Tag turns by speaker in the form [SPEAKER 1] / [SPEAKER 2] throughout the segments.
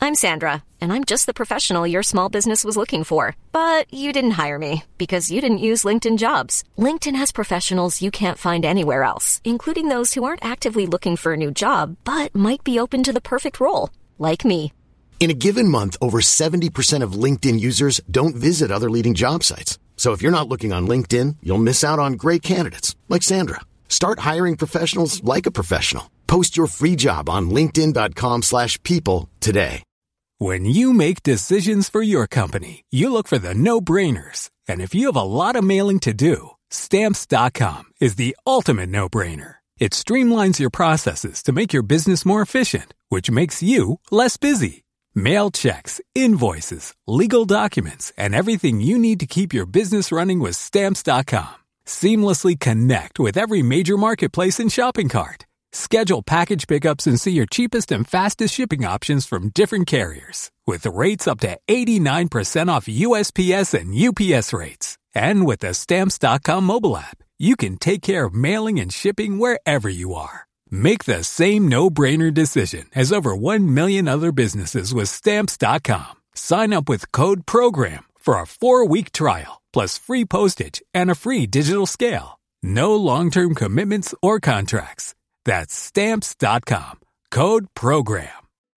[SPEAKER 1] I'm Sandra, and I'm just the professional your small business was looking for. But you didn't hire me because you didn't use LinkedIn Jobs. LinkedIn has professionals you can't find anywhere else, including those who aren't actively looking for a new job, but might be open to the perfect role, like me.
[SPEAKER 2] In a given month, over 70% of LinkedIn users don't visit other leading job sites. So if you're not looking on LinkedIn, you'll miss out on great candidates like Sandra. Start hiring professionals like a professional. Post your free job on linkedin.com/people today.
[SPEAKER 3] When you make decisions for your company, you look for the no-brainers. And if you have a lot of mailing to do, Stamps.com is the ultimate no-brainer. It streamlines your processes to make your business more efficient, which makes you less busy. Mail checks, invoices, legal documents, and everything you need to keep your business running with Stamps.com. Seamlessly connect with every major marketplace and shopping cart. Schedule package pickups and see your cheapest and fastest shipping options from different carriers. With rates up to 89% off USPS and UPS rates. And with the Stamps.com mobile app, you can take care of mailing and shipping wherever you are. Make the same no-brainer decision as over 1 million other businesses with Stamps.com. Sign up with code PROGRAM for a 4-week trial, plus free postage and a free digital scale. No long-term commitments or contracts. That's Stamps.com. Code PROGRAM.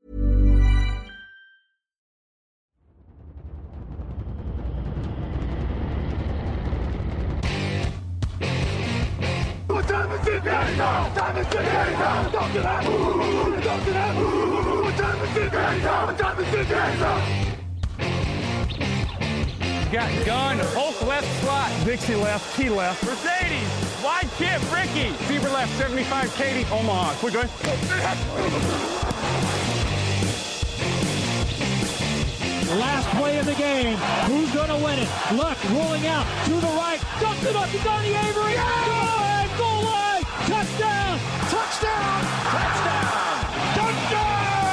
[SPEAKER 4] Got gun, Hulk left slot, Dixie left, T left, Mercedes, wide chip, Ricky, Fever left, 75, Katie, Omaha. We're good.
[SPEAKER 5] Last play of the game. Who's going to win it? Luck rolling out to the right. Dumps it up to Donnie Avery. Yeah! Goal line. Touchdown. Touchdown. Touchdown. Touchdown.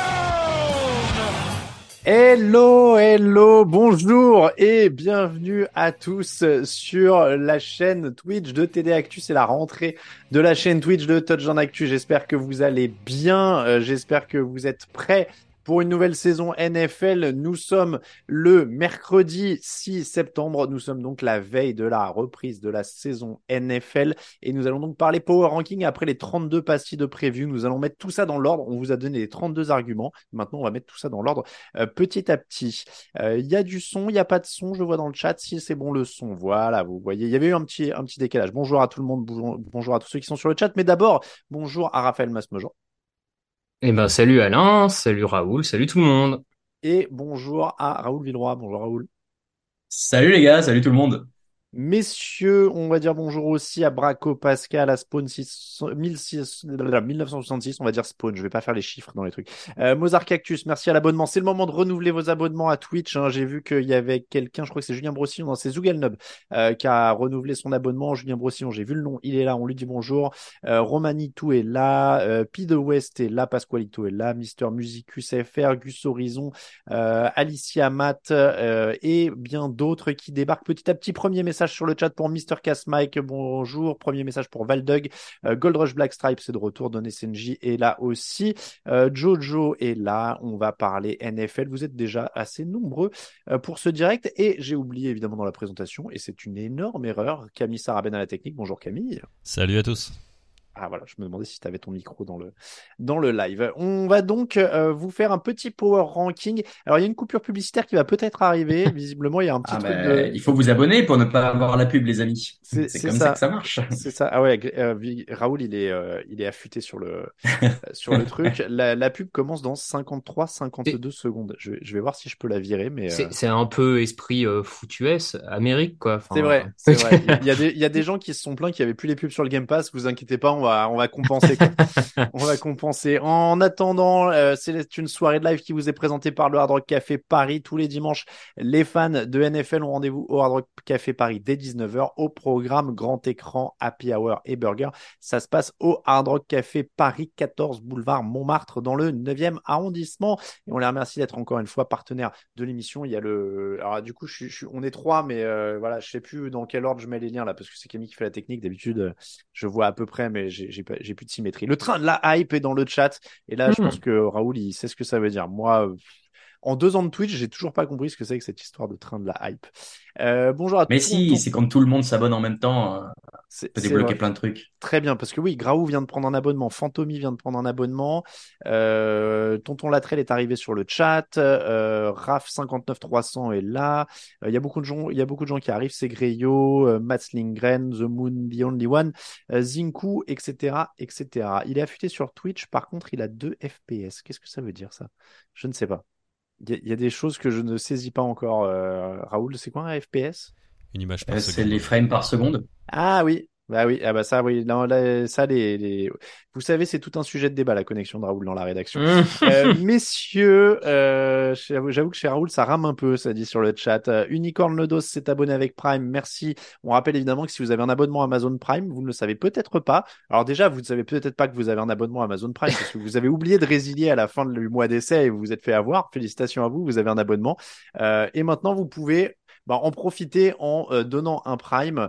[SPEAKER 6] Hello, bonjour et bienvenue à tous sur la chaîne Twitch de TD Actu. C'est la rentrée de la chaîne Twitch de Touchdown Actu. J'espère que vous allez bien, j'espère que vous êtes prêts pour une nouvelle saison NFL. Nous sommes le mercredi 6 septembre. Nous sommes donc la veille de la reprise de la saison NFL. Et nous allons donc parler Power Ranking après les 32 pastilles de preview. Nous allons mettre tout ça dans l'ordre. On vous a donné les 32 arguments. Maintenant, on va mettre tout ça dans l'ordre petit à petit. Il y a du son, il n'y a pas de son. Je vois dans le chat si c'est bon le son. Voilà, vous voyez. Il y avait eu un petit décalage. Bonjour à tout le monde. Bonjour à tous ceux qui sont sur le chat. Mais d'abord, bonjour à Raphaël Masmejean.
[SPEAKER 7] Eh ben, salut Alain, salut Raoul, salut tout le monde.
[SPEAKER 6] Et bonjour à Raoul Villeroy. Bonjour Raoul.
[SPEAKER 8] Salut les gars, salut tout le monde.
[SPEAKER 6] Messieurs, on va dire bonjour aussi à Braco Pascal, à Spawn 1966, on va dire Spawn, je vais pas faire les chiffres dans les trucs. Mozart Cactus, merci à l'abonnement. C'est le moment de renouveler vos abonnements à Twitch. Hein. J'ai vu qu'il y avait quelqu'un, je crois que c'est Julien Brossillon, c'est Zougalnob, qui a renouvelé son abonnement. Julien Brossillon, j'ai vu le nom, il est là, on lui dit bonjour. Romanitou est là, P de West est là, Pasqualito est là, Mister Musicus FR, Gus Horizon, Alicia Matt et bien d'autres qui débarquent petit à petit. Premier message sur le chat pour Mr. Cass Mike, bonjour. Premier message pour Valdug. Gold Rush Black Stripe, c'est de retour. Don SNJ est là aussi. Jojo est là. On va parler NFL. Vous êtes déjà assez nombreux pour ce direct. Et j'ai oublié évidemment dans la présentation, et c'est une énorme erreur, Camille Sarabène à la technique. Bonjour Camille.
[SPEAKER 9] Salut à tous.
[SPEAKER 6] Ah voilà, je me demandais si tu avais ton micro dans le live. On va donc vous faire un petit power ranking. Alors il y a une coupure publicitaire qui va peut-être arriver. Visiblement, il y a un petit truc de...
[SPEAKER 8] Il faut vous abonner pour ne pas avoir la pub, les amis. C'est comme ça que ça marche.
[SPEAKER 6] C'est ça. Ah ouais, Raoul, il est affûté sur le truc. La pub commence dans 52 secondes. Je vais voir si je peux la virer, mais
[SPEAKER 7] c'est un peu esprit foot US, Amérique quoi. Enfin,
[SPEAKER 6] c'est vrai. Il y a des gens qui se sont plaints qu'il n'y avait plus les pubs sur le Game Pass. Vous inquiétez pas, on va compenser. On va compenser. En attendant, c'est une soirée de live qui vous est présentée par le Hard Rock Café Paris. Tous les dimanches, les fans de NFL ont rendez-vous au Hard Rock Café Paris dès 19h. Au programme grand écran, happy hour et burger. Ça se passe au Hard Rock Café Paris, 14 boulevard Montmartre, dans le 9e arrondissement. Et on les remercie d'être encore une fois partenaires de l'émission. Il y a alors du coup, on est 3, mais voilà, je sais plus dans quel ordre je mets les liens là, parce que c'est Camille qui fait la technique. D'habitude, je vois à peu près, mais j'ai plus de symétrie. Le train de la hype est dans le chat, et là je pense que Raoul il sait ce que ça veut dire. Moi en 2 ans de Twitch, j'ai toujours pas compris ce que c'est que cette histoire de train de la hype. Bonjour à
[SPEAKER 8] Mais
[SPEAKER 6] tout
[SPEAKER 8] si, c'est quand tout le monde s'abonne en même temps, ça peut
[SPEAKER 6] c'est vrai.
[SPEAKER 8] débloquer plein de trucs.
[SPEAKER 6] Très bien, parce que oui, Graou vient de prendre un abonnement, Fantomi vient de prendre un abonnement, Tonton Latrell est arrivé sur le chat, Raf 59300 est là, il y a beaucoup de gens qui arrivent, c'est Greyo, Mats Lindgren, The Moon, The Only One, Zinku, etc., etc. Il est affûté sur Twitch, par contre, il a 2 FPS. Qu'est-ce que ça veut dire ça? Je ne sais pas. Il y a des choses que je ne saisis pas encore. Raoul, c'est quoi un FPS?
[SPEAKER 9] Une image par
[SPEAKER 8] C'est
[SPEAKER 9] seconde.
[SPEAKER 8] les frames par seconde.
[SPEAKER 6] Ah oui, bah oui, ah bah ça oui, non, là, ça vous savez, c'est tout un sujet de débat la connexion de Raoul dans la rédaction. Messieurs, j'avoue que chez Raoul ça rame un peu, ça dit sur le chat. Unicorn Lodos s'est abonné avec Prime, merci. On rappelle évidemment que si vous avez un abonnement Amazon Prime, vous ne le savez peut-être pas. Alors déjà, vous ne savez peut-être pas que vous avez un abonnement Amazon Prime parce que vous avez oublié de résilier à la fin du mois d'essai et vous vous êtes fait avoir. Félicitations à vous, vous avez un abonnement. Et maintenant, vous pouvez en profiter en donnant un Prime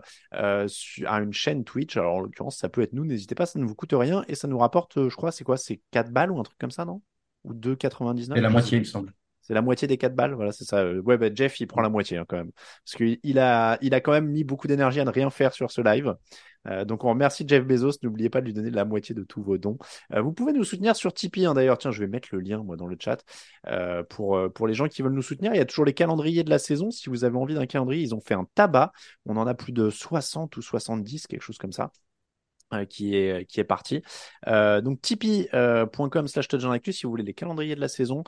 [SPEAKER 6] à une chaîne Twitch. Alors en l'occurrence, ça peut être nous, n'hésitez pas, ça ne vous coûte rien et ça nous rapporte, je crois, c'est 4 balles ou un truc comme ça, non? Ou 2,99?
[SPEAKER 8] C'est la moitié, il me semble.
[SPEAKER 6] C'est la moitié des 4 balles, voilà, c'est ça. Ouais, bah, Jeff, il prend la moitié quand même. Parce qu'il a quand même mis beaucoup d'énergie à ne rien faire sur ce live. Donc on remercie Jeff Bezos, n'oubliez pas de lui donner la moitié de tous vos dons. Vous pouvez nous soutenir sur Tipeee, d'ailleurs, tiens, je vais mettre le lien moi dans le chat pour les gens qui veulent nous soutenir. Il y a toujours les calendriers de la saison, si vous avez envie d'un calendrier, ils ont fait un tabac, on en a plus de 60 ou 70, quelque chose comme ça. Qui est parti. Donc tipeee.com/touchdownactu si vous voulez les calendriers de la saison.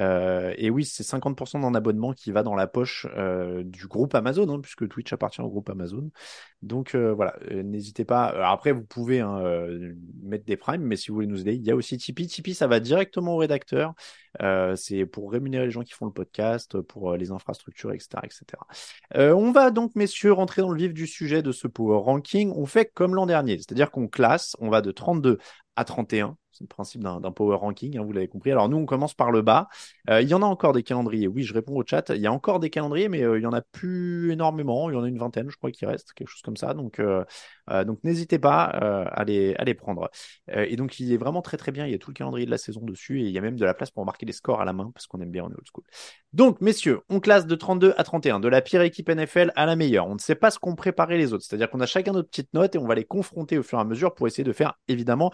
[SPEAKER 6] Et oui, c'est 50% d'un abonnement qui va dans la poche du groupe Amazon, puisque Twitch appartient au groupe Amazon. Donc voilà, n'hésitez pas. Alors, après, vous pouvez mettre des primes, mais si vous voulez nous aider, il y a aussi Tipeee. Tipeee, ça va directement au rédacteur. C'est pour rémunérer les gens qui font le podcast, pour les infrastructures, etc., etc. On va donc, messieurs, rentrer dans le vif du sujet de ce Power Ranking. On fait comme l'an dernier, c'est-à-dire qu'on classe, on va de 32 à 31. C'est le principe d'un power ranking, vous l'avez compris. Alors nous, on commence par le bas. Il y en a encore des calendriers. Oui, je réponds au chat. Il y a encore des calendriers, mais il y en a plus énormément. Il y en a une vingtaine, je crois, qui reste, quelque chose comme ça. Donc n'hésitez pas à les prendre. Et donc, il est vraiment très, très bien. Il y a tout le calendrier de la saison dessus et il y a même de la place pour marquer les scores à la main parce qu'on aime bien, on est old school. Donc, messieurs, on classe de 32 à 31, de la pire équipe NFL à la meilleure. On ne sait pas ce qu'ont préparé les autres. C'est-à-dire qu'on a chacun notre petite note et on va les confronter au fur et à mesure pour essayer de faire, évidemment,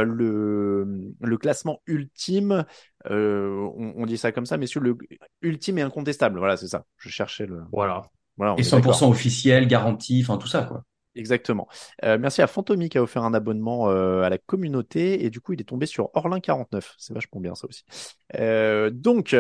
[SPEAKER 6] le classement ultime. On dit ça comme ça, messieurs, le ultime et incontestable. Voilà, c'est ça. Je cherchais le.
[SPEAKER 7] Voilà.
[SPEAKER 6] Voilà, on
[SPEAKER 8] Et
[SPEAKER 6] est
[SPEAKER 8] 100%
[SPEAKER 6] d'accord.
[SPEAKER 8] officiel, garanti, enfin tout ça, quoi.
[SPEAKER 6] Exactement. Merci à Fantomi qui a offert un abonnement à la communauté et du coup il est tombé sur Orlin 49. C'est vachement bien ça aussi. Donc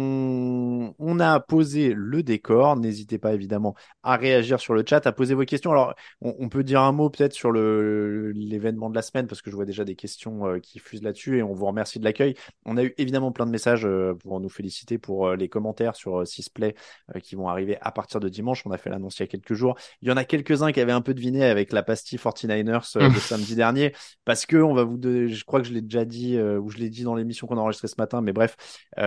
[SPEAKER 6] on a posé le décor. N'hésitez pas évidemment à réagir sur le chat, à poser vos questions. Alors on peut dire un mot peut-être sur l'événement de la semaine parce que je vois déjà des questions qui fusent là-dessus et on vous remercie de l'accueil. On a eu évidemment plein de messages pour nous féliciter pour les commentaires sur Sisplay qui vont arriver à partir de dimanche. On a fait l'annonce il y a quelques jours. Il y en a quelques-uns qui avaient un peu deviné avec la pastille 49ers de samedi dernier, parce que je crois que je l'ai déjà dit, ou je l'ai dit dans l'émission qu'on a enregistrée ce matin, mais bref,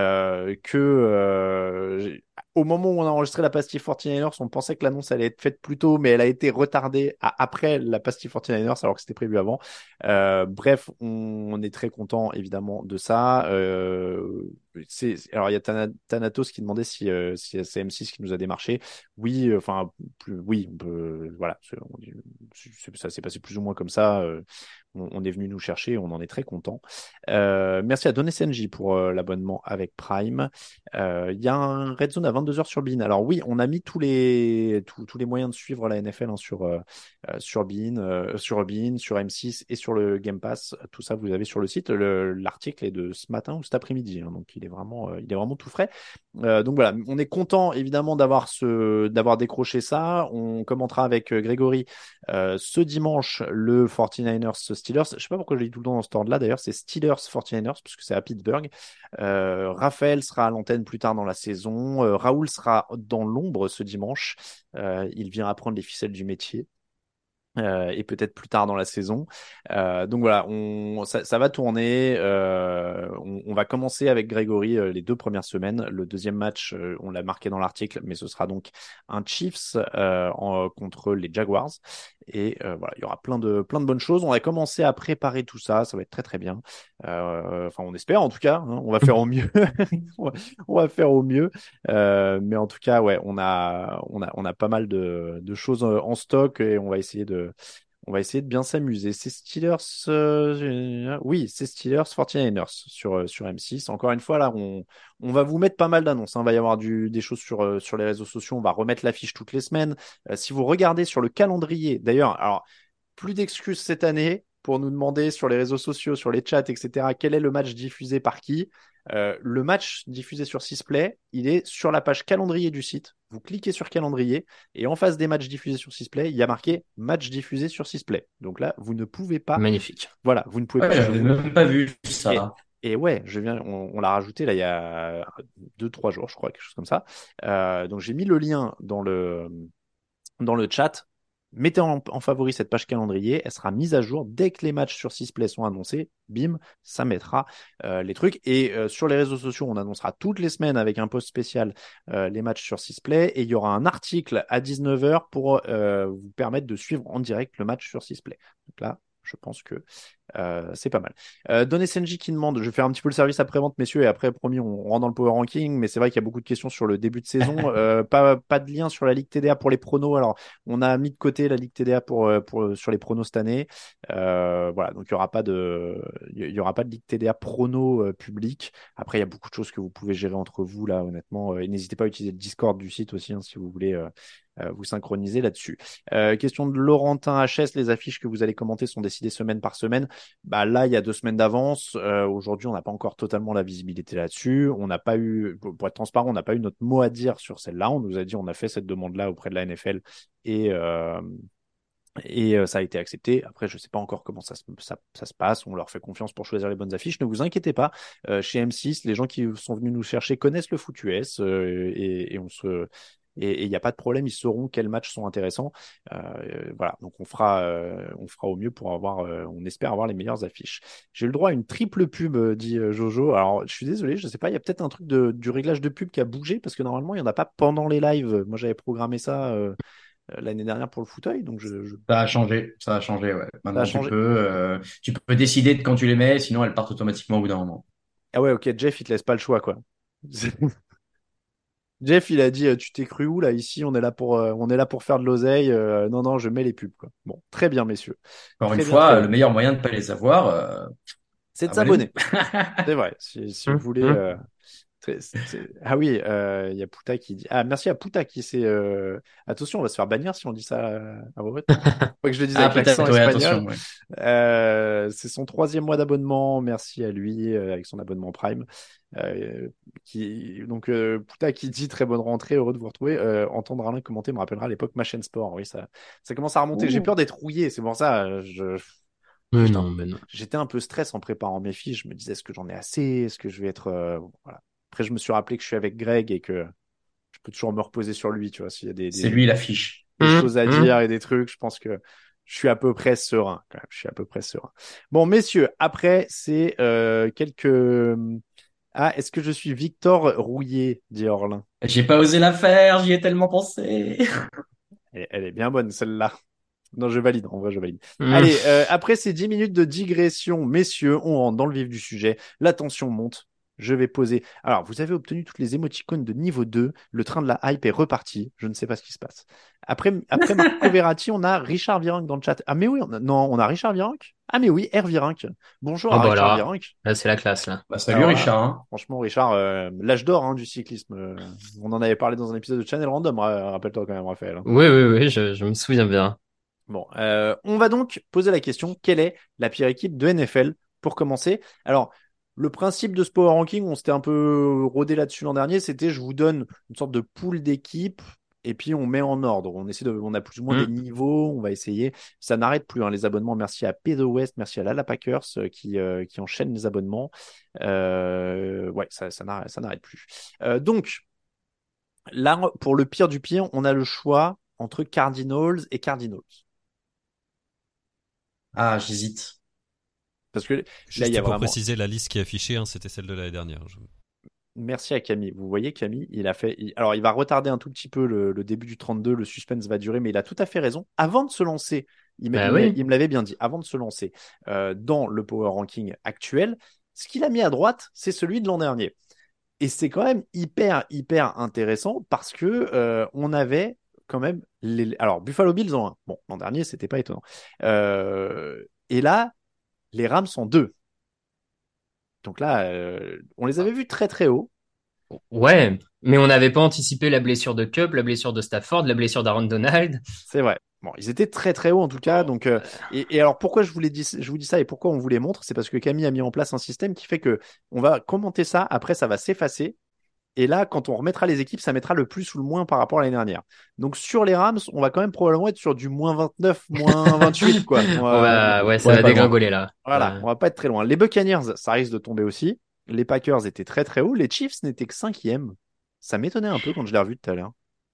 [SPEAKER 6] au moment où on a enregistré la pastille 49ers, on pensait que l'annonce allait être faite plus tôt, mais elle a été retardée après la pastille 49ers, alors que c'était prévu avant. Bref, on est très content évidemment de ça. Alors il y a Thanatos qui demandait si c'est M6 qui nous a démarché. Oui, oui, voilà, ça s'est passé plus ou moins comme ça. On est venu nous chercher, on en est très content. Merci à DonSNJ pour l'abonnement avec Prime. Il y a un Red Zone à 22h sur Bein. Alors oui, on a mis tous les moyens de suivre la NFL sur Bein, sur M6 et sur le Game Pass. Tout ça, vous avez sur le site. L'article est de ce matin ou cet après-midi, donc il est vraiment tout frais. Donc voilà, on est content évidemment d'avoir décroché ça. On commentera avec Grégory ce dimanche le 49ers Steelers. Je sais pas pourquoi je le dis tout le temps dans ce ordre-là. D'ailleurs, c'est Steelers 49ers puisque c'est à Pittsburgh. Raphaël sera à l'antenne plus tard dans la saison. Raoul sera dans l'ombre ce dimanche. Il vient apprendre les ficelles du métier. Et peut-être plus tard dans la saison. Donc voilà, ça va tourner. On va commencer avec Grégory les 2 premières semaines. Le deuxième match, on l'a marqué dans l'article, mais ce sera donc un Chiefs contre les Jaguars. Et voilà, il y aura plein de bonnes choses. On va commencer à préparer tout ça. Ça va être très très bien. Enfin, on espère en tout cas. Hein, on va faire au mieux. On va faire au mieux. Mais en tout cas, ouais, on a pas mal de choses en stock et on va essayer de bien s'amuser. C'est Steelers, oui, c'est Steelers 49ers sur M6. Encore une fois, là, on va vous mettre pas mal d'annonces. Hein. Il va y avoir des choses sur les réseaux sociaux. On va remettre l'affiche toutes les semaines. Si vous regardez sur le calendrier, d'ailleurs, alors, plus d'excuses cette année pour nous demander sur les réseaux sociaux, sur les chats, etc., quel est le match diffusé par qui. Le match diffusé sur Sisplay, il est sur la page calendrier du site. Vous cliquez sur calendrier et en face des matchs diffusés sur Sisplay, il y a marqué match diffusé sur Sisplay. Donc là, vous ne pouvez pas.
[SPEAKER 7] Magnifique.
[SPEAKER 6] Voilà, vous ne pouvez pas.
[SPEAKER 8] J'avais même pas vu ça.
[SPEAKER 6] Et ouais, on l'a rajouté là il y a 2-3 jours, je crois, quelque chose comme ça. Donc j'ai mis le lien dans le chat. Mettez en favori cette page calendrier, elle sera mise à jour dès que les matchs sur Sisplay sont annoncés. Bim, ça mettra les trucs. Et sur les réseaux sociaux, on annoncera toutes les semaines avec un post spécial les matchs sur Sisplay. Et il y aura un article à 19h pour vous permettre de suivre en direct le match sur Sisplay. Donc là, je pense que c'est pas mal. Don SNJ qui demande, je vais faire un petit peu le service après-vente, messieurs, et après, promis, on rentre dans le power ranking, mais c'est vrai qu'il y a beaucoup de questions sur le début de saison. Pas de lien sur la Ligue TDA pour les pronos. Alors, on a mis de côté la Ligue TDA sur les pronos cette année. Voilà, donc il y aura pas de Ligue TDA prono public. Après, il y a beaucoup de choses que vous pouvez gérer entre vous, là, honnêtement. Et n'hésitez pas à utiliser le Discord du site aussi, hein, si vous voulez vous synchroniser là-dessus. Question de Laurentin HS, les affiches que vous allez commenter sont décidées semaine par semaine. Bah là, il y a 2 semaines d'avance. Aujourd'hui, on n'a pas encore totalement la visibilité là-dessus. On n'a pas eu, pour être transparent, on n'a pas eu notre mot à dire sur celle-là. On nous a dit, on a fait cette demande-là auprès de la NFL et ça a été accepté. Après, je sais pas encore comment ça se passe. On leur fait confiance pour choisir les bonnes affiches. Ne vous inquiétez pas. Chez M6, les gens qui sont venus nous chercher connaissent le foot US et il n'y a pas de problème, ils sauront quels matchs sont intéressants. Voilà, donc on fera au mieux pour on espère avoir les meilleures affiches. J'ai eu le droit à une triple pub, dit Jojo. Alors, je suis désolé, je sais pas, il y a peut-être un truc du réglage de pub qui a bougé parce que normalement, il n'y en a pas pendant les lives. Moi, j'avais programmé ça l'année dernière pour le fauteuil, donc
[SPEAKER 8] Ça a changé, ouais. Maintenant,
[SPEAKER 6] changé.
[SPEAKER 8] Tu peux décider de quand tu les mets, sinon elles partent automatiquement au bout d'un moment.
[SPEAKER 6] Ah ouais, ok, Jeff, il te laisse pas le choix, quoi. Jeff, il a dit, tu t'es cru où là? Ici, on est là pour faire de l'oseille. Non, non, je mets les pubs, quoi. Bon, très bien, messieurs.
[SPEAKER 8] Encore
[SPEAKER 6] très
[SPEAKER 8] une
[SPEAKER 6] bien,
[SPEAKER 8] fois, le meilleur moyen de ne pas les avoir,
[SPEAKER 6] c'est de s'abonner. C'est vrai. Si vous voulez. Ah oui, il y a Pouta qui dit. Ah, merci à Pouta qui s'est. Attention, on va se faire bannir si on dit ça à voix haute. Faut que je le dise avec l'accent espagnol.
[SPEAKER 8] Attention, ouais.
[SPEAKER 6] C'est son 3e mois d'abonnement. Merci à lui avec son abonnement Prime. Donc Pouta qui dit très bonne rentrée, heureux de vous retrouver. Entendre Alain commenter me rappellera à l'époque ma chaîne sport. Oui, ça commence à remonter. J'ai peur d'être rouillé, c'est pour ça.
[SPEAKER 7] Mais non.
[SPEAKER 6] J'étais un peu stress en préparant mes fiches. Je me disais, est-ce que j'en ai assez? Est-ce que je vais être voilà. Après, je me suis rappelé que je suis avec Greg et que je peux toujours me reposer sur lui, tu vois, s'il y a
[SPEAKER 8] c'est lui l'affiche.
[SPEAKER 6] Des choses à dire et des trucs. Je pense que je suis à peu près serein. Quand même. Je suis à peu près serein. Bon, messieurs, après, c'est quelques. Ah, est-ce que je suis Victor Rouillé, dit Orlin.
[SPEAKER 8] J'ai pas osé la faire, j'y ai tellement pensé.
[SPEAKER 6] Elle est bien bonne, celle-là. Non, je valide. En vrai, je valide. Allez, après ces 10 minutes de digression, messieurs, on rentre dans le vif du sujet. La tension monte. Je vais poser. Alors, vous avez obtenu toutes les émoticônes de niveau 2. Le train de la hype est reparti. Je ne sais pas ce qui se passe. Après Marco Verratti, on a Richard Virenque dans le chat. Ah, mais oui, on a Richard Virenque. Ah, mais oui, R Virenque. Bonjour à Richard Virenque.
[SPEAKER 7] Là, c'est la classe, là.
[SPEAKER 8] Bah, salut Richard. Hein.
[SPEAKER 6] Franchement, Richard, l'âge d'or du cyclisme. On en avait parlé dans un épisode de Channel Random, rappelle-toi quand même, Raphaël.
[SPEAKER 7] Oui, je me souviens bien.
[SPEAKER 6] Bon, on va donc poser la question, quelle est la pire équipe de NFL pour commencer? Alors, le principe de ce power ranking, on s'était un peu rodé là-dessus l'an dernier, c'était je vous donne une sorte de pool d'équipes et puis on met en ordre. On a plus ou moins des niveaux, on va essayer. Ça n'arrête plus, les abonnements. Merci à P2 West, merci à Lala Packers qui enchaînent les abonnements. Ouais, ça n'arrête plus. Donc, là, pour le pire du pire, on a le choix entre Cardinals et Cardinals.
[SPEAKER 8] Ah, j'hésite.
[SPEAKER 6] Parce que là,
[SPEAKER 9] Juste
[SPEAKER 6] il y a
[SPEAKER 9] pour
[SPEAKER 6] vraiment.
[SPEAKER 9] préciser, la liste qui est affichée, hein, c'était celle de l'année dernière.
[SPEAKER 6] Merci à Camille. Vous voyez, Camille, alors, il va retarder un tout petit peu le début du 32, le suspense va durer, mais il a tout à fait raison. Avant de se lancer,
[SPEAKER 7] Bah oui.
[SPEAKER 6] il me l'avait bien dit, avant de se lancer dans le power ranking actuel, ce qu'il a mis à droite, c'est celui de l'an dernier. Et c'est quand même hyper intéressant parce que on avait quand même alors Buffalo Bills en 1. Bon, l'an dernier, c'était pas étonnant. Et là, les Rams en 2. Donc là, on les avait vus très haut.
[SPEAKER 7] Ouais, mais on n'avait pas anticipé la blessure de Cup, la blessure de Stafford, la blessure d'Aaron Donald.
[SPEAKER 6] C'est vrai. Bon, ils étaient très haut en tout cas. Donc, et alors pourquoi je vous dis ça et pourquoi on vous les montre, c'est parce que Camille a mis en place un système qui fait que on va commenter ça. Après, ça va s'effacer. Et là, quand on remettra les équipes, ça mettra le plus ou le moins par rapport à l'année dernière. Donc sur les Rams, on va quand même probablement être sur du moins 29, moins 28, quoi.
[SPEAKER 7] Ouais, ça
[SPEAKER 8] Ouais,
[SPEAKER 7] va
[SPEAKER 8] pas loin.
[SPEAKER 7] dégringoler là.
[SPEAKER 6] Voilà, on va pas être très loin. Les Buccaneers, ça risque de tomber aussi. Les Packers étaient très haut. Les Chiefs n'étaient que cinquième. Ça m'étonnait un peu quand je l'ai revu tout à l'heure.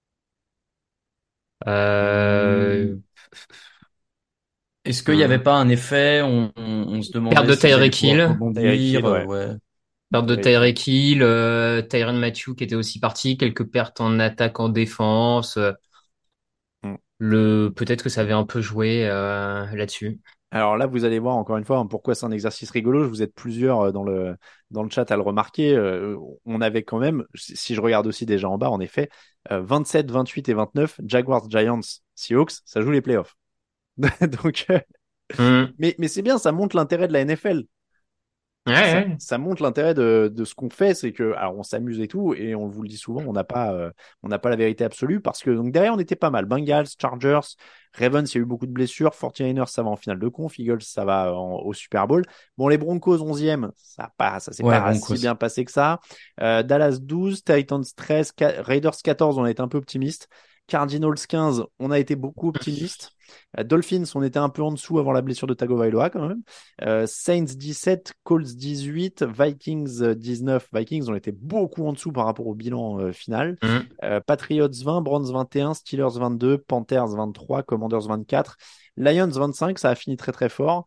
[SPEAKER 7] Euh,
[SPEAKER 8] Est-ce qu'il n'y avait pas un effet, on se
[SPEAKER 7] Perte
[SPEAKER 8] demandait
[SPEAKER 7] de
[SPEAKER 8] s'ils allaient
[SPEAKER 7] Tyreek
[SPEAKER 8] pouvoir
[SPEAKER 7] Hill,
[SPEAKER 6] Tyreek
[SPEAKER 8] rebondir,
[SPEAKER 6] Hill, ouais.
[SPEAKER 8] ouais.
[SPEAKER 7] perte de
[SPEAKER 6] Tyreek Hill.
[SPEAKER 7] Tyreek Hill, Tyrann Mathieu qui était aussi parti, quelques pertes en attaque, en défense.
[SPEAKER 6] Hmm.
[SPEAKER 7] Peut-être que ça avait un peu joué là-dessus.
[SPEAKER 6] Alors là, vous allez voir encore une fois pourquoi c'est un exercice rigolo. Vous êtes plusieurs dans le chat à le remarquer. On avait quand même, si je regarde aussi déjà en bas, en effet, 27, 28 et 29, Jaguars, Giants, Seahawks, ça joue les playoffs. Donc,
[SPEAKER 7] Hmm.
[SPEAKER 6] mais c'est bien, ça montre l'intérêt de la NFL.
[SPEAKER 7] Ouais,
[SPEAKER 6] ça,
[SPEAKER 7] ouais.
[SPEAKER 6] ça montre l'intérêt de ce qu'on fait, c'est que, alors on s'amuse et tout, et on vous le dit souvent, on n'a pas la vérité absolue, parce que donc derrière on était pas mal. Bengals, Chargers, Ravens, il y a eu beaucoup de blessures, 49ers ça va en finale de conf, Eagles ça va au Super Bowl. Bon, les Broncos 11e, ça s'est
[SPEAKER 8] Ouais,
[SPEAKER 6] pas si
[SPEAKER 8] Broncos.
[SPEAKER 6] bien passé que ça. Dallas 12, Titans 13, Raiders 14, on a été un peu optimiste. Cardinals 15, on a été beaucoup optimiste. Dolphins, on était un peu en dessous avant la blessure de Tagovailoa quand même. Saints 17, Colts 18, Vikings 19. Vikings ont été beaucoup en dessous par rapport au bilan final.
[SPEAKER 7] Hmm.
[SPEAKER 6] Patriots 20, Browns 21, Steelers 22, Panthers 23, Commanders 24, Lions 25, ça a fini très fort.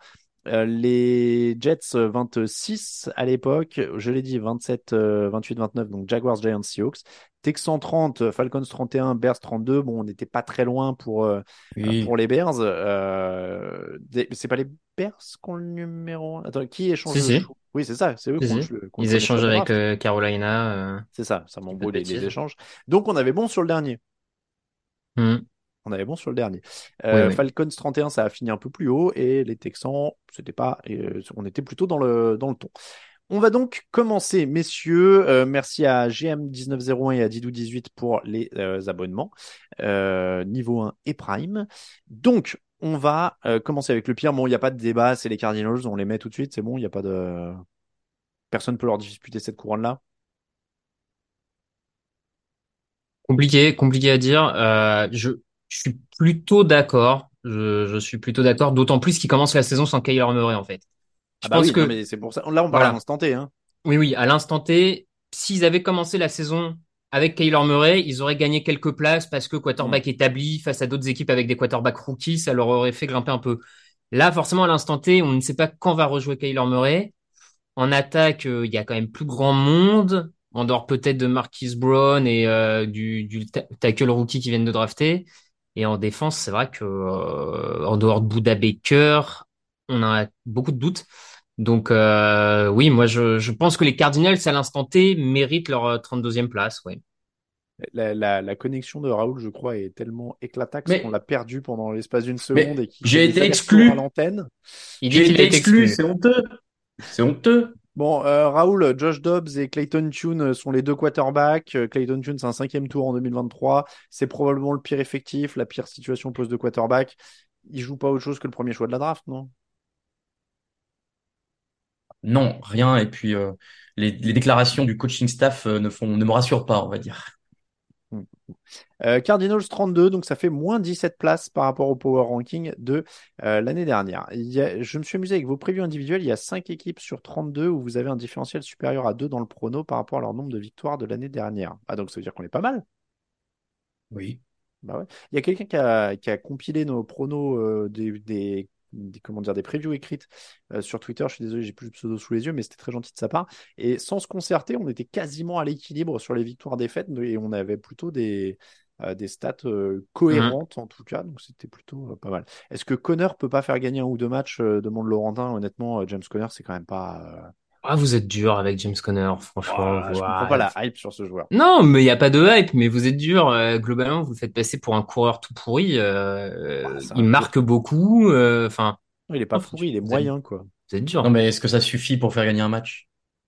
[SPEAKER 6] Les Jets 26 à l'époque, je l'ai dit 27, 28, 29, donc Jaguars, Giants, Seahawks. Texans 30, Falcons 31, Bears 32. Bon, on n'était pas très loin pour
[SPEAKER 8] Oui.
[SPEAKER 6] les Bears. C'est pas les Bears qui ont le numéro 1. Attends, qui échange
[SPEAKER 7] Si,
[SPEAKER 6] le
[SPEAKER 7] si,
[SPEAKER 6] chou? Oui, c'est ça, c'est eux
[SPEAKER 7] si,
[SPEAKER 6] qui ont
[SPEAKER 7] si.
[SPEAKER 6] qui ont le
[SPEAKER 7] Ils
[SPEAKER 6] premier choix
[SPEAKER 7] échangent
[SPEAKER 6] de la
[SPEAKER 7] avec
[SPEAKER 6] draft.
[SPEAKER 7] Carolina.
[SPEAKER 6] C'est ça
[SPEAKER 7] Je dis pas de
[SPEAKER 6] m'embrouille les
[SPEAKER 7] bêtises.
[SPEAKER 6] échanges. Donc on avait bon sur le dernier.
[SPEAKER 7] Hmm.
[SPEAKER 6] On avait bon sur le dernier.
[SPEAKER 7] Oui, oui.
[SPEAKER 6] Falcons 31, ça a fini un peu plus haut. Et les Texans, c'était pas, on était plutôt dans le ton. On va donc commencer, messieurs. Merci à GM1901 et à Didou18 pour les abonnements. Niveau 1 et Prime. Donc, on va commencer avec le pire. Bon, il n'y a pas de débat, c'est les Cardinals. On les met tout de suite, c'est bon. Il n'y a pas de. Personne ne peut leur disputer cette couronne-là.
[SPEAKER 7] Compliqué à dire. Je suis plutôt d'accord. Je suis plutôt d'accord, d'autant plus qu'ils commencent la saison sans Kyler Murray, en fait.
[SPEAKER 6] Ah
[SPEAKER 7] Je
[SPEAKER 6] bah
[SPEAKER 7] pense
[SPEAKER 6] oui, non
[SPEAKER 7] que,
[SPEAKER 6] mais c'est pour ça. Là, on parle à
[SPEAKER 7] voilà.
[SPEAKER 6] l'instant T, hein.
[SPEAKER 7] Oui, à l'instant T, s'ils avaient commencé la saison avec Kyler Murray, ils auraient gagné quelques places parce que
[SPEAKER 6] Hmm.
[SPEAKER 7] quarterback établi face à d'autres équipes avec des quarterbacks rookies, ça leur aurait fait grimper un peu. Là, forcément, à l'instant T, on ne sait pas quand va rejouer Kyler Murray. En attaque, il y a quand même plus grand monde, en dehors peut-être de Marquise Brown et du tackle rookie qui viennent de drafter. Et en défense, c'est vrai que en dehors de Buda Baker, on a beaucoup de doutes. Donc oui, moi je pense que les Cardinals à l'instant T méritent leur 32e place. Ouais.
[SPEAKER 6] La connexion de Raoul, je crois, est tellement éclataxe qu'on l'a
[SPEAKER 8] Mais,
[SPEAKER 6] perdu pendant l'espace d'une seconde
[SPEAKER 8] mais
[SPEAKER 6] et qui fait
[SPEAKER 8] j'ai
[SPEAKER 6] des
[SPEAKER 8] été
[SPEAKER 6] allers-retours à
[SPEAKER 8] exclu.
[SPEAKER 6] l'antenne.
[SPEAKER 7] Il dit
[SPEAKER 8] J'ai
[SPEAKER 7] qu'il a
[SPEAKER 8] été
[SPEAKER 7] été
[SPEAKER 8] exclu,
[SPEAKER 7] exclu.
[SPEAKER 8] c'est honteux. C'est honteux.
[SPEAKER 6] Bon, Raoul, Josh Dobbs et Clayton Tune sont les deux quarterbacks. Clayton Tune, c'est un 5e tour en 2023. C'est probablement le pire effectif, la pire situation au poste de quarterback. Il joue pas autre chose que le premier choix de la draft, non?
[SPEAKER 8] Non, rien. Et puis, les déclarations du coaching staff ne me rassurent pas, on va dire.
[SPEAKER 6] Hmm. Cardinals 32, donc ça fait moins 17 places par rapport au power ranking de l'année dernière. Je me suis amusé avec vos prévus individuels. Il y a 5 équipes sur 32 où vous avez un différentiel supérieur à 2 dans le prono par rapport à leur nombre de victoires de l'année dernière. Ah, donc ça veut dire qu'on est pas mal.
[SPEAKER 8] Oui.
[SPEAKER 6] Bah ouais. Il y a quelqu'un qui a compilé nos pronos des comment dire, des previews écrites sur Twitter. Je suis désolé, j'ai plus le pseudo sous les yeux, mais c'était très gentil de sa part. Et sans se concerter, on était quasiment à l'équilibre sur les victoires-défaites et on avait plutôt des stats cohérentes en tout cas, donc c'était plutôt pas mal. Est-ce que Connor peut pas faire gagner un ou deux matchs demande Laurentin. Honnêtement, James Conner, c'est quand même pas.
[SPEAKER 7] Ah, vous êtes dur avec James Conner, franchement.
[SPEAKER 6] Je comprends pas la hype sur ce joueur.
[SPEAKER 7] Non, mais il n'y a pas de hype, mais vous êtes dur. Globalement, vous le faites passer pour un coureur tout pourri.
[SPEAKER 6] C'est
[SPEAKER 7] Il marque beaucoup. Enfin,
[SPEAKER 6] il est pas pourri, il est
[SPEAKER 7] vous êtes,
[SPEAKER 6] moyen quoi.
[SPEAKER 7] vous êtes dur.
[SPEAKER 8] Non, mais est-ce que ça suffit pour faire gagner un match?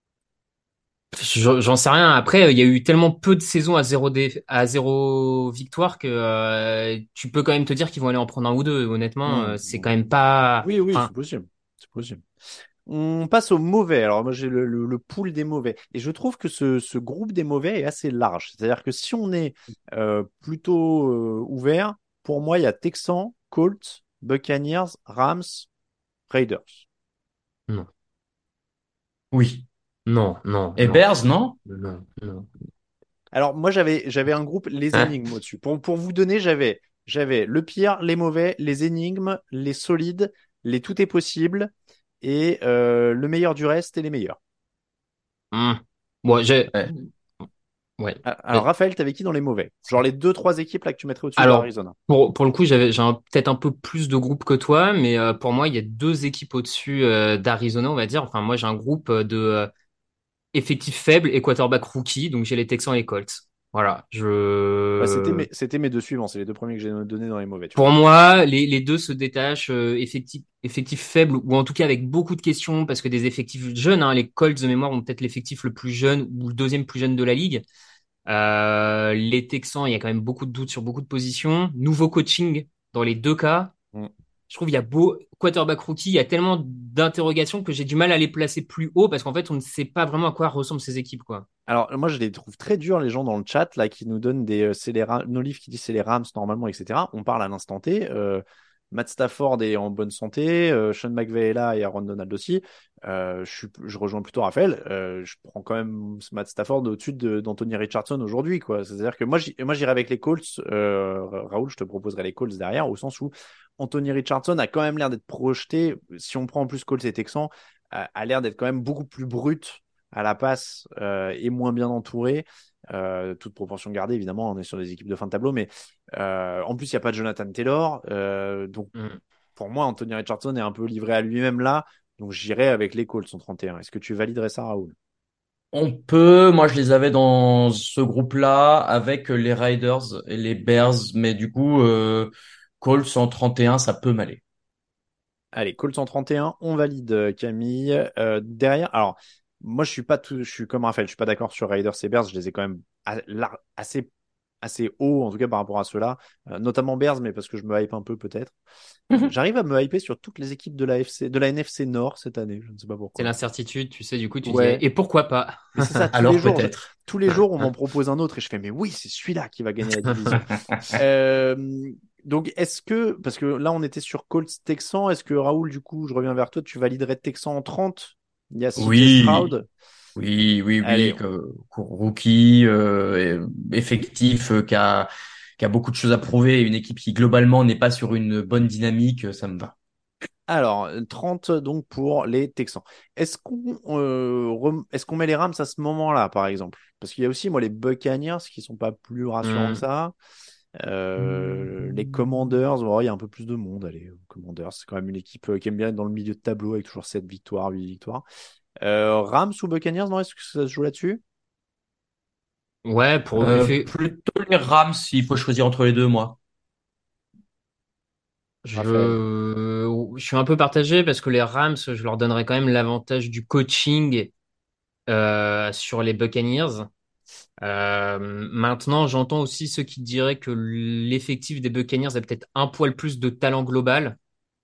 [SPEAKER 7] J'en sais rien. Après, il y a eu tellement peu de saisons à zéro victoire que tu peux quand même te dire qu'ils vont aller en prendre un ou deux. Honnêtement, c'est quand même pas.
[SPEAKER 6] Oui,
[SPEAKER 7] Enfin,
[SPEAKER 6] c'est possible. C'est possible. On passe au mauvais. Alors moi j'ai le pool des mauvais. Et je trouve que ce groupe des mauvais est assez large. C'est-à-dire que si on est plutôt ouvert, pour moi il y a Texans, Colts, Buccaneers, Rams, Raiders.
[SPEAKER 7] non,
[SPEAKER 8] Oui.
[SPEAKER 7] non,
[SPEAKER 8] Et
[SPEAKER 7] non,
[SPEAKER 8] Bears, non?
[SPEAKER 7] non.
[SPEAKER 6] Alors moi j'avais un groupe les
[SPEAKER 7] Hein?
[SPEAKER 6] énigmes au-dessus. Pour vous donner, j'avais le pire, les mauvais, les énigmes, les solides, les tout est possible et le meilleur du reste et les meilleurs.
[SPEAKER 7] Bon, j'ai.
[SPEAKER 8] Ouais.
[SPEAKER 7] Ouais.
[SPEAKER 6] Alors Raphaël, t'avais qui dans les mauvais? Genre les deux trois équipes là que tu mettrais au-dessus de
[SPEAKER 7] Alors,
[SPEAKER 6] Arizona.
[SPEAKER 7] pour le coup, peut-être un peu plus de groupes que toi, mais pour moi, il y a deux équipes au-dessus d'Arizona, on va dire. Enfin, moi, j'ai un groupe de effectifs faibles et quarterback rookie, donc j'ai les Texans et les Colts. Voilà.
[SPEAKER 6] Bah, c'était mes deux suivants, c'est les deux premiers que j'ai donnés dans les mauvais, tu vois.
[SPEAKER 7] Pour moi, les deux se détachent effectifs faibles ou en tout cas avec beaucoup de questions parce que des effectifs jeunes, hein, les Colts de mémoire ont peut-être l'effectif le plus jeune ou le deuxième plus jeune de la ligue. Les Texans, il y a quand même beaucoup de doutes sur beaucoup de positions. Nouveau coaching dans les deux cas.
[SPEAKER 6] Mm.
[SPEAKER 7] Je trouve il y a beau quarterback rookie, il y a tellement d'interrogations que j'ai du mal à les placer plus haut parce qu'en fait, on ne sait pas vraiment à quoi ressemblent ces équipes, quoi.
[SPEAKER 6] Alors moi je les trouve très durs les gens dans le chat là qui nous donnent c'est les Nolif qui dit c'est les Rams normalement etc. On parle à l'instant T. Matt Stafford est en bonne santé, Sean McVay est là et Aaron Donald aussi. Je rejoins plutôt Raphaël. Je prends quand même Matt Stafford au-dessus d'Anthony Richardson aujourd'hui quoi. C'est-à-dire que moi j'irai avec les Colts. Raoul, je te proposerai les Colts derrière au sens où Anthony Richardson a quand même l'air d'être projeté. Si on prend en plus Colts et Texans, a l'air d'être quand même beaucoup plus brut à la passe et moins bien entouré. Toute proportion gardée, évidemment, on est sur des équipes de fin de tableau, mais en plus, il n'y a pas de Jonathan Taylor. Donc,
[SPEAKER 7] Mm.
[SPEAKER 6] pour moi, Anthony Richardson est un peu livré à lui-même là. Donc, j'irai avec les Colts en 31. Est-ce que tu validerais ça, Raoul?
[SPEAKER 8] On peut, moi je les avais dans ce groupe-là avec les Riders et les Bears, mais du coup, Colts en 31, ça peut m'aller.
[SPEAKER 6] Allez, Colts en 31, on valide Camille. Derrière, alors, moi, je suis comme Raphaël, je suis pas d'accord sur Raiders et Bears. Je les ai quand même assez haut, en tout cas par rapport à ceux-là, notamment Bears, mais parce que je me hype un peu peut-être. J'arrive à me hyper sur toutes les équipes de la NFC Nord cette année, je ne sais pas
[SPEAKER 7] C'est
[SPEAKER 6] pourquoi.
[SPEAKER 7] l'incertitude, tu sais, du coup, tu dis,
[SPEAKER 6] Ouais,
[SPEAKER 7] et pourquoi pas?
[SPEAKER 6] mais c'est ça,
[SPEAKER 8] Alors peut-être.
[SPEAKER 6] tous les jours, on m'en propose un autre et je fais, mais oui, c'est celui-là qui va gagner la division. Euh, donc, parce que là, on était sur Colts Texans, est-ce que Raoul, du coup, je reviens vers toi, tu validerais Texans en 30? Il y a CJ
[SPEAKER 8] Oui,
[SPEAKER 6] Stroud. Allez,
[SPEAKER 8] rookie, effectif, qui a beaucoup de choses à prouver, et une équipe qui globalement n'est pas sur une bonne dynamique, ça me va.
[SPEAKER 6] alors, 30 donc pour les Texans. Est-ce qu'on met les Rams à ce moment-là, par exemple? Parce qu'il y a aussi, moi, les Buccaneers qui sont pas plus rassurants que
[SPEAKER 7] Hmm.
[SPEAKER 6] ça. Les Commanders, oh, il y a un peu plus de monde. Allez, Commanders, c'est quand même une équipe qui aime bien être dans le milieu de tableau avec toujours 7 victoires, 8 victoires. Rams ou Buccaneers, non, est-ce que ça se joue là-dessus?
[SPEAKER 7] Ouais,
[SPEAKER 8] Plutôt les Rams, s'il faut choisir entre les deux, moi.
[SPEAKER 6] Raphaël.
[SPEAKER 7] Je suis un peu partagé parce que les Rams, je leur donnerais quand même l'avantage du coaching sur les Buccaneers. Maintenant, j'entends aussi ceux qui diraient que l'effectif des Buccaneers a peut-être un poil plus de talent global.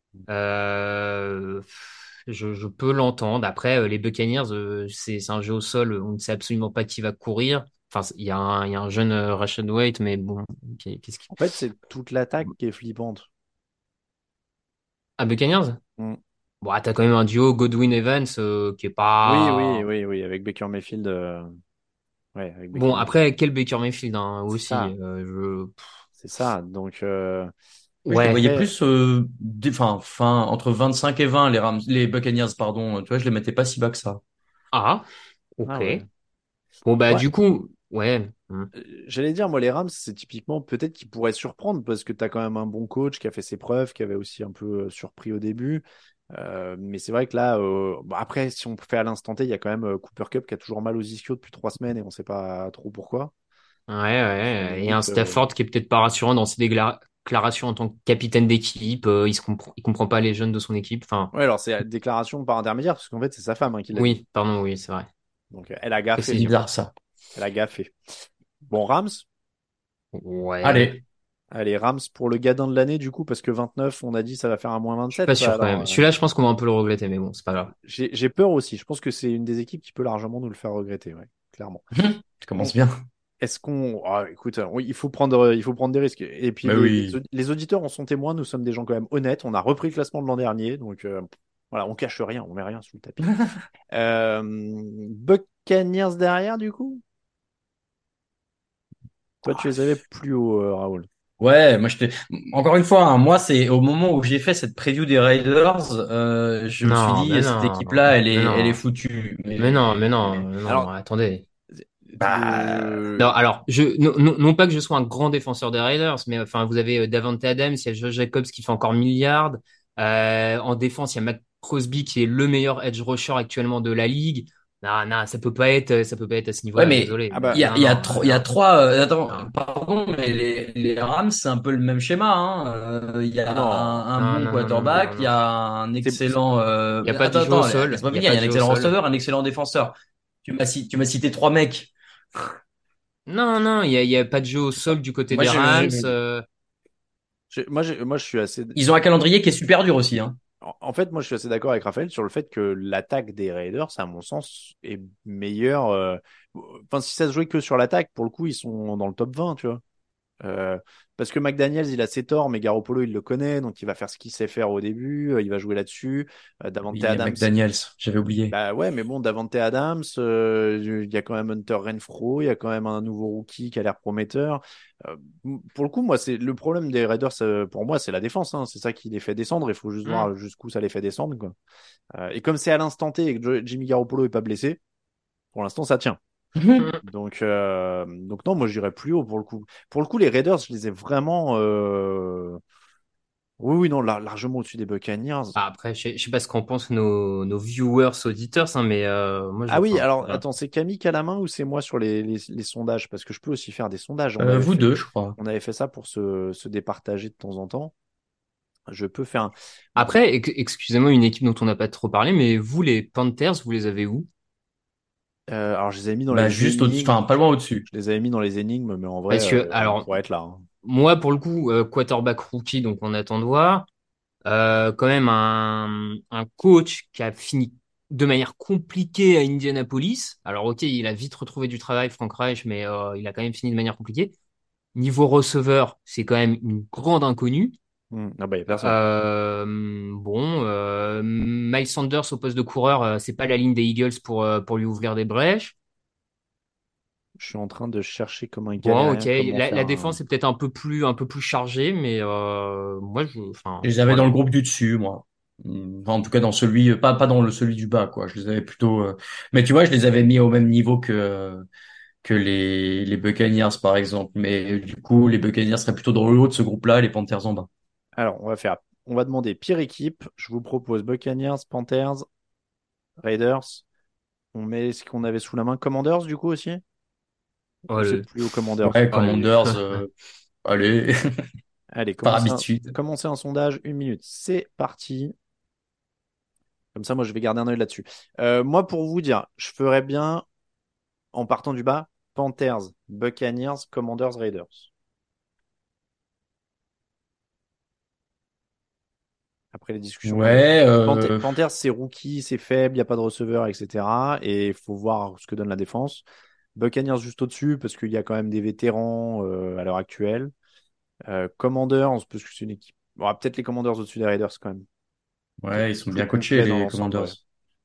[SPEAKER 7] Euh, je peux l'entendre. Après, les Buccaneers, c'est un jeu au sol. On ne sait absolument pas qui va courir. Enfin, il y a un jeune Rashad White, mais bon, qu'est-ce qui...
[SPEAKER 6] En fait, c'est toute l'attaque qui est flippante.
[SPEAKER 7] Ah, Buccaneers?
[SPEAKER 6] Mm.
[SPEAKER 7] Bon, t'as quand même un duo Godwin-Evans qui est
[SPEAKER 6] Oui,
[SPEAKER 7] pas...
[SPEAKER 6] oui, oui, oui, avec Baker Mayfield. Ouais, avec Baker
[SPEAKER 7] Bon,
[SPEAKER 6] Mayfield.
[SPEAKER 7] après, quel Baker Mayfield hein,
[SPEAKER 6] C'est
[SPEAKER 7] aussi.
[SPEAKER 6] ça, c'est ça. Donc,
[SPEAKER 8] Oui, je les
[SPEAKER 7] Ouais.
[SPEAKER 8] voyais
[SPEAKER 6] Après,
[SPEAKER 8] plus, entre 25 et 20, les Buccaneers, pardon. Tu vois, je les mettais pas si bas que ça.
[SPEAKER 7] Ah,
[SPEAKER 6] ah
[SPEAKER 7] ok.
[SPEAKER 6] ouais.
[SPEAKER 7] Bon, bah,
[SPEAKER 6] Ouais,
[SPEAKER 7] du coup, ouais.
[SPEAKER 6] j'allais dire, moi, les Rams, c'est typiquement peut-être qu'ils pourraient surprendre parce que tu as quand même un bon coach qui a fait ses preuves, qui avait aussi un peu surpris au début. Mais c'est vrai que là, bon, après, si on fait à l'instant T, il y a quand même Cooper Cup qui a toujours mal aux ischios depuis 3 semaines et on sait pas trop pourquoi.
[SPEAKER 7] Ouais,
[SPEAKER 6] Son
[SPEAKER 7] ouais. Et un
[SPEAKER 6] limite,
[SPEAKER 7] Stafford qui est peut-être pas rassurant dans ses déclarations en tant que capitaine d'équipe. Il comprend pas les jeunes de son équipe. Enfin,
[SPEAKER 6] Ouais, alors c'est déclaration par intermédiaire parce qu'en fait, c'est sa femme hein, qui l'a dit.
[SPEAKER 7] oui, pardon, oui, c'est vrai.
[SPEAKER 6] Donc, elle a
[SPEAKER 8] C'est
[SPEAKER 6] gaffé, tu vois.
[SPEAKER 8] bizarre, ça.
[SPEAKER 6] Elle a gaffé. Bon, Rams.
[SPEAKER 7] Ouais.
[SPEAKER 8] Allez.
[SPEAKER 6] Allez, Rams pour le gadin de l'année, du coup, parce que 29, on a dit ça va faire un moins
[SPEAKER 7] Je suis
[SPEAKER 6] 27,
[SPEAKER 7] pas
[SPEAKER 6] ça.
[SPEAKER 7] sûr quand
[SPEAKER 6] Alors,
[SPEAKER 7] même. Celui-là, je pense qu'on va un peu le regretter, mais bon, c'est pas grave.
[SPEAKER 6] j'ai peur aussi. Je pense que c'est une des équipes qui peut largement nous le faire regretter, ouais, clairement.
[SPEAKER 8] Tu
[SPEAKER 6] On-
[SPEAKER 8] commences bien.
[SPEAKER 6] Est-ce qu'on. Ah, écoute, oui, il faut prendre des risques. Et puis,
[SPEAKER 8] Mais oui.
[SPEAKER 6] les auditeurs en sont témoins. Nous sommes des gens quand même honnêtes. On a repris le classement de l'an dernier. Donc, voilà, on cache rien. On met rien sous le tapis. Buccaneers derrière, du coup? Toi, tu les avais plus haut, Raoul.
[SPEAKER 8] Ouais, encore une fois, hein, moi, c'est au moment où j'ai fait cette preview des Raiders, je me suis
[SPEAKER 7] Non, mais
[SPEAKER 8] dit, cette
[SPEAKER 7] non,
[SPEAKER 8] équipe-là,
[SPEAKER 7] mais
[SPEAKER 8] elle est
[SPEAKER 7] non,
[SPEAKER 8] foutue.
[SPEAKER 7] mais non, mais non,
[SPEAKER 8] Mais,
[SPEAKER 7] mais non,
[SPEAKER 6] Alors,
[SPEAKER 7] attendez. Non,
[SPEAKER 6] le...
[SPEAKER 7] alors, non pas que je sois un grand défenseur des Raiders, mais enfin, vous avez Davante Adams, il y a Josh Jacobs qui fait encore milliard. En défense, il y a Matt Crosby qui est le meilleur edge rusher actuellement de la ligue. Non, non, ça peut pas être à ce
[SPEAKER 8] ouais,
[SPEAKER 7] niveau-là,
[SPEAKER 8] mais
[SPEAKER 7] désolé.
[SPEAKER 6] Ah bah,
[SPEAKER 7] Non, non,
[SPEAKER 8] il y a
[SPEAKER 7] non,
[SPEAKER 8] trois, attends,
[SPEAKER 7] non,
[SPEAKER 8] pardon, mais les Rams, c'est un peu le même schéma, hein. Il y
[SPEAKER 6] mais
[SPEAKER 8] a
[SPEAKER 6] non.
[SPEAKER 8] un
[SPEAKER 7] non,
[SPEAKER 8] bon
[SPEAKER 7] non, non, non, non, non,
[SPEAKER 8] quarterback, il y
[SPEAKER 7] non.
[SPEAKER 8] a un
[SPEAKER 6] C'est,
[SPEAKER 8] excellent,
[SPEAKER 7] Il n'y a pas de jeu au sol,
[SPEAKER 8] laisse-moi
[SPEAKER 7] il n'y a
[SPEAKER 8] finir, il
[SPEAKER 7] pas
[SPEAKER 8] y
[SPEAKER 7] de
[SPEAKER 8] a un
[SPEAKER 7] jeu au
[SPEAKER 8] excellent
[SPEAKER 7] sol.
[SPEAKER 8] receveur, un excellent défenseur. Tu m'as cité trois mecs.
[SPEAKER 7] Non, non, il y a pas de jeu au sol du côté
[SPEAKER 8] Moi,
[SPEAKER 7] des Rams.
[SPEAKER 6] moi, je suis assez.
[SPEAKER 8] ils ont un calendrier qui est super dur aussi, hein.
[SPEAKER 6] En fait, moi, je suis assez d'accord avec Raphaël sur le fait que l'attaque des Raiders, à mon sens, est meilleure. Enfin, si ça se jouait que sur l'attaque, pour le coup, ils sont dans le top 20, tu vois. Euh, Parce que McDaniels, il a ses torts, mais Garoppolo, il le connaît, donc il va faire ce qu'il sait faire au début, il va jouer là-dessus.
[SPEAKER 8] Oui,
[SPEAKER 6] Davante
[SPEAKER 8] il y a
[SPEAKER 6] Adams,
[SPEAKER 8] McDaniels, j'avais oublié.
[SPEAKER 6] bah ouais, mais bon, Davante Adams, il y a quand même Hunter Renfro, il y a quand même un nouveau rookie qui a l'air prometteur. Euh, pour le coup, moi, c'est le problème des Raiders, pour moi, c'est la défense, hein. C'est ça qui les fait descendre. Il faut juste
[SPEAKER 7] Hmm.
[SPEAKER 6] voir jusqu'où ça les fait descendre, quoi. Et comme c'est à l'instant T et que Jimmy Garoppolo est pas blessé, pour l'instant, ça tient. Donc non, moi, j'irais plus haut pour le coup. Pour le coup, les Raiders, je les ai vraiment. Oui, oui, non, largement au-dessus des Buccaneers.
[SPEAKER 7] Ah, après, je sais pas ce qu'en pensent nos viewers, auditeurs, hein, mais moi,
[SPEAKER 6] Ah oui,
[SPEAKER 7] enfin,
[SPEAKER 6] alors
[SPEAKER 7] voilà.
[SPEAKER 6] attends, c'est Camille qui a la main ou c'est moi sur les sondages? Parce que je peux aussi faire des sondages.
[SPEAKER 8] Vous deux, je crois.
[SPEAKER 6] On avait fait ça pour se départager de temps en temps. Je peux faire un.
[SPEAKER 7] Après, excusez-moi, une équipe dont on n'a pas trop parlé, mais vous, les Panthers, vous les avez où?
[SPEAKER 6] Alors, je les avais mis dans
[SPEAKER 8] Bah,
[SPEAKER 6] les
[SPEAKER 8] juste au-dessus,
[SPEAKER 6] énigmes.
[SPEAKER 8] enfin, pas loin au-dessus.
[SPEAKER 6] Je les avais mis dans les énigmes, mais en vrai,
[SPEAKER 7] Parce que,
[SPEAKER 6] on
[SPEAKER 7] alors,
[SPEAKER 6] pourrait être là, hein.
[SPEAKER 7] moi, pour le coup, quarterback rookie, donc on attend de voir. Quand même un coach qui a fini de manière compliquée à Indianapolis. Alors, ok, il a vite retrouvé du travail, Frank Reich, mais il a quand même fini de manière compliquée. Niveau receveur, c'est quand même une grande inconnue.
[SPEAKER 6] Ah bah, il y a personne.
[SPEAKER 7] Miles Sanders au poste de coureur, c'est pas la ligne des Eagles pour lui ouvrir des brèches.
[SPEAKER 6] Je suis en train de chercher comme un
[SPEAKER 7] Bon, ok,
[SPEAKER 6] galérien comment faire
[SPEAKER 7] la
[SPEAKER 6] un.
[SPEAKER 7] défense est peut-être un peu plus chargée, mais moi, enfin,
[SPEAKER 8] Je les avais dans
[SPEAKER 7] voilà.
[SPEAKER 8] le groupe du dessus, moi. Enfin, en tout cas, dans celui, pas dans celui du bas, quoi. Je les avais plutôt, mais tu vois, je les avais mis au même niveau que les Buccaneers, par exemple. Mais du coup, les Buccaneers seraient plutôt dans le haut de ce groupe-là, et les Panthers en bas.
[SPEAKER 6] Alors, on va demander pire équipe. Je vous propose Buccaneers, Panthers, Raiders. On met ce qu'on avait sous la main. Commanders, du coup, aussi?
[SPEAKER 7] Oh,
[SPEAKER 6] Ou c'est plus haut Commanders?
[SPEAKER 8] Ouais,
[SPEAKER 7] allez.
[SPEAKER 8] Commanders, allez,
[SPEAKER 6] Allez,
[SPEAKER 8] par habitude.
[SPEAKER 6] commencez un sondage, 1 minute. C'est parti. Comme ça, moi, je vais garder un œil là-dessus. Moi, pour vous dire, je ferais bien, en partant du bas, Panthers, Buccaneers, Commanders, Raiders. Après les discussions qu'on a eues.
[SPEAKER 8] Ouais,
[SPEAKER 6] Panthers, c'est rookie, c'est faible, il n'y a pas de receveur, etc. Et il faut voir ce que donne la défense. Buccaneers juste au-dessus, parce qu'il y a quand même des vétérans à l'heure actuelle. Commanders, parce que c'est une équipe. Bon, peut-être les Commanders au-dessus des Raiders quand même.
[SPEAKER 8] ouais, ils sont
[SPEAKER 6] Plus
[SPEAKER 8] bien coachés,
[SPEAKER 6] complet dans
[SPEAKER 8] les
[SPEAKER 6] l'ensemble, ouais.
[SPEAKER 8] Commanders.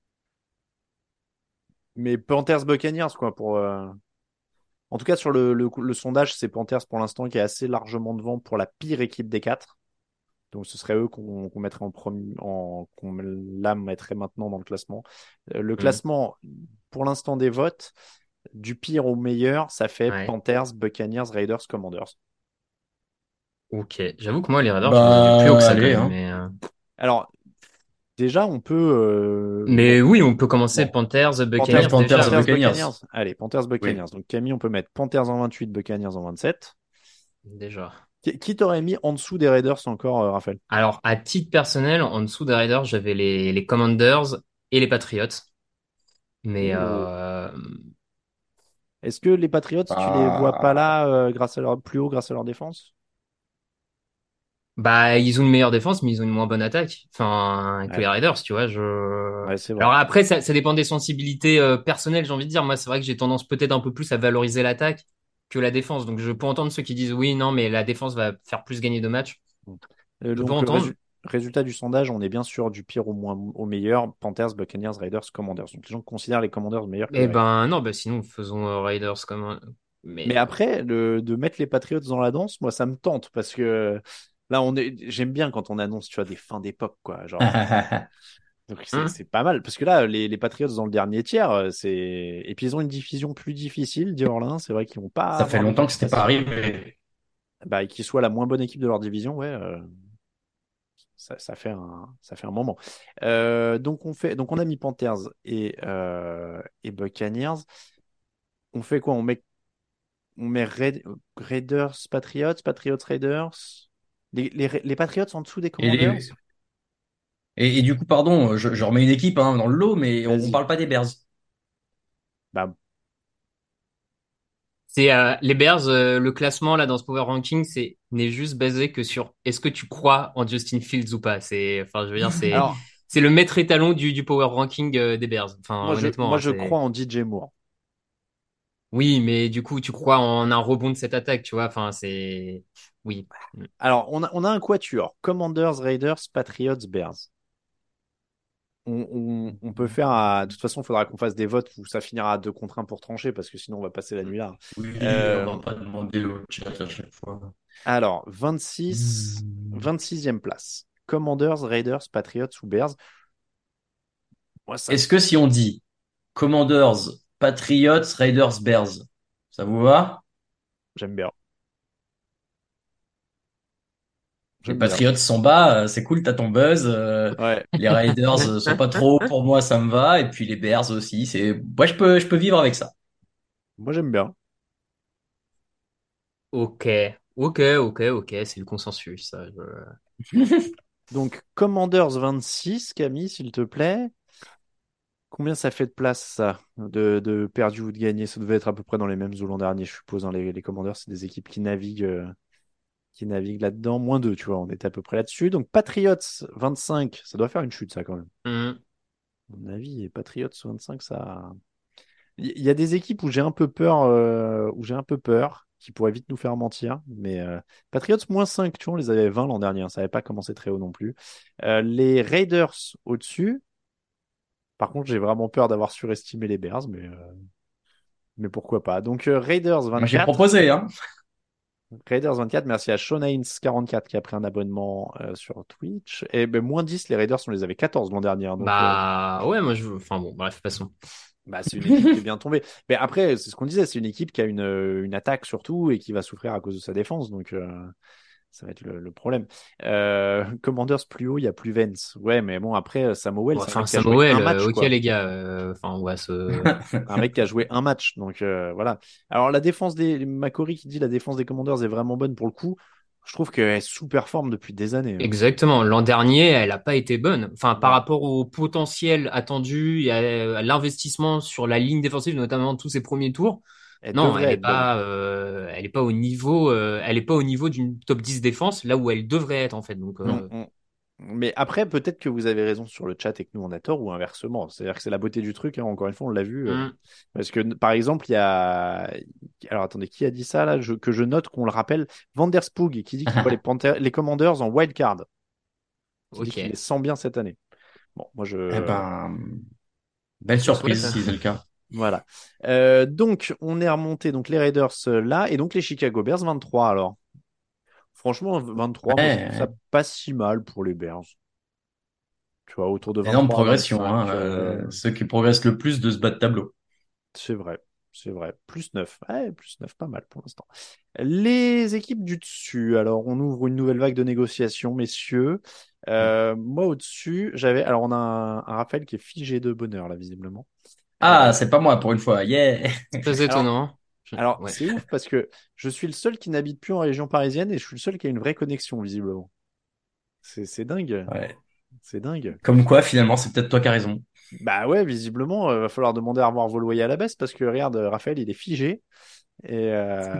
[SPEAKER 6] Mais Panthers Buccaneers, quoi, en tout cas, sur le sondage, c'est Panthers pour l'instant qui est assez largement devant pour la pire équipe des quatre. Donc ce serait eux qu'on mettrait qu'on là mettrait maintenant dans le classement. Le
[SPEAKER 7] Hmm.
[SPEAKER 6] classement, pour l'instant des votes, du pire au meilleur, ça fait
[SPEAKER 7] Ouais.
[SPEAKER 6] Panthers, Buccaneers, Raiders, Commanders.
[SPEAKER 7] Ok. J'avoue que moi, les Raiders, je les ai vus plus haut que
[SPEAKER 8] Bah,
[SPEAKER 7] ça quand
[SPEAKER 8] allez,
[SPEAKER 7] même.
[SPEAKER 8] hein.
[SPEAKER 6] Alors, déjà, on peut.
[SPEAKER 7] Mais oui, on peut commencer
[SPEAKER 6] Bon,
[SPEAKER 7] Panthers,
[SPEAKER 6] Panthers,
[SPEAKER 7] Buccaneers déjà.
[SPEAKER 8] Panthers,
[SPEAKER 6] Panthers,
[SPEAKER 8] Buccaneers.
[SPEAKER 6] Buccaneers. Allez, Panthers,
[SPEAKER 8] Oui.
[SPEAKER 6] Buccaneers. Donc Camille, on peut mettre Panthers en 28, Buccaneers en 27.
[SPEAKER 7] Déjà.
[SPEAKER 6] Qui t'aurait mis en dessous des Raiders encore, Raphaël?
[SPEAKER 7] Alors, à titre personnel, en dessous des Raiders, j'avais les Commanders et les Patriots. Mais
[SPEAKER 6] Oh. Est-ce que les Patriots, tu les vois pas
[SPEAKER 8] Bah,
[SPEAKER 6] là grâce à leur plus haut grâce à leur défense?
[SPEAKER 7] bah, ils ont une meilleure défense, mais ils ont une moins bonne attaque. Enfin, que les
[SPEAKER 6] Ouais,
[SPEAKER 7] Raiders, tu vois.
[SPEAKER 6] ouais, c'est vrai.
[SPEAKER 7] Alors après, ça dépend des sensibilités personnelles, j'ai envie de dire. Moi, c'est vrai que j'ai tendance peut-être un peu plus à valoriser l'attaque que la défense. Donc, je peux entendre ceux qui disent oui, non, mais la défense va faire plus gagner de matchs. Je peux
[SPEAKER 6] Donc,
[SPEAKER 7] entendre.
[SPEAKER 6] résultat du sondage, on est bien sûr du pire au meilleur. Panthers, Buccaneers, Raiders, Commanders. Donc, les gens considèrent les Commanders meilleurs que les
[SPEAKER 7] Eh
[SPEAKER 6] Raiders.
[SPEAKER 7] ben, non, bah, sinon, faisons Raiders comme
[SPEAKER 6] Mais
[SPEAKER 7] mais
[SPEAKER 6] après, de mettre les Patriots dans la danse, moi, ça me tente parce que là, j'aime bien quand on annonce, tu vois, des fins d'époque, quoi. Genre, donc
[SPEAKER 7] hein.
[SPEAKER 6] c'est pas mal parce que là, les Patriots dans le dernier tiers, et puis ils ont une division plus difficile, dit Orlin. C'est vrai qu'ils vont pas
[SPEAKER 8] ça fait
[SPEAKER 6] avoir des
[SPEAKER 8] longtemps que
[SPEAKER 6] matchs
[SPEAKER 8] c'était pas
[SPEAKER 6] faciles.
[SPEAKER 8] arrivé.
[SPEAKER 6] Bah, et qu'ils soient la moins bonne équipe de leur division, ouais. Ça fait un moment. Donc on a mis Panthers et Buccaneers. On fait quoi? On met Raiders, Patriots, Patriots, Raiders. Les Patriots en dessous des
[SPEAKER 8] Et,
[SPEAKER 6] Commanders?
[SPEAKER 8] les- et du coup, pardon, je remets une équipe hein, dans le lot, mais on
[SPEAKER 6] Vas-y.
[SPEAKER 8] parle pas des Bears.
[SPEAKER 6] Bah,
[SPEAKER 7] C'est les Bears, le classement là dans ce power ranking, c'est n'est juste basé que sur est-ce que tu crois en Justin Fields ou pas. Enfin, je veux dire,
[SPEAKER 6] alors,
[SPEAKER 7] c'est le maître étalon du power ranking des Bears. Enfin, honnêtement,
[SPEAKER 6] moi,
[SPEAKER 7] hein,
[SPEAKER 6] je crois
[SPEAKER 7] c'est
[SPEAKER 6] en DJ Moore.
[SPEAKER 7] oui, mais du coup, tu crois en un rebond de cette attaque, tu vois. Enfin, c'est oui.
[SPEAKER 6] Alors, on a un quatuor. Commanders, Raiders, Patriots, Bears. On peut faire. De toute façon, il faudra qu'on fasse des votes où ça finira à 2 contre 1 pour trancher parce que sinon, on va passer la nuit là.
[SPEAKER 8] Oui, on va
[SPEAKER 6] Euh,
[SPEAKER 8] pas demander au chat à chaque fois.
[SPEAKER 6] alors, 26e place. Commanders, Raiders, Patriots ou Bears. Moi, ça,
[SPEAKER 8] Est-ce que si on dit Commanders, Patriots, Raiders, Bears, ça vous va?
[SPEAKER 6] j'aime bien.
[SPEAKER 8] Les
[SPEAKER 6] J'aime bien.
[SPEAKER 8] Patriots sont bas, c'est cool, t'as ton buzz.
[SPEAKER 6] Ouais,
[SPEAKER 8] Les Raiders sont pas trop hauts pour moi, ça me va. Et puis les Bears aussi, moi je peux vivre avec ça.
[SPEAKER 6] moi, j'aime bien.
[SPEAKER 7] Ok, ok, c'est le consensus. Ça,
[SPEAKER 6] Donc, Commanders 26, Camille, s'il te plaît. Combien ça fait de place, ça, de perdu ou de gagné? Ça devait être à peu près dans les mêmes eaux l'an dernier, je suppose, hein. Les Commanders, c'est des équipes qui naviguent là-dedans. Moins 2, tu vois, on était à peu près là-dessus. Donc, Patriots 25, ça doit faire une chute, ça, quand même.
[SPEAKER 7] Hmm.
[SPEAKER 6] À mon avis, et Patriots 25, ça. Il y a des équipes où j'ai un peu peur, qui pourraient vite nous faire mentir. Mais Patriots moins 5, tu vois, on les avait 20 l'an dernier, hein, ça n'avait pas commencé très haut non plus. Les Raiders au-dessus. Par contre, j'ai vraiment peur d'avoir surestimé les Bears, mais pourquoi pas. Donc Raiders
[SPEAKER 8] Moi j'ai
[SPEAKER 6] 24.
[SPEAKER 8] proposé, hein.
[SPEAKER 6] Raiders 24, merci à Sean Haynes 44 qui a pris un abonnement sur Twitch. Et ben, moins 10, les Raiders, on les avait 14 l'an dernier, hein. Donc
[SPEAKER 7] Bah ouais, moi enfin bon, bref, passons.
[SPEAKER 6] bah, c'est une équipe qui est bien tombée. Mais après, c'est ce qu'on disait, c'est une équipe qui a une attaque surtout et qui va souffrir à cause de sa défense. Donc ça va être le problème. Commanders plus haut, il y a plus Vance. Ouais, mais bon, après, Samuel,
[SPEAKER 7] Bon,
[SPEAKER 6] c'est un
[SPEAKER 7] enfin,
[SPEAKER 6] mec qui a joué
[SPEAKER 7] Samuel,
[SPEAKER 6] un match,
[SPEAKER 7] ok
[SPEAKER 6] quoi.
[SPEAKER 7] les gars, enfin on va se.
[SPEAKER 6] Un mec qui a joué un match. Donc voilà. Alors la défense des Macquarie qui dit la défense des Commanders est vraiment bonne pour le coup. Je trouve qu'elle sous-performe depuis des années, hein.
[SPEAKER 7] Exactement. L'an dernier, elle n'a pas été bonne. Enfin, par
[SPEAKER 6] Non,
[SPEAKER 7] rapport au potentiel attendu et à l'investissement sur la ligne défensive, notamment tous ses premiers tours,
[SPEAKER 6] elle
[SPEAKER 7] non,
[SPEAKER 6] devrait être bonne.
[SPEAKER 7] elle est pas au niveau, elle est pas au niveau d'une top 10 défense, là où elle devrait être en fait. Donc,
[SPEAKER 6] On- Mais après, peut-être que vous avez raison sur le chat et que nous on a tort ou inversement. C'est-à-dire que c'est la beauté du truc, hein. Encore une fois, on l'a vu.
[SPEAKER 7] hmm,
[SPEAKER 6] Parce que par exemple, il y a. Alors attendez, qui a dit ça là? Que je note qu'on le rappelle. Van Der Spoog qui dit qu'il voit les Commanders en wild card. Qui dit qu'il les
[SPEAKER 7] ok,
[SPEAKER 6] sent bien cette année. Bon, moi
[SPEAKER 8] Eh
[SPEAKER 6] je.
[SPEAKER 8] ben,
[SPEAKER 7] on
[SPEAKER 8] belle
[SPEAKER 7] se le souhaite.
[SPEAKER 8] surprise si c'est le cas.
[SPEAKER 6] Voilà. Donc, on est remonté. Donc, les Raiders là. Et donc, les Chicago Bears 23 alors. Franchement, 23, moi, je trouve ça
[SPEAKER 8] Ouais,
[SPEAKER 6] pas si mal pour les Bears. Tu vois, autour de
[SPEAKER 8] énorme
[SPEAKER 6] 23 à
[SPEAKER 8] progression,
[SPEAKER 6] 25,
[SPEAKER 8] hein. Ceux qui progressent le plus de ce bas de tableau.
[SPEAKER 6] c'est vrai. C'est vrai. Plus 9. Ouais, plus 9, pas mal pour l'instant. Les équipes du dessus. Alors, on ouvre une nouvelle vague de négociations, messieurs. Moi, au-dessus, j'avais. Alors, on a un Raphaël qui est figé de bonheur, là, visiblement.
[SPEAKER 8] Ah, c'est pas moi pour une fois. Yeah.
[SPEAKER 7] Très
[SPEAKER 6] Alors,
[SPEAKER 7] étonnant.
[SPEAKER 6] alors
[SPEAKER 7] Ouais.
[SPEAKER 6] c'est ouf parce que je suis le seul qui n'habite plus en région parisienne et je suis le seul qui a une vraie connexion, visiblement. C'est dingue.
[SPEAKER 8] Ouais.
[SPEAKER 6] C'est dingue.
[SPEAKER 8] Comme quoi, finalement, c'est peut-être toi qui as raison.
[SPEAKER 6] Bah ouais, visiblement, va falloir demander à revoir vos loyers à la baisse parce que regarde, Raphaël, il est figé. Et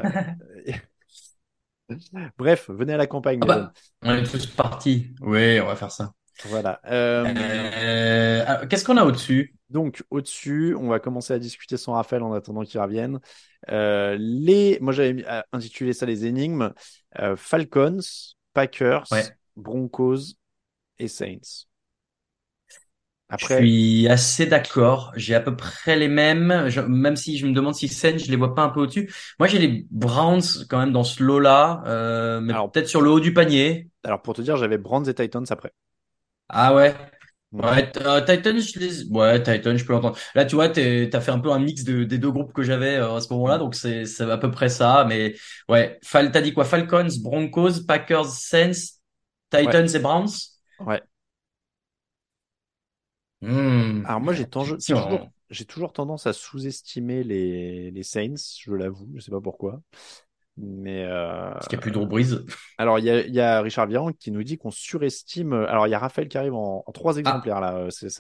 [SPEAKER 6] bref, venez à la campagne,
[SPEAKER 8] Ah
[SPEAKER 6] les jeunes.
[SPEAKER 8] bah, on est tous partis. Oui, on va faire ça.
[SPEAKER 6] Voilà.
[SPEAKER 8] Qu'est-ce qu'on a au-dessus?
[SPEAKER 6] Donc, au-dessus, on va commencer à discuter sans Raphaël en attendant qu'il revienne. Moi, j'avais intitulé ça les énigmes. Falcons, Packers,
[SPEAKER 8] Ouais.
[SPEAKER 6] Broncos et Saints.
[SPEAKER 8] Je
[SPEAKER 6] Après,
[SPEAKER 8] suis assez d'accord. J'ai à peu près les mêmes. Même si je me demande si Saints, je les vois pas un peu au-dessus. Moi, j'ai les Browns quand même dans ce lot-là, mais
[SPEAKER 6] alors,
[SPEAKER 8] peut-être sur le haut du panier.
[SPEAKER 6] alors pour te dire, j'avais Browns et Titans après.
[SPEAKER 8] Ah ouais.
[SPEAKER 6] Mm.
[SPEAKER 8] Ouais, Titan, ouais, Titan, je peux l'entendre. Là, tu vois, t'as fait un peu un mix des deux groupes que j'avais à ce moment-là,
[SPEAKER 6] Mm.
[SPEAKER 8] donc c'est à peu près ça. Mais ouais, t'as dit quoi? Falcons, Broncos, Packers, Saints,
[SPEAKER 6] Ouais,
[SPEAKER 8] Titans et Browns?
[SPEAKER 6] ouais.
[SPEAKER 8] Hmm.
[SPEAKER 6] Alors moi,
[SPEAKER 8] Si on...
[SPEAKER 6] j'ai toujours tendance à sous-estimer les Saints, je l'avoue, je sais pas pourquoi. Mais
[SPEAKER 8] Parce qu'il n'y a plus de Brees.
[SPEAKER 6] alors il y a Richard Virenque qui nous dit qu'on surestime. Alors il y a Raphaël qui arrive en trois
[SPEAKER 8] Ah,
[SPEAKER 6] exemplaires là.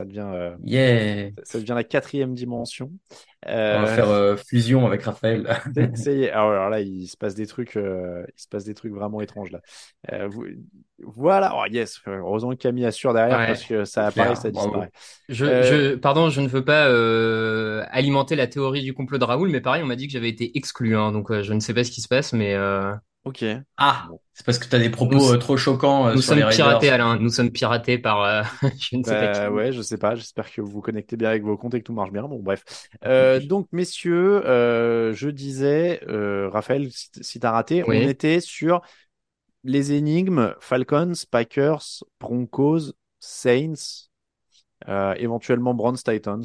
[SPEAKER 8] yeah.
[SPEAKER 6] Ça devient la quatrième dimension.
[SPEAKER 8] On va
[SPEAKER 6] Euh,
[SPEAKER 8] faire fusion avec Raphaël.
[SPEAKER 6] ça y est. Alors là, il se passe des trucs, il se passe des trucs vraiment étranges là. Euh, vous- Voilà. Oh yes. Heureusement que Camille assure derrière parce
[SPEAKER 8] Ouais,
[SPEAKER 6] que
[SPEAKER 8] c'est
[SPEAKER 6] ça apparaît,
[SPEAKER 8] clair.
[SPEAKER 6] ça disparaît.
[SPEAKER 8] Bravo.
[SPEAKER 6] Euh,
[SPEAKER 7] Pardon, je ne veux pas alimenter la théorie du complot de Raoul, mais pareil, on m'a dit que j'avais été exclu, hein, donc je ne sais pas ce qui se passe, mais
[SPEAKER 6] ok.
[SPEAKER 8] Ah,
[SPEAKER 6] Bon.
[SPEAKER 8] c'est parce que t'as des
[SPEAKER 7] nous,
[SPEAKER 8] propos trop choquants
[SPEAKER 7] nous
[SPEAKER 8] sur les
[SPEAKER 7] sommes piratés,
[SPEAKER 8] Raiders.
[SPEAKER 7] Alain. Nous sommes piratés par je ne sais pas
[SPEAKER 6] Bah
[SPEAKER 7] qui.
[SPEAKER 6] ouais, je sais pas. J'espère que vous vous connectez bien avec vos comptes et que tout marche bien. Bon, bref. Donc, messieurs, je disais, Raphaël, si t'as raté, on
[SPEAKER 7] Oui.
[SPEAKER 6] était sur les énigmes Falcons, Packers, Broncos, Saints, éventuellement Browns, Titans.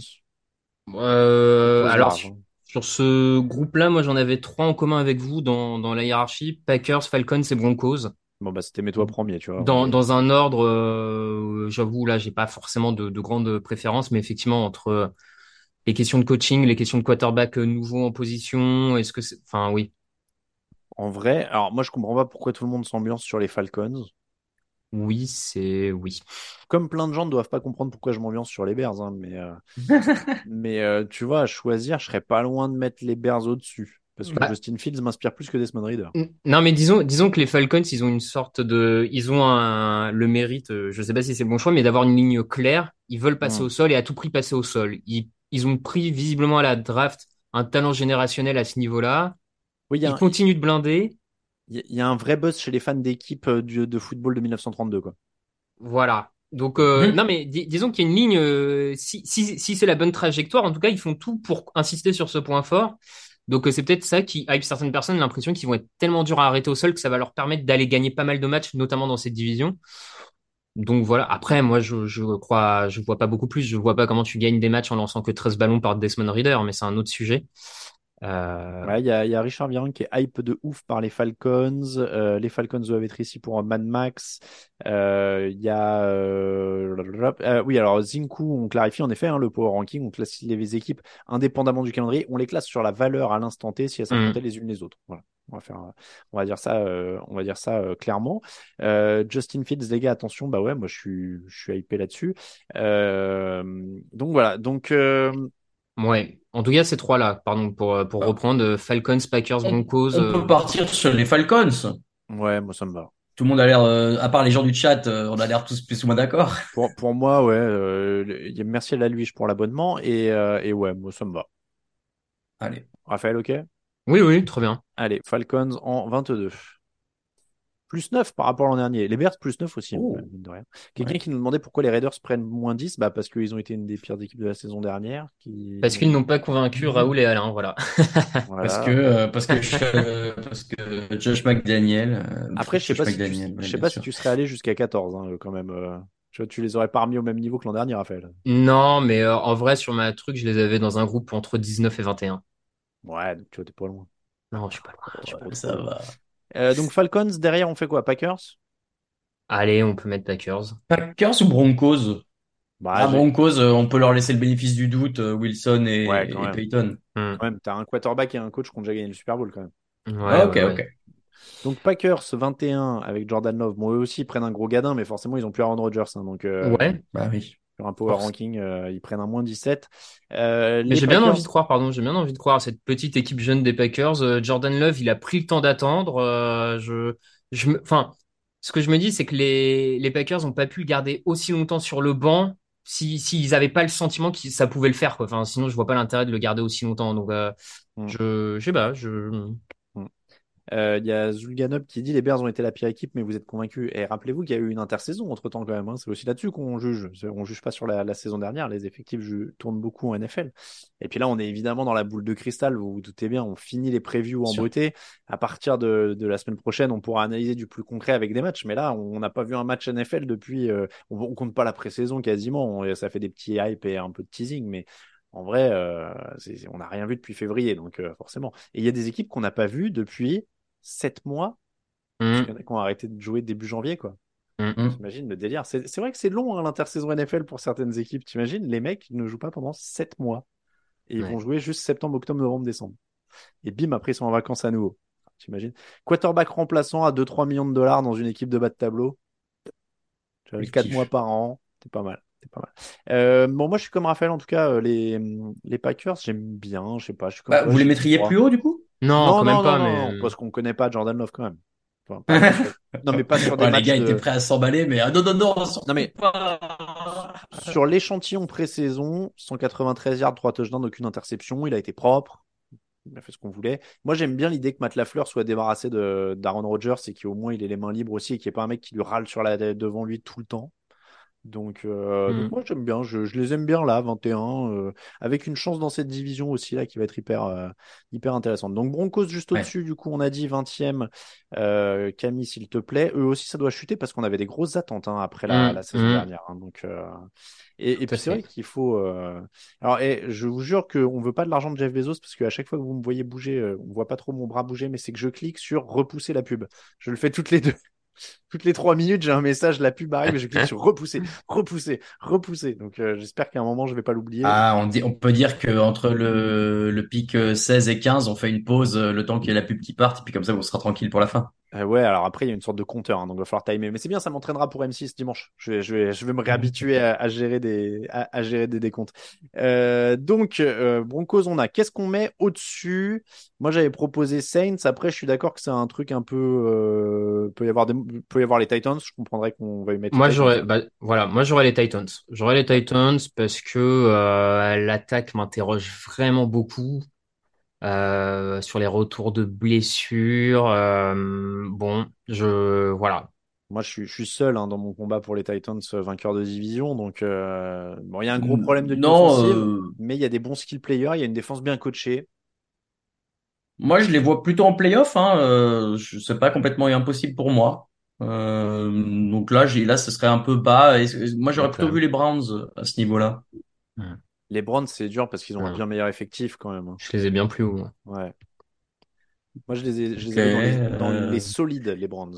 [SPEAKER 6] On pose
[SPEAKER 7] Alors,
[SPEAKER 6] large, hein.
[SPEAKER 7] sur ce groupe-là, moi, j'en avais trois en commun avec vous dans la hiérarchie, Packers, Falcons et Broncos.
[SPEAKER 6] Bon, bah, c'était mets-toi premier, tu vois.
[SPEAKER 7] Dans un ordre, j'avoue, là, j'ai pas forcément de grandes préférences, mais effectivement, entre les questions de coaching, les questions de quarterback nouveau en position, est-ce que c'est... Enfin, oui.
[SPEAKER 6] En vrai, alors moi, je comprends pas pourquoi tout le monde s'ambiance sur les Falcons.
[SPEAKER 7] Oui, c'est... Oui.
[SPEAKER 6] Comme plein de gens ne doivent pas comprendre pourquoi je m'ambiance sur les Bears, hein, mais tu vois, à choisir, je serais pas loin de mettre les Bears au-dessus. Parce que
[SPEAKER 7] Bah,
[SPEAKER 6] Justin Fields m'inspire plus que Desmond Ridder.
[SPEAKER 7] non, mais disons que les Falcons, ils ont une sorte de... Ils ont le mérite, je sais pas si c'est le bon choix, mais d'avoir une ligne claire. Ils veulent passer
[SPEAKER 6] Hmm.
[SPEAKER 7] au sol et à tout prix passer au sol. Ils ont pris visiblement à la draft un talent générationnel à ce niveau-là.
[SPEAKER 6] Oui,
[SPEAKER 7] Ils continuent de blinder.
[SPEAKER 6] il y a un vrai buzz chez les fans d'équipe de football de 1932, quoi.
[SPEAKER 7] Voilà. Donc, non,
[SPEAKER 8] Mhm.
[SPEAKER 7] mais disons qu'il y a une ligne, si c'est la bonne trajectoire, en tout cas, ils font tout pour insister sur ce point fort. Donc, c'est peut-être ça qui hype certaines personnes, l'impression qu'ils vont être tellement durs à arrêter au sol que ça va leur permettre d'aller gagner pas mal de matchs, notamment dans cette division. Donc voilà. Après, moi, je vois pas beaucoup plus. Je vois pas comment tu gagnes des matchs en lançant que 13 ballons par Desmond Ridder, mais c'est un autre sujet. Euh,
[SPEAKER 6] Ouais, il y a Richard Virenque qui est hype de ouf par les Falcons. Les Falcons doivent être ici pour Mad Max. Il y a oui, alors Zinku, on clarifie en effet hein, le power ranking, on classe les équipes indépendamment du calendrier, on les classe sur la valeur à l'instant T si elles s'affrontaient
[SPEAKER 7] hum.
[SPEAKER 6] les unes les autres. Voilà. On va dire ça, clairement. Justin Fields, les gars, attention, bah ouais, moi je suis hypé là-dessus. Euh, donc voilà,
[SPEAKER 7] Ouais. En tout cas, ces trois-là, pardon, pour
[SPEAKER 8] Bah,
[SPEAKER 7] reprendre, Falcons, Packers, Broncos.
[SPEAKER 8] on peut partir sur les Falcons.
[SPEAKER 6] ouais, moi ça me va.
[SPEAKER 8] Tout le monde a l'air, à part les gens du chat, on a l'air tous plus ou moins d'accord.
[SPEAKER 6] Pour moi, ouais, merci à la Luige pour l'abonnement et ouais, moi ça me va.
[SPEAKER 8] Allez.
[SPEAKER 6] Raphaël, ok?
[SPEAKER 7] Oui, oui, très bien.
[SPEAKER 6] Allez, Falcons en 22. Plus 9 par rapport à l'an dernier. Les Bears, plus 9 aussi,
[SPEAKER 8] Oh.
[SPEAKER 6] mine de rien. Quelqu'un
[SPEAKER 8] Ouais.
[SPEAKER 6] qui nous demandait pourquoi les Raiders prennent moins 10, parce qu'ils ont été une des pires équipes de la saison dernière.
[SPEAKER 7] Parce qu'ils n'ont pas convaincu Raoul et Alain, voilà.
[SPEAKER 6] Voilà.
[SPEAKER 8] Parce que Josh McDaniel,
[SPEAKER 6] Après, je sais pas
[SPEAKER 8] Josh
[SPEAKER 6] si
[SPEAKER 8] McDaniel,
[SPEAKER 6] je
[SPEAKER 8] ouais,
[SPEAKER 6] sais
[SPEAKER 8] bien
[SPEAKER 6] pas si
[SPEAKER 8] sûr.
[SPEAKER 6] tu serais allé jusqu'à 14, hein, quand même. Tu vois, tu les aurais pas remis au même niveau que l'an dernier, Raphaël.
[SPEAKER 7] Non, mais en vrai, sur ma truc, je les avais dans un groupe entre 19 et 21.
[SPEAKER 6] Ouais, donc tu vois, t'es pas loin.
[SPEAKER 7] Non, je suis pas loin, je suis pas
[SPEAKER 8] Ouais,
[SPEAKER 7] trop
[SPEAKER 8] ça
[SPEAKER 7] loin.
[SPEAKER 8] va.
[SPEAKER 6] Donc Falcons, derrière, on fait quoi? Packers?
[SPEAKER 7] Allez, on peut mettre Packers.
[SPEAKER 8] Packers ou Broncos?
[SPEAKER 6] Bah,
[SPEAKER 8] Ah, Broncos, on peut leur laisser le bénéfice du doute, Wilson
[SPEAKER 6] ouais, quand
[SPEAKER 8] et
[SPEAKER 6] même.
[SPEAKER 8] Peyton.
[SPEAKER 7] Hmm.
[SPEAKER 6] Quand même, t'as un quarterback et un coach qui ont déjà gagné le Super Bowl, quand même.
[SPEAKER 7] Ouais,
[SPEAKER 8] Ah, ok,
[SPEAKER 7] ouais, ouais.
[SPEAKER 8] ok.
[SPEAKER 6] Donc Packers 21 avec Jordan Love. Bon, eux aussi ils prennent un gros gadin, mais forcément ils ont plus Aaron Rodgers, hein, donc
[SPEAKER 7] Ouais,
[SPEAKER 8] Bah oui.
[SPEAKER 6] sur un power
[SPEAKER 8] Force.
[SPEAKER 6] ranking, ils prennent un moins 17.
[SPEAKER 7] mais
[SPEAKER 6] Les
[SPEAKER 7] j'ai bien
[SPEAKER 6] Packers,
[SPEAKER 7] envie de croire, pardon, j'ai bien envie de croire à cette petite équipe jeune des Packers. Jordan Love, il a pris le temps d'attendre. Enfin, ce que je me dis, c'est que les Packers n'ont pas pu le garder aussi longtemps sur le banc s'ils avaient pas le sentiment que ça pouvait le faire, quoi. Enfin, sinon, je vois pas l'intérêt de le garder aussi longtemps. Donc,
[SPEAKER 6] hmm,
[SPEAKER 7] je sais pas,
[SPEAKER 6] hmm. Il y a Zulganov qui dit les Bears ont été la pire équipe, mais vous êtes convaincus. Et rappelez-vous qu'il y a eu une intersaison entre-temps quand même, hein. C'est aussi là-dessus qu'on juge. On juge pas sur la saison dernière. Les effectifs tournent beaucoup en NFL. Et puis là, on est évidemment dans la boule de cristal. Vous vous doutez bien, on finit les previews en
[SPEAKER 8] Sûr.
[SPEAKER 6] beauté. À partir de la semaine prochaine, on pourra analyser du plus concret avec des matchs. Mais là, on n'a pas vu un match NFL depuis. On compte pas la pré-saison quasiment. Ça fait des petits hype et un peu de teasing, mais en vrai, on n'a rien vu depuis février, donc forcément. Et il y a des équipes qu'on n'a pas vues depuis 7 mois, parce qu'il y en a qui ont arrêté de jouer début janvier, quoi.
[SPEAKER 8] Hmm.
[SPEAKER 6] T'imagines le délire. C'est vrai que c'est long, hein, l'intersaison NFL pour certaines équipes. T'imagines, les mecs ne jouent pas pendant 7 mois. Et ils
[SPEAKER 7] ouais.
[SPEAKER 6] vont jouer juste septembre, octobre, novembre, décembre. Et bim, après, ils sont en vacances à nouveau. T'imagines? Quarterback remplaçant à 2-3 millions de dollars dans une équipe de bas de tableau. Tu vois,
[SPEAKER 8] Le
[SPEAKER 6] 4 mois
[SPEAKER 8] kiff.
[SPEAKER 6] par an. C'est pas mal. C'est pas mal. Bon, moi, je suis comme Raphaël, en tout cas, les Packers, j'aime bien. Je sais pas, je suis comme
[SPEAKER 8] Bah,
[SPEAKER 6] toi,
[SPEAKER 8] vous les
[SPEAKER 6] j'y
[SPEAKER 8] mettriez
[SPEAKER 6] crois.
[SPEAKER 8] plus haut, du coup?
[SPEAKER 7] Non,
[SPEAKER 6] Non,
[SPEAKER 7] quand même
[SPEAKER 6] non, non,
[SPEAKER 7] pas,
[SPEAKER 6] non,
[SPEAKER 7] mais
[SPEAKER 6] non, parce qu'on connaît pas Jordan Love quand même. Enfin, pas sur... Non, mais pas sur des
[SPEAKER 8] Ouais, les
[SPEAKER 6] matchs
[SPEAKER 8] gars étaient
[SPEAKER 6] de.
[SPEAKER 8] prêts à s'emballer, mais non, non, non,
[SPEAKER 6] Non,
[SPEAKER 8] surtout
[SPEAKER 6] mais
[SPEAKER 8] pas.
[SPEAKER 6] sur l'échantillon pré-saison, 193 yards, 3 touchdowns, aucune interception. Il a été propre. Il a fait ce qu'on voulait. Moi, j'aime bien l'idée que Matt LaFleur soit débarrassé d'Aaron Rodgers et qu'au moins il ait les mains libres aussi et qu'il n'y ait pas un mec qui lui râle devant lui tout le temps. Donc
[SPEAKER 7] hmm,
[SPEAKER 6] moi j'aime bien, je les aime bien là, 21, avec une chance dans cette division aussi là qui va être hyper intéressante. Donc Broncos juste
[SPEAKER 8] Ouais,
[SPEAKER 6] au-dessus, du coup on a dit 20e, Camille s'il te plaît. Eux aussi ça doit chuter parce qu'on avait des grosses attentes, hein, après la saison dernière, hein. Et
[SPEAKER 7] tout à
[SPEAKER 6] puis c'est vrai
[SPEAKER 7] fait.
[SPEAKER 6] qu'il faut... Alors je vous jure qu'on ne veut pas de l'argent de Jeff Bezos parce qu'à chaque fois que vous me voyez bouger, on ne voit pas trop mon bras bouger, mais c'est que je clique sur repousser la pub. Je le fais toutes les deux. Toutes les 3 minutes, j'ai un message, la pub arrive et je clique sur repousser, repousser, repousser. Donc j'espère qu'à un moment, je vais pas l'oublier.
[SPEAKER 8] ah, on peut dire que entre le pic 16 et 15, on fait une pause, le temps qu'il y ait la pub qui parte, et puis comme ça, vous serez tranquille pour la fin.
[SPEAKER 6] Ouais, alors après, il y a une sorte de compteur, hein, donc il va falloir timer. Mais c'est bien, ça m'entraînera pour M6 dimanche. Je vais me réhabituer à gérer des décomptes. Broncos, on a. Qu'est-ce qu'on met au-dessus? Moi, j'avais proposé Saints. Après, je suis d'accord que c'est un truc un peu. Peut y avoir les Titans. Je comprendrais qu'on va y mettre les
[SPEAKER 7] Moi,
[SPEAKER 6] Titans.
[SPEAKER 7] j'aurais les Titans. J'aurais les Titans parce que l'attaque m'interroge vraiment beaucoup. Sur les retours de blessures. Bon, voilà.
[SPEAKER 6] Moi, je suis seul, hein, dans mon combat pour les Titans, vainqueurs de division. Donc, bon, il y a un gros problème de ligne
[SPEAKER 8] Non,
[SPEAKER 6] offensive, mais il y a des bons skill players. Il y a une défense bien coachée.
[SPEAKER 8] moi, je les vois plutôt en playoff, hein, c'est pas complètement impossible pour moi. Donc là, ce serait un peu bas. Moi, j'aurais plutôt vu
[SPEAKER 7] Ok.
[SPEAKER 8] les Browns à ce niveau-là.
[SPEAKER 7] Hmm.
[SPEAKER 6] Les Browns, c'est dur parce qu'ils ont un
[SPEAKER 7] Hmm.
[SPEAKER 6] bien meilleur effectif quand même, hein.
[SPEAKER 7] Je les ai bien plus haut, moi.
[SPEAKER 6] Ouais. Moi, je les
[SPEAKER 8] Ok,
[SPEAKER 6] avais dans les solides, les Browns.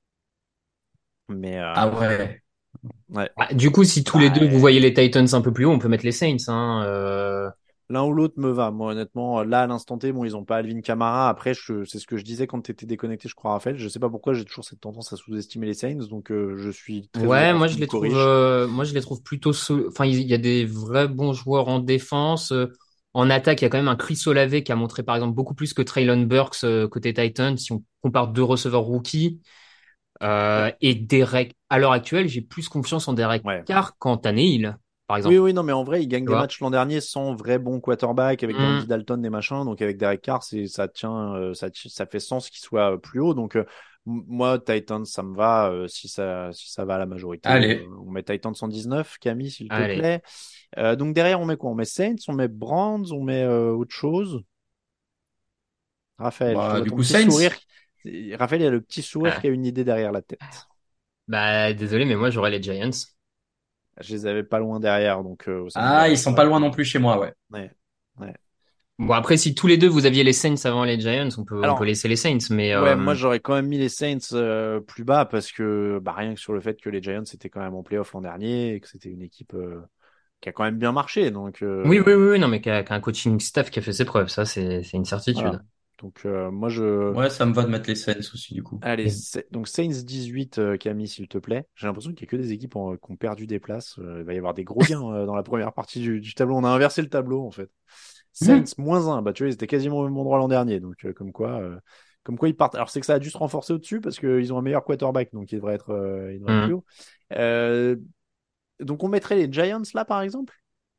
[SPEAKER 6] Mais
[SPEAKER 8] ah ouais.
[SPEAKER 6] ouais.
[SPEAKER 7] Ah, du coup, si tous les
[SPEAKER 8] Bah,
[SPEAKER 7] deux vous voyez les Titans un peu plus haut, on peut mettre les Saints, hein.
[SPEAKER 6] L'un ou l'autre me va. Moi, honnêtement, là, à l'instant T, bon, ils ont pas Alvin Kamara. Après, c'est ce que je disais quand tu étais déconnecté, je crois, Raphaël. Je sais pas pourquoi j'ai toujours cette tendance à sous-estimer les Saints, donc je suis très heureux
[SPEAKER 7] Ouais,
[SPEAKER 6] qu'on
[SPEAKER 7] moi
[SPEAKER 6] se
[SPEAKER 7] je
[SPEAKER 6] me
[SPEAKER 7] les trouve,
[SPEAKER 6] corrige.
[SPEAKER 7] plutôt. Enfin, il y a des vrais bons joueurs en défense. En attaque, il y a quand même un Chris Olave qui a montré par exemple beaucoup plus que Traylon Burks côté Titans. Si on compare deux receveurs rookies et Derek, à l'heure actuelle, j'ai plus confiance en Derek
[SPEAKER 6] Ouais.
[SPEAKER 7] Carr qu'en Tannehill, par
[SPEAKER 6] Oui,
[SPEAKER 7] exemple.
[SPEAKER 6] oui, non, mais en vrai, ils gagnent
[SPEAKER 7] Tu
[SPEAKER 6] des
[SPEAKER 7] vois?
[SPEAKER 6] matchs l'an dernier sans vrai bon quarterback, avec des Andy
[SPEAKER 7] Hmm.
[SPEAKER 6] Dalton, des machins. Donc, avec Derek Carr, ça tient, ça fait sens qu'il soit plus haut. Donc, Moi, Titans, ça me va si ça va à la majorité.
[SPEAKER 8] Allez,
[SPEAKER 6] On met Titans 119, Camille, s'il te
[SPEAKER 7] Allez.
[SPEAKER 6] plaît. Donc derrière, on met quoi? On met Saints, on met Brands, on met autre chose. Raphaël, je te
[SPEAKER 8] bah
[SPEAKER 6] vois
[SPEAKER 8] du
[SPEAKER 6] ton
[SPEAKER 8] coup
[SPEAKER 6] petit
[SPEAKER 8] Saints.
[SPEAKER 6] sourire. Raphaël, il a le petit sourire
[SPEAKER 7] Ah.
[SPEAKER 6] qui a une idée derrière la tête.
[SPEAKER 7] Bah, désolé, mais moi, j'aurais les Giants.
[SPEAKER 6] Je les avais pas loin derrière, donc ça me
[SPEAKER 8] Ah, ils
[SPEAKER 6] dérange
[SPEAKER 8] sont
[SPEAKER 6] pas
[SPEAKER 8] pas loin
[SPEAKER 6] que.
[SPEAKER 8] non plus chez moi, ouais.
[SPEAKER 6] Ouais, ouais.
[SPEAKER 7] Bon, après, si tous les deux, vous aviez les Saints avant les Giants, on peut
[SPEAKER 6] Alors,
[SPEAKER 7] laisser les Saints, mais
[SPEAKER 6] ouais, moi j'aurais quand même mis les Saints plus bas parce que bah, rien que sur le fait que les Giants étaient quand même en playoff l'an dernier et que c'était une équipe qui a quand même bien marché. Donc
[SPEAKER 7] oui, oui, oui, oui, non, mais qu'un coaching staff qui a fait ses preuves, ça, c'est une certitude.
[SPEAKER 6] voilà. Donc moi je.
[SPEAKER 8] Ouais, ça me va de mettre les Saints aussi du coup.
[SPEAKER 6] Allez,
[SPEAKER 7] Et-
[SPEAKER 6] donc Saints 18, Camille, s'il te plaît. J'ai l'impression qu'il y a que des équipes qui ont perdu des places. Il va y avoir des gros gains dans la première partie du tableau. On a inversé le tableau en fait. Saints
[SPEAKER 7] Mhm.
[SPEAKER 6] -1, bah tu vois, ils étaient quasiment au même endroit l'an dernier. Donc comme quoi ils partent. Alors c'est que ça a dû se renforcer au-dessus parce qu'ils ont un meilleur quarterback, donc il devrait être plus
[SPEAKER 7] Mhm.
[SPEAKER 6] haut. Euh, donc on mettrait les Giants là par exemple.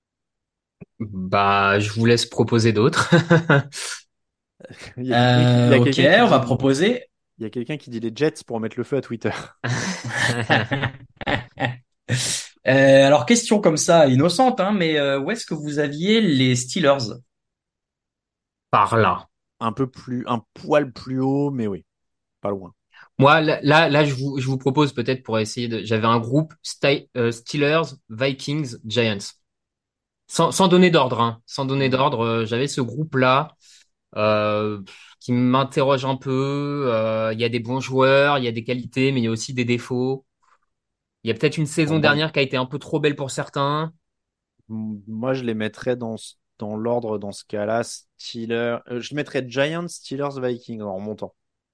[SPEAKER 7] Bah, je vous laisse proposer d'autres.
[SPEAKER 6] Il y a
[SPEAKER 8] Ok,
[SPEAKER 6] quelqu'un qui
[SPEAKER 8] on va
[SPEAKER 6] dit,
[SPEAKER 8] proposer.
[SPEAKER 6] il y a quelqu'un qui dit les Jets pour mettre le feu à Twitter.
[SPEAKER 8] Alors, question comme ça, innocente, hein, mais où est-ce que vous aviez les Steelers?
[SPEAKER 7] Par là.
[SPEAKER 6] Un poil plus haut, mais oui, pas loin.
[SPEAKER 7] Moi, là, je vous propose peut-être pour essayer de. J'avais un groupe Steelers, Vikings, Giants. Sans donner d'ordre, hein. Sans donner
[SPEAKER 6] Hmm.
[SPEAKER 7] d'ordre, j'avais ce groupe-là euh, qui m'interroge un peu. Il y a des bons joueurs, il y a des qualités, mais il y a aussi des défauts. Il y a peut-être une
[SPEAKER 6] Bon,
[SPEAKER 7] saison dernière qui a été un peu trop belle pour certains.
[SPEAKER 6] moi, je les mettrais dans l'ordre dans ce cas-là. Steelers, je mettrais Giants, Steelers, Vikings en remontant.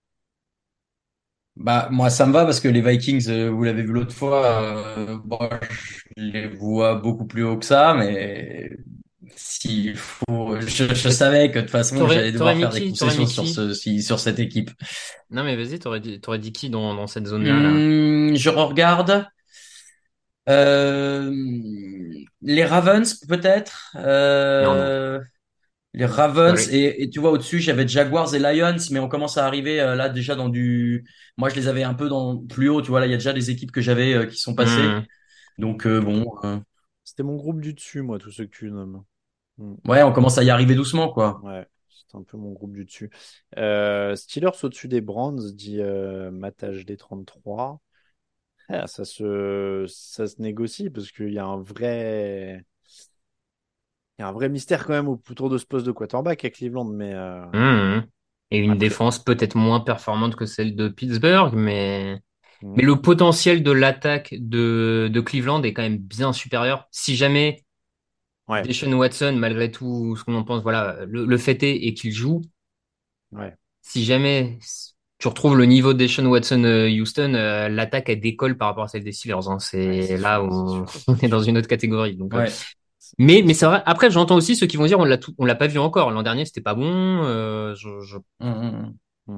[SPEAKER 8] Bah, moi, ça me va parce que les Vikings, vous l'avez vu l'autre fois, bon, je les vois beaucoup plus haut que ça, mais s'il faut, je savais que de toute façon,
[SPEAKER 7] T'aurais,
[SPEAKER 8] j'allais
[SPEAKER 7] t'aurais
[SPEAKER 8] devoir
[SPEAKER 7] mis
[SPEAKER 8] faire des
[SPEAKER 7] qui? T'aurais mis
[SPEAKER 8] concessions sur
[SPEAKER 7] qui?
[SPEAKER 8] sur cette équipe.
[SPEAKER 7] Non, mais vas-y, t'aurais dit qui dans cette zone-là, là?
[SPEAKER 8] Je regarde. Euh, les Ravens, peut-être.
[SPEAKER 7] Non, non.
[SPEAKER 8] Les Ravens,
[SPEAKER 7] T'aurais-
[SPEAKER 8] et tu vois, au-dessus, j'avais Jaguars et Lions, mais on commence à arriver là déjà dans du. Moi, je les avais un peu dans plus haut, tu vois, là, il y a déjà des équipes que j'avais qui sont passées.
[SPEAKER 7] Hmm.
[SPEAKER 8] Donc, bon,
[SPEAKER 6] C'était mon groupe du dessus, moi, tous ceux que tu nommes. Hmm.
[SPEAKER 8] ouais, on commence à y arriver doucement, quoi.
[SPEAKER 6] Ouais, c'est un peu mon groupe du dessus. Steelers au-dessus des Browns, dit Matt HD33. Ah, ça se négocie parce qu'il y a un vrai mystère quand même autour de ce poste de quarterback à Cleveland, mais
[SPEAKER 7] Hmm. Et une
[SPEAKER 6] après.
[SPEAKER 7] défense peut-être moins performante que celle de Pittsburgh, mais
[SPEAKER 6] Hmm.
[SPEAKER 7] le potentiel de l'attaque de Cleveland est quand même bien supérieur. Si jamais
[SPEAKER 6] Ouais,
[SPEAKER 7] Deshaun Watson, malgré tout ce qu'on en pense, voilà, le fait est qu'il joue.
[SPEAKER 6] ouais.
[SPEAKER 7] Si jamais tu retrouves le niveau de Deshaun Watson Houston, l'attaque elle décolle par rapport à celle des Steelers, hein.
[SPEAKER 6] Ouais, c'est
[SPEAKER 7] C'est là
[SPEAKER 6] sûr, c'est
[SPEAKER 7] où
[SPEAKER 6] sûr,
[SPEAKER 7] on
[SPEAKER 6] c'est
[SPEAKER 7] est dans
[SPEAKER 6] sûr.
[SPEAKER 7] une autre catégorie. Donc,
[SPEAKER 8] Ouais.
[SPEAKER 7] mais c'est vrai. Après, j'entends aussi ceux qui vont dire on l'a pas vu encore. L'an dernier, c'était pas bon.
[SPEAKER 8] Hum.
[SPEAKER 6] Hmm.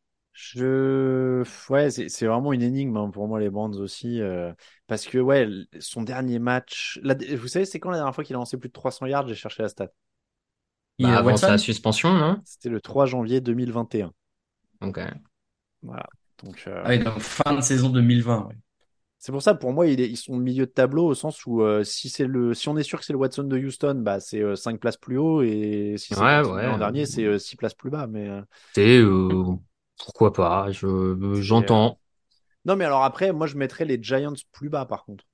[SPEAKER 6] Ouais, c'est vraiment une énigme hein, pour moi les Browns aussi parce que ouais, son dernier match, vous savez c'est quand la dernière fois qu'il a lancé plus de 300 yards? J'ai cherché la stat.
[SPEAKER 8] Qui,
[SPEAKER 7] Bah, avant sa
[SPEAKER 8] Watson?
[SPEAKER 7] suspension, non?
[SPEAKER 6] C'était le 3 janvier 2021.
[SPEAKER 7] Donc,
[SPEAKER 6] Voilà. Donc
[SPEAKER 8] Ah oui, donc fin de saison 2020. Ouais.
[SPEAKER 6] c'est pour ça pour moi ils sont au milieu de tableau au sens où si on est sûr que c'est le Watson de Houston, bah c'est 5 places plus haut et si c'est
[SPEAKER 7] ouais,
[SPEAKER 6] comme
[SPEAKER 7] ouais.
[SPEAKER 6] l'an dernier, c'est 6 places plus bas mais
[SPEAKER 7] C'est pourquoi pas.
[SPEAKER 6] c'est
[SPEAKER 7] J'entends.
[SPEAKER 6] non mais alors après moi je mettrais les Giants plus bas par contre.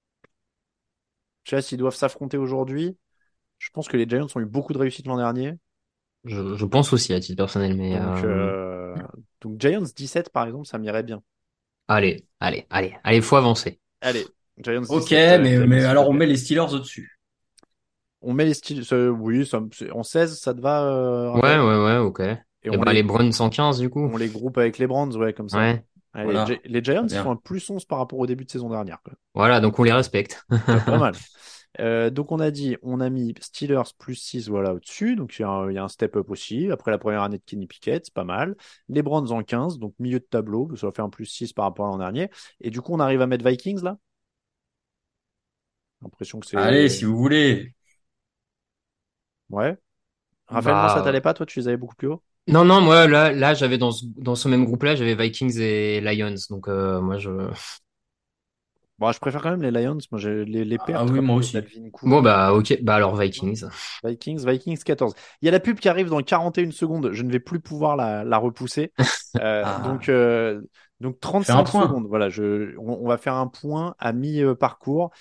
[SPEAKER 6] Tu vois s'ils doivent s'affronter aujourd'hui. Je pense que les Giants ont eu beaucoup de réussite l'an dernier.
[SPEAKER 7] Je pense aussi à titre personnel, mais
[SPEAKER 6] Donc, donc Giants 17, par exemple, ça m'irait bien.
[SPEAKER 7] allez, allez, allez, allez, faut avancer.
[SPEAKER 6] Allez, Giants
[SPEAKER 8] Ok,
[SPEAKER 6] 17,
[SPEAKER 8] mais
[SPEAKER 6] Camille, s'il te
[SPEAKER 8] alors on
[SPEAKER 6] plaît.
[SPEAKER 8] met les Steelers au-dessus.
[SPEAKER 6] On met les styles. Oui, en 16, ça te va,
[SPEAKER 7] Ouais,
[SPEAKER 6] Raphaël?
[SPEAKER 7] ouais, ouais, ok.
[SPEAKER 6] Et
[SPEAKER 7] Et bah les Browns 115 du coup.
[SPEAKER 6] on les groupe avec les Browns, ouais, comme ça.
[SPEAKER 7] Ouais.
[SPEAKER 6] Allez,
[SPEAKER 8] Voilà.
[SPEAKER 6] Les Giants,
[SPEAKER 8] Très
[SPEAKER 6] ils sont
[SPEAKER 8] bien.
[SPEAKER 6] un plus 11 par rapport au début de saison dernière, quoi.
[SPEAKER 7] Voilà, donc on les respecte.
[SPEAKER 6] Pas mal. Donc on a mis Steelers plus 6 voilà, au-dessus. Donc il y a un step-up aussi. Après la première année de Kenny Pickett, c'est pas mal. Les Browns en 15, donc milieu de tableau. Ça va faire un plus 6 par rapport à l'an dernier. Et du coup, on arrive à mettre Vikings là. J'ai l'impression que
[SPEAKER 8] Allez,
[SPEAKER 6] c'est.
[SPEAKER 8] si vous voulez.
[SPEAKER 6] Ouais. Raphaël, moi, ça
[SPEAKER 7] Bah
[SPEAKER 6] t'allait pas, toi, tu les avais beaucoup plus haut?
[SPEAKER 7] Non, non, moi, là, j'avais dans ce même groupe-là, j'avais Vikings et Lions. Donc, moi,
[SPEAKER 6] Bon, je préfère quand même les Lions. Moi, les
[SPEAKER 8] Ah
[SPEAKER 6] pertes
[SPEAKER 8] oui,
[SPEAKER 6] comme
[SPEAKER 8] moi aussi.
[SPEAKER 6] Dalvin
[SPEAKER 7] bon,
[SPEAKER 6] Cook.
[SPEAKER 7] bah, ok. Bah, alors, Vikings.
[SPEAKER 6] Vikings 14. Il y a la pub qui arrive dans 41 secondes. Je ne vais plus pouvoir la repousser. Euh, donc,
[SPEAKER 8] Ah,
[SPEAKER 6] euh, donc
[SPEAKER 8] fais un
[SPEAKER 6] 35
[SPEAKER 8] point.
[SPEAKER 6] secondes. Voilà, on va faire un point à mi-parcours.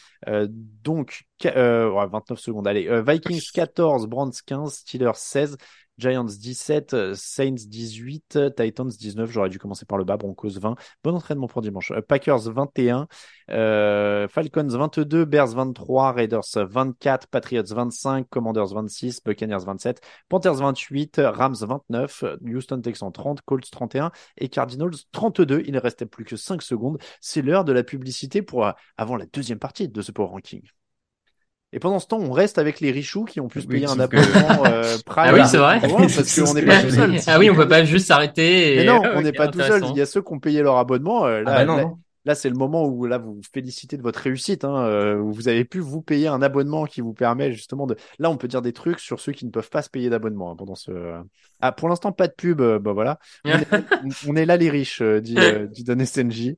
[SPEAKER 6] Ouais, 29 secondes. Allez, Vikings 14, Browns 15, Steelers 16, Giants 17, Saints 18, Titans 19. J'aurais dû commencer par le bas. Broncos 20. Bon entraînement pour dimanche. Packers 21, Falcons 22, Bears 23, Raiders 24, Patriots 25, Commanders 26, Buccaneers 27, Panthers 28, Rams 29, Houston Texans 30, Colts 31 et Cardinals 32. Il ne restait plus que 5 secondes. C'est l'heure de la publicité pour avant la deuxième partie de ce Power Ranking. Et pendant ce temps, on reste avec les richoux qui ont pu se
[SPEAKER 8] Oui,
[SPEAKER 6] payer un
[SPEAKER 8] sauf que
[SPEAKER 6] abonnement
[SPEAKER 7] Ah
[SPEAKER 6] Prime
[SPEAKER 7] oui,
[SPEAKER 8] voilà.
[SPEAKER 7] c'est vrai.
[SPEAKER 6] niveau 1
[SPEAKER 8] C'est
[SPEAKER 6] parce qu'on
[SPEAKER 8] ce
[SPEAKER 6] n'est
[SPEAKER 8] que
[SPEAKER 6] pas
[SPEAKER 7] Ah
[SPEAKER 6] tout
[SPEAKER 8] j'allais
[SPEAKER 6] seul.
[SPEAKER 8] dire.
[SPEAKER 7] oui, ah oui, on peut pas juste
[SPEAKER 6] Mais
[SPEAKER 7] s'arrêter et...
[SPEAKER 6] non, on
[SPEAKER 7] Ok,
[SPEAKER 6] n'est pas tout seul. Il
[SPEAKER 7] intéressant.
[SPEAKER 6] y a ceux qui ont payé leur abonnement.
[SPEAKER 8] Ah bah non, non.
[SPEAKER 6] Là, c'est le moment où là, vous vous félicitez de votre réussite, hein, où vous avez pu vous payer un abonnement qui vous permet justement de. Là, on peut dire des trucs sur ceux qui ne peuvent pas se payer d'abonnement pendant ce. Ah, pour l'instant, pas de pub. Bah voilà, on est là les riches, dit Don SNJ.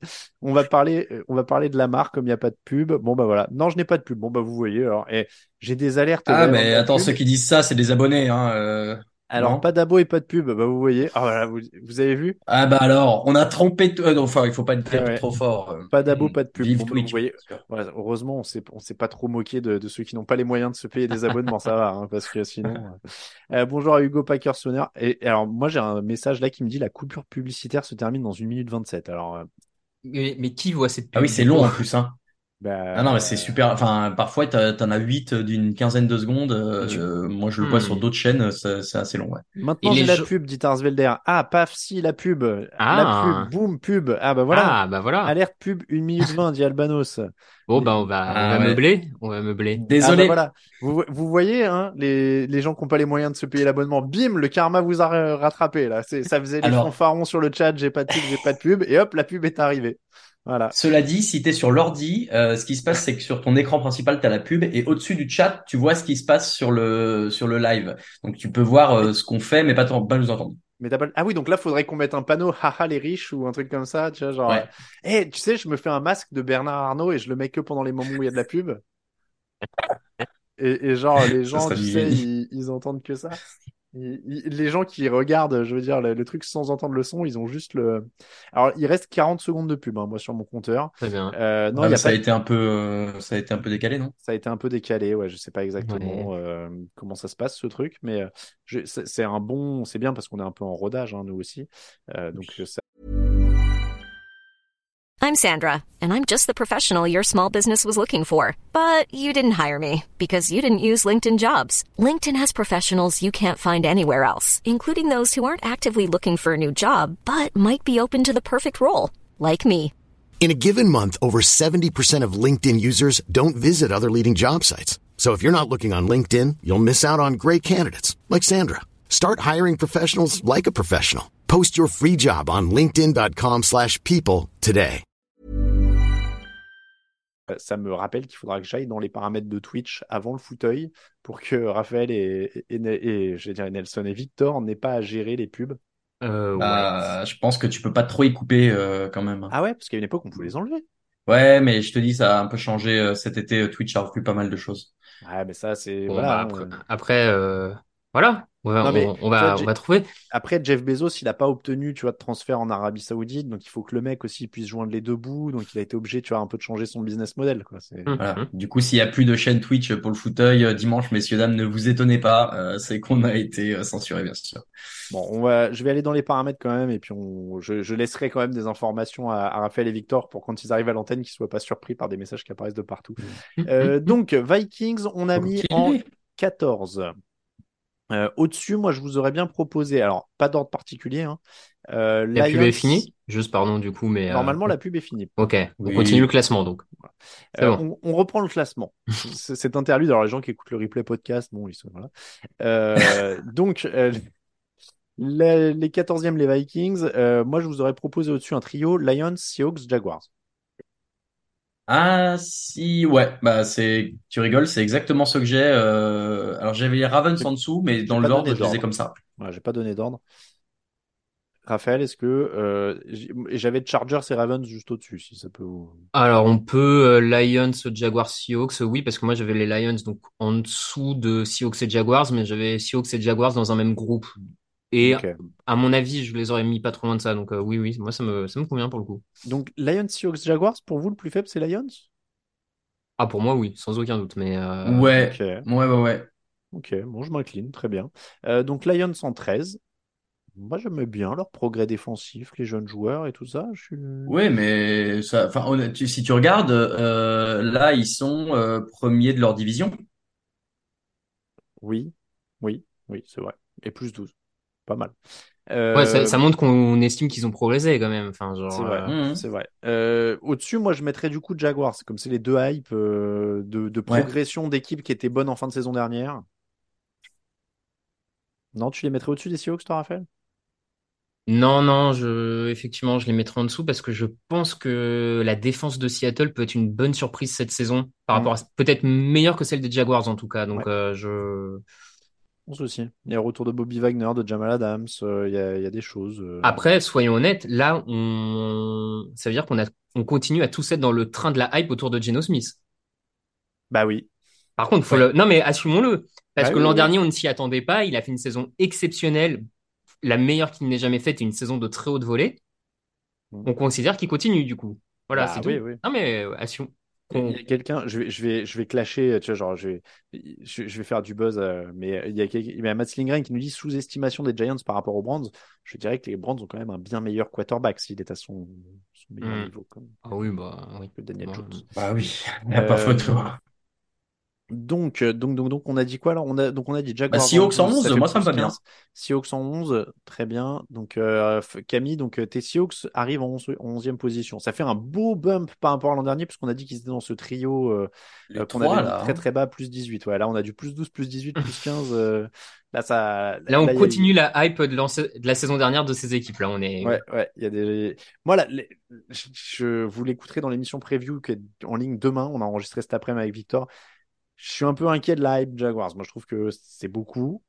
[SPEAKER 6] On va parler de la marque comme il n'y a pas de pub. Bon bah voilà. Non, je n'ai pas de pub. Bon bah vous voyez. Alors, et j'ai des alertes. Il va
[SPEAKER 8] Ah,
[SPEAKER 6] y avoir de
[SPEAKER 8] mais
[SPEAKER 6] la
[SPEAKER 8] attends,
[SPEAKER 6] pub.
[SPEAKER 8] ceux qui disent ça, c'est des abonnés, hein,
[SPEAKER 6] Alors,
[SPEAKER 8] non?
[SPEAKER 6] pas d'abo et pas de pub. Bah vous voyez. Ah voilà, vous avez vu?
[SPEAKER 8] Ah bah alors, on a trompé. Enfin, il faut pas le
[SPEAKER 6] Ouais,
[SPEAKER 8] dire
[SPEAKER 6] ouais.
[SPEAKER 8] trop fort.
[SPEAKER 6] Pas d'abo, pas de pub.
[SPEAKER 8] Vive
[SPEAKER 6] Bon, bah, vous
[SPEAKER 8] Twitch, bien
[SPEAKER 6] voyez,
[SPEAKER 8] sûr.
[SPEAKER 6] voilà, heureusement, on s'est pas trop moqué de ceux qui n'ont pas les moyens de se payer des abonnements, ça va, hein, parce que sinon. Bonjour à Hugo Packer-Sonner. Et alors, moi, j'ai un message là qui me dit la coupure publicitaire se termine dans 1 minute 27. Alors,
[SPEAKER 7] Mais qui voit cette
[SPEAKER 8] Ah oui,
[SPEAKER 7] pub
[SPEAKER 8] c'est
[SPEAKER 7] du
[SPEAKER 8] long
[SPEAKER 7] coup?
[SPEAKER 8] en plus, hein. Ah non, mais c'est
[SPEAKER 6] bah,
[SPEAKER 8] super. Enfin, parfois, t'en as 8 d'une quinzaine de secondes.
[SPEAKER 6] tu-
[SPEAKER 8] Moi, je le vois sur
[SPEAKER 7] Hmm.
[SPEAKER 8] d'autres chaînes, c'est assez long, ouais.
[SPEAKER 7] Et
[SPEAKER 6] maintenant
[SPEAKER 7] les
[SPEAKER 6] j'ai la
[SPEAKER 7] gens...
[SPEAKER 6] pub, dit Arsvelder. Ah, paf, si, la pub,
[SPEAKER 7] Ah,
[SPEAKER 6] boum, pub. Ah, bah voilà.
[SPEAKER 7] ah, bah voilà.
[SPEAKER 6] Alerte pub 1 minute 20, dit Albanos.
[SPEAKER 7] Bon, bah on
[SPEAKER 8] Ah
[SPEAKER 7] va
[SPEAKER 8] ouais.
[SPEAKER 7] meubler, on va meubler.
[SPEAKER 6] Ah bah
[SPEAKER 8] Désolé.
[SPEAKER 6] voilà, vous voyez, hein, les gens qui n'ont pas les moyens de se payer l'abonnement, bim, le karma vous a rattrapé là. Ça faisait les
[SPEAKER 8] Alors,
[SPEAKER 6] fanfarons sur le chat, j'ai pas de pub, et hop, la pub est arrivée. Voilà.
[SPEAKER 8] cela dit, si t'es sur l'ordi, ce qui se passe, c'est que sur ton écran principal, t'as la pub et au-dessus du chat, tu vois ce qui se passe sur le live. Donc, tu peux voir
[SPEAKER 6] Mais,
[SPEAKER 8] ce qu'on fait, mais pas nous entendre.
[SPEAKER 6] mais t'as pas... Ah oui, donc là, faudrait qu'on mette un panneau, haha les riches, ou un truc comme ça, tu vois, genre,
[SPEAKER 8] Ouais.
[SPEAKER 6] tu sais, je me fais un masque de Bernard Arnault et je le mets que pendant les moments où il y a de la pub. Et genre, les
[SPEAKER 8] Ça
[SPEAKER 6] gens,
[SPEAKER 8] serait
[SPEAKER 6] tu
[SPEAKER 8] du
[SPEAKER 6] sais,
[SPEAKER 8] génie.
[SPEAKER 6] ils entendent que ça. Les gens qui regardent, je veux dire, le truc sans entendre le son, ils ont juste le. Alors, il reste 40 secondes de pub, hein, moi, sur mon compteur.
[SPEAKER 7] Très bien.
[SPEAKER 6] Non, il
[SPEAKER 8] Ouais,
[SPEAKER 6] n'y
[SPEAKER 8] mais
[SPEAKER 6] a pas de.
[SPEAKER 8] ça a été un peu décalé, non?
[SPEAKER 6] Ça a été un peu décalé, ouais, je sais pas
[SPEAKER 7] Ouais.
[SPEAKER 6] exactement comment ça se passe, ce truc, mais c'est un bon. C'est bien parce qu'on est un peu en rodage, hein, nous aussi. Donc, ça.
[SPEAKER 1] I'm Sandra, and I'm just the professional your small business was looking for. But you didn't hire me because you didn't use LinkedIn Jobs. LinkedIn has professionals you can't find anywhere else, including those who aren't actively looking for a new job, but might be open to the perfect role, like me.
[SPEAKER 2] In a given month, over 70% of LinkedIn users don't visit other leading job sites. So if you're not looking on LinkedIn, you'll miss out on great candidates like Sandra. Start hiring professionals like a professional. Post your free job on linkedin.com/people today.
[SPEAKER 6] Ça me rappelle qu'il faudra que j'aille dans les paramètres de Twitch avant le fauteuil pour que Raphaël je vais dire Nelson et Victor n'aient pas à gérer les pubs.
[SPEAKER 7] Ouais.
[SPEAKER 8] Bah, je pense que tu peux pas trop y couper quand même.
[SPEAKER 6] Ah ouais, parce qu'à une époque, on pouvait les enlever.
[SPEAKER 8] Ouais, mais je te dis, ça a un peu changé cet été. Twitch a repris pas mal de choses.
[SPEAKER 6] Ouais, mais ça, c'est.
[SPEAKER 7] Bon,
[SPEAKER 6] Voilà,
[SPEAKER 7] bah
[SPEAKER 6] hein.
[SPEAKER 7] après voilà.
[SPEAKER 6] Non, mais tu vois,
[SPEAKER 7] On va trouver.
[SPEAKER 6] après, Jeff Bezos, il n'a pas obtenu, tu vois, de transfert en Arabie Saoudite, donc il faut que le mec aussi puisse joindre les deux bouts, donc il a été obligé, tu vois, un peu de changer son business model, quoi.
[SPEAKER 8] Voilà.
[SPEAKER 7] Mhm.
[SPEAKER 8] Du coup, s'il y a plus de chaîne Twitch pour le fauteuil dimanche, messieurs dames, ne vous étonnez pas, c'est qu'on a été censuré, bien sûr.
[SPEAKER 6] Bon, je vais aller dans les paramètres quand même, et puis je laisserai quand même des informations à Raphaël et Victor pour quand ils arrivent à l'antenne, qu'ils soient pas surpris par des messages qui apparaissent de partout. Donc, Vikings, on a mis en
[SPEAKER 8] Ok.
[SPEAKER 6] 14. Au-dessus, moi, je vous aurais bien proposé, alors pas d'ordre particulier, hein,
[SPEAKER 7] La pub
[SPEAKER 6] Lions.
[SPEAKER 7] est finie? Juste pardon du coup, mais
[SPEAKER 6] Normalement, la pub est finie.
[SPEAKER 7] ok. On continue le
[SPEAKER 8] Oui.
[SPEAKER 7] classement donc. C'est bon.
[SPEAKER 6] On reprend le classement. Cet interlude, alors les gens qui écoutent le replay podcast, bon, ils sont voilà. Donc, les 14e, les Vikings. Moi, je vous aurais proposé au-dessus un trio Lions, Seahawks, Jaguars.
[SPEAKER 8] Ah si, ouais, bah tu rigoles, c'est exactement ce que j'ai. Alors j'avais les Ravens en dessous, mais
[SPEAKER 6] J'ai
[SPEAKER 8] dans
[SPEAKER 6] pas donné
[SPEAKER 8] l'ordre, je les ai
[SPEAKER 6] d'ordre.
[SPEAKER 8] comme ça.
[SPEAKER 6] Voilà, j'ai pas donné d'ordre. Raphaël, est-ce que j'avais Chargers et Ravens juste au-dessus, si ça peut vous...
[SPEAKER 7] Alors, on peut Lions, Jaguars, Seahawks, oui, parce que moi j'avais les Lions donc en dessous de Seahawks et Jaguars, mais j'avais Seahawks et Jaguars dans un même groupe. Et
[SPEAKER 6] Ok.
[SPEAKER 7] à mon avis, je les aurais mis pas trop loin de ça. Donc oui, oui, moi ça me convient pour le coup.
[SPEAKER 6] Donc, Lions, Seahawks, Jaguars, pour vous, le plus faible, c'est Lions?
[SPEAKER 7] Ah, pour moi, oui, sans aucun doute. Mais
[SPEAKER 8] Ouais,
[SPEAKER 6] Ok.
[SPEAKER 8] ouais, ouais, ouais.
[SPEAKER 6] Ok, bon, je m'incline, très bien. Donc, Lions en 13. Moi, j'aime bien leur progrès défensif, les jeunes joueurs et tout ça. Je suis...
[SPEAKER 8] Ouais, mais ça, enfin, si tu regardes, là, ils sont premiers de leur division.
[SPEAKER 6] Oui, oui, oui, c'est vrai. Et plus 12, pas mal.
[SPEAKER 7] ouais, ça,
[SPEAKER 6] Euh,
[SPEAKER 7] ça montre qu'on estime qu'ils ont progressé quand même. Enfin,
[SPEAKER 6] c'est
[SPEAKER 7] genre,
[SPEAKER 6] vrai,
[SPEAKER 8] Mhm.
[SPEAKER 6] c'est vrai. Au-dessus, moi, je mettrais du coup Jaguars. Comme c'est les deux hypes de
[SPEAKER 8] Ouais.
[SPEAKER 6] progression d'équipe qui étaient bonnes en fin de saison dernière. Non, tu les mettrais au-dessus des Seahawks, toi, Raphaël?
[SPEAKER 7] non, non, effectivement, je les mettrai en dessous parce que je pense que la défense de Seattle peut être une bonne surprise cette saison par
[SPEAKER 6] Mm.
[SPEAKER 7] rapport à, peut-être meilleure que celle des Jaguars en tout cas. Donc,
[SPEAKER 6] Ouais, je pense aussi. Il y a le retour de Bobby Wagner, de Jamal Adams. Il y a des choses.
[SPEAKER 7] après, soyons honnêtes, là, ça veut dire on continue à tous être dans le train de la hype autour de Geno Smith.
[SPEAKER 6] Bah oui.
[SPEAKER 7] Par contre,
[SPEAKER 8] Ouais.
[SPEAKER 7] non, mais assumons-le. Parce
[SPEAKER 6] Bah
[SPEAKER 7] que
[SPEAKER 6] oui,
[SPEAKER 7] l'an
[SPEAKER 6] oui.
[SPEAKER 7] dernier, on ne s'y attendait pas. Il a fait une saison exceptionnelle, la meilleure qu'il n'ait jamais faite et une saison de très haute volée.
[SPEAKER 6] Mm.
[SPEAKER 7] On considère qu'il continue, du coup. Voilà, c'est
[SPEAKER 6] Bah oui,
[SPEAKER 7] tout.
[SPEAKER 6] oui.
[SPEAKER 7] Non, mais assumons.
[SPEAKER 6] Il y a quelqu'un, je vais clasher, tu vois, genre, je vais faire du buzz, mais il y a Mats Lindgren qui nous dit sous-estimation des Giants par rapport aux Browns. Je dirais que les Browns ont quand même un bien meilleur quarterback s'il est à son meilleur niveau, comme
[SPEAKER 7] Ah oui, bah oui.
[SPEAKER 6] que Daniel
[SPEAKER 7] Bon,
[SPEAKER 6] Jones.
[SPEAKER 8] Bah oui, il n'y a pas photo.
[SPEAKER 6] Euh, donc, on a dit quoi là? On a dit
[SPEAKER 8] Bah,
[SPEAKER 6] Jaguars en
[SPEAKER 8] Seahawks en
[SPEAKER 6] 12, ça
[SPEAKER 8] 11,
[SPEAKER 6] fait
[SPEAKER 8] moi, ça me
[SPEAKER 6] plus
[SPEAKER 8] va bien.
[SPEAKER 6] 15. Seahawks en 11, très bien. Donc, Camille, donc tes Seahawks arrivent en 11e position. Ça fait un beau bump par rapport à l'an dernier, puisqu'on a dit qu'ils étaient dans ce trio
[SPEAKER 8] Les
[SPEAKER 6] qu'on avait
[SPEAKER 8] trois,
[SPEAKER 6] mis
[SPEAKER 8] là,
[SPEAKER 6] très
[SPEAKER 8] hein.
[SPEAKER 6] très bas, plus 18. Ouais, là, on a du plus 12, plus 18, plus 15. Là,
[SPEAKER 7] là, on
[SPEAKER 6] là,
[SPEAKER 7] continue la hype de la saison dernière de ces équipes. Là, on est.
[SPEAKER 6] ouais, ouais, il y a des. Moi, là, vous l'écouterez dans l'émission preview qui est en ligne demain. On a enregistré cet après-midi avec Victor. Je suis un peu inquiet de la hype Jaguars. Moi, je trouve que c'est beaucoup,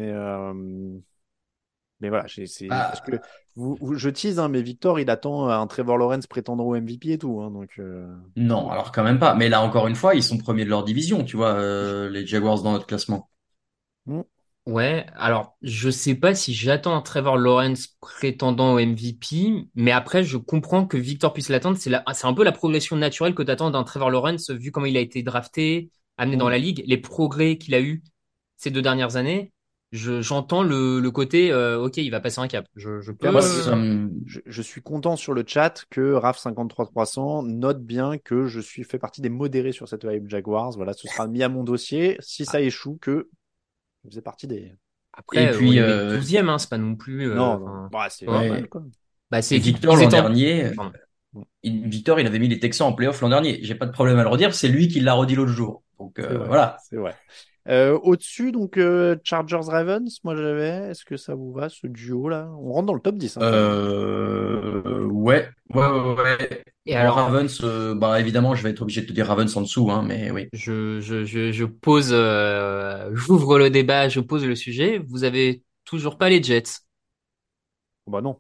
[SPEAKER 6] mais voilà, parce que
[SPEAKER 8] Bah,
[SPEAKER 6] je tease, hein, mais Victor, il attend un Trevor Lawrence prétendant au MVP et tout, hein, donc.
[SPEAKER 8] non, alors quand même pas. Mais là, encore une fois, ils sont premiers de leur division, tu vois, les Jaguars dans notre classement.
[SPEAKER 6] Mm.
[SPEAKER 7] Ouais, alors je sais pas si j'attends un Trevor Lawrence prétendant au MVP, mais après je comprends que Victor puisse l'attendre. C'est un peu la progression naturelle que t'attends d'un Trevor Lawrence vu comment il a été drafté, amené dans
[SPEAKER 6] Mm.
[SPEAKER 7] la ligue, les progrès qu'il a eu ces 2 dernières années. J'entends le côté ok, il va passer un cap. Je
[SPEAKER 6] Tiens,
[SPEAKER 8] Moi,
[SPEAKER 6] moi,
[SPEAKER 7] peux.
[SPEAKER 6] je suis content sur le chat que RAF53300 note bien que je suis fait partie des modérés sur cette hype Jaguars. Voilà, ce sera mis à mon dossier. Si ça échoue, que je faisais partie des.
[SPEAKER 8] et
[SPEAKER 7] Après on
[SPEAKER 8] puis,
[SPEAKER 7] les met 12e, hein, c'est pas non plus.
[SPEAKER 6] Non, non,
[SPEAKER 7] Enfin,
[SPEAKER 6] bah, c'est
[SPEAKER 7] tu vois.
[SPEAKER 6] pas mal,
[SPEAKER 8] ouais.
[SPEAKER 6] quoi.
[SPEAKER 7] Bah
[SPEAKER 8] Et
[SPEAKER 7] c'est
[SPEAKER 8] Victor,
[SPEAKER 7] vous
[SPEAKER 8] l'an
[SPEAKER 7] êtes en.
[SPEAKER 8] dernier,
[SPEAKER 7] Pardon.
[SPEAKER 6] Mm.
[SPEAKER 8] Victor, il avait mis les Texans en playoff l'an dernier. J'ai pas de problème à le redire. C'est lui qui l'a redit l'autre jour. Donc,
[SPEAKER 6] C'est vrai,
[SPEAKER 8] voilà.
[SPEAKER 6] c'est vrai. Au-dessus, donc Chargers-Ravens, moi j'avais. Est-ce que ça vous va, ce duo-là? On rentre dans le top 10, hein, quand même.
[SPEAKER 8] Ouais, ouais, ouais, ouais.
[SPEAKER 7] Et
[SPEAKER 8] Moi,
[SPEAKER 7] alors.
[SPEAKER 8] Ravens, bah évidemment, je vais être obligé de te dire Ravens en dessous, hein, mais oui.
[SPEAKER 7] Je pose, j'ouvre le débat, je pose le sujet. Vous avez toujours pas les Jets.
[SPEAKER 6] Bah non.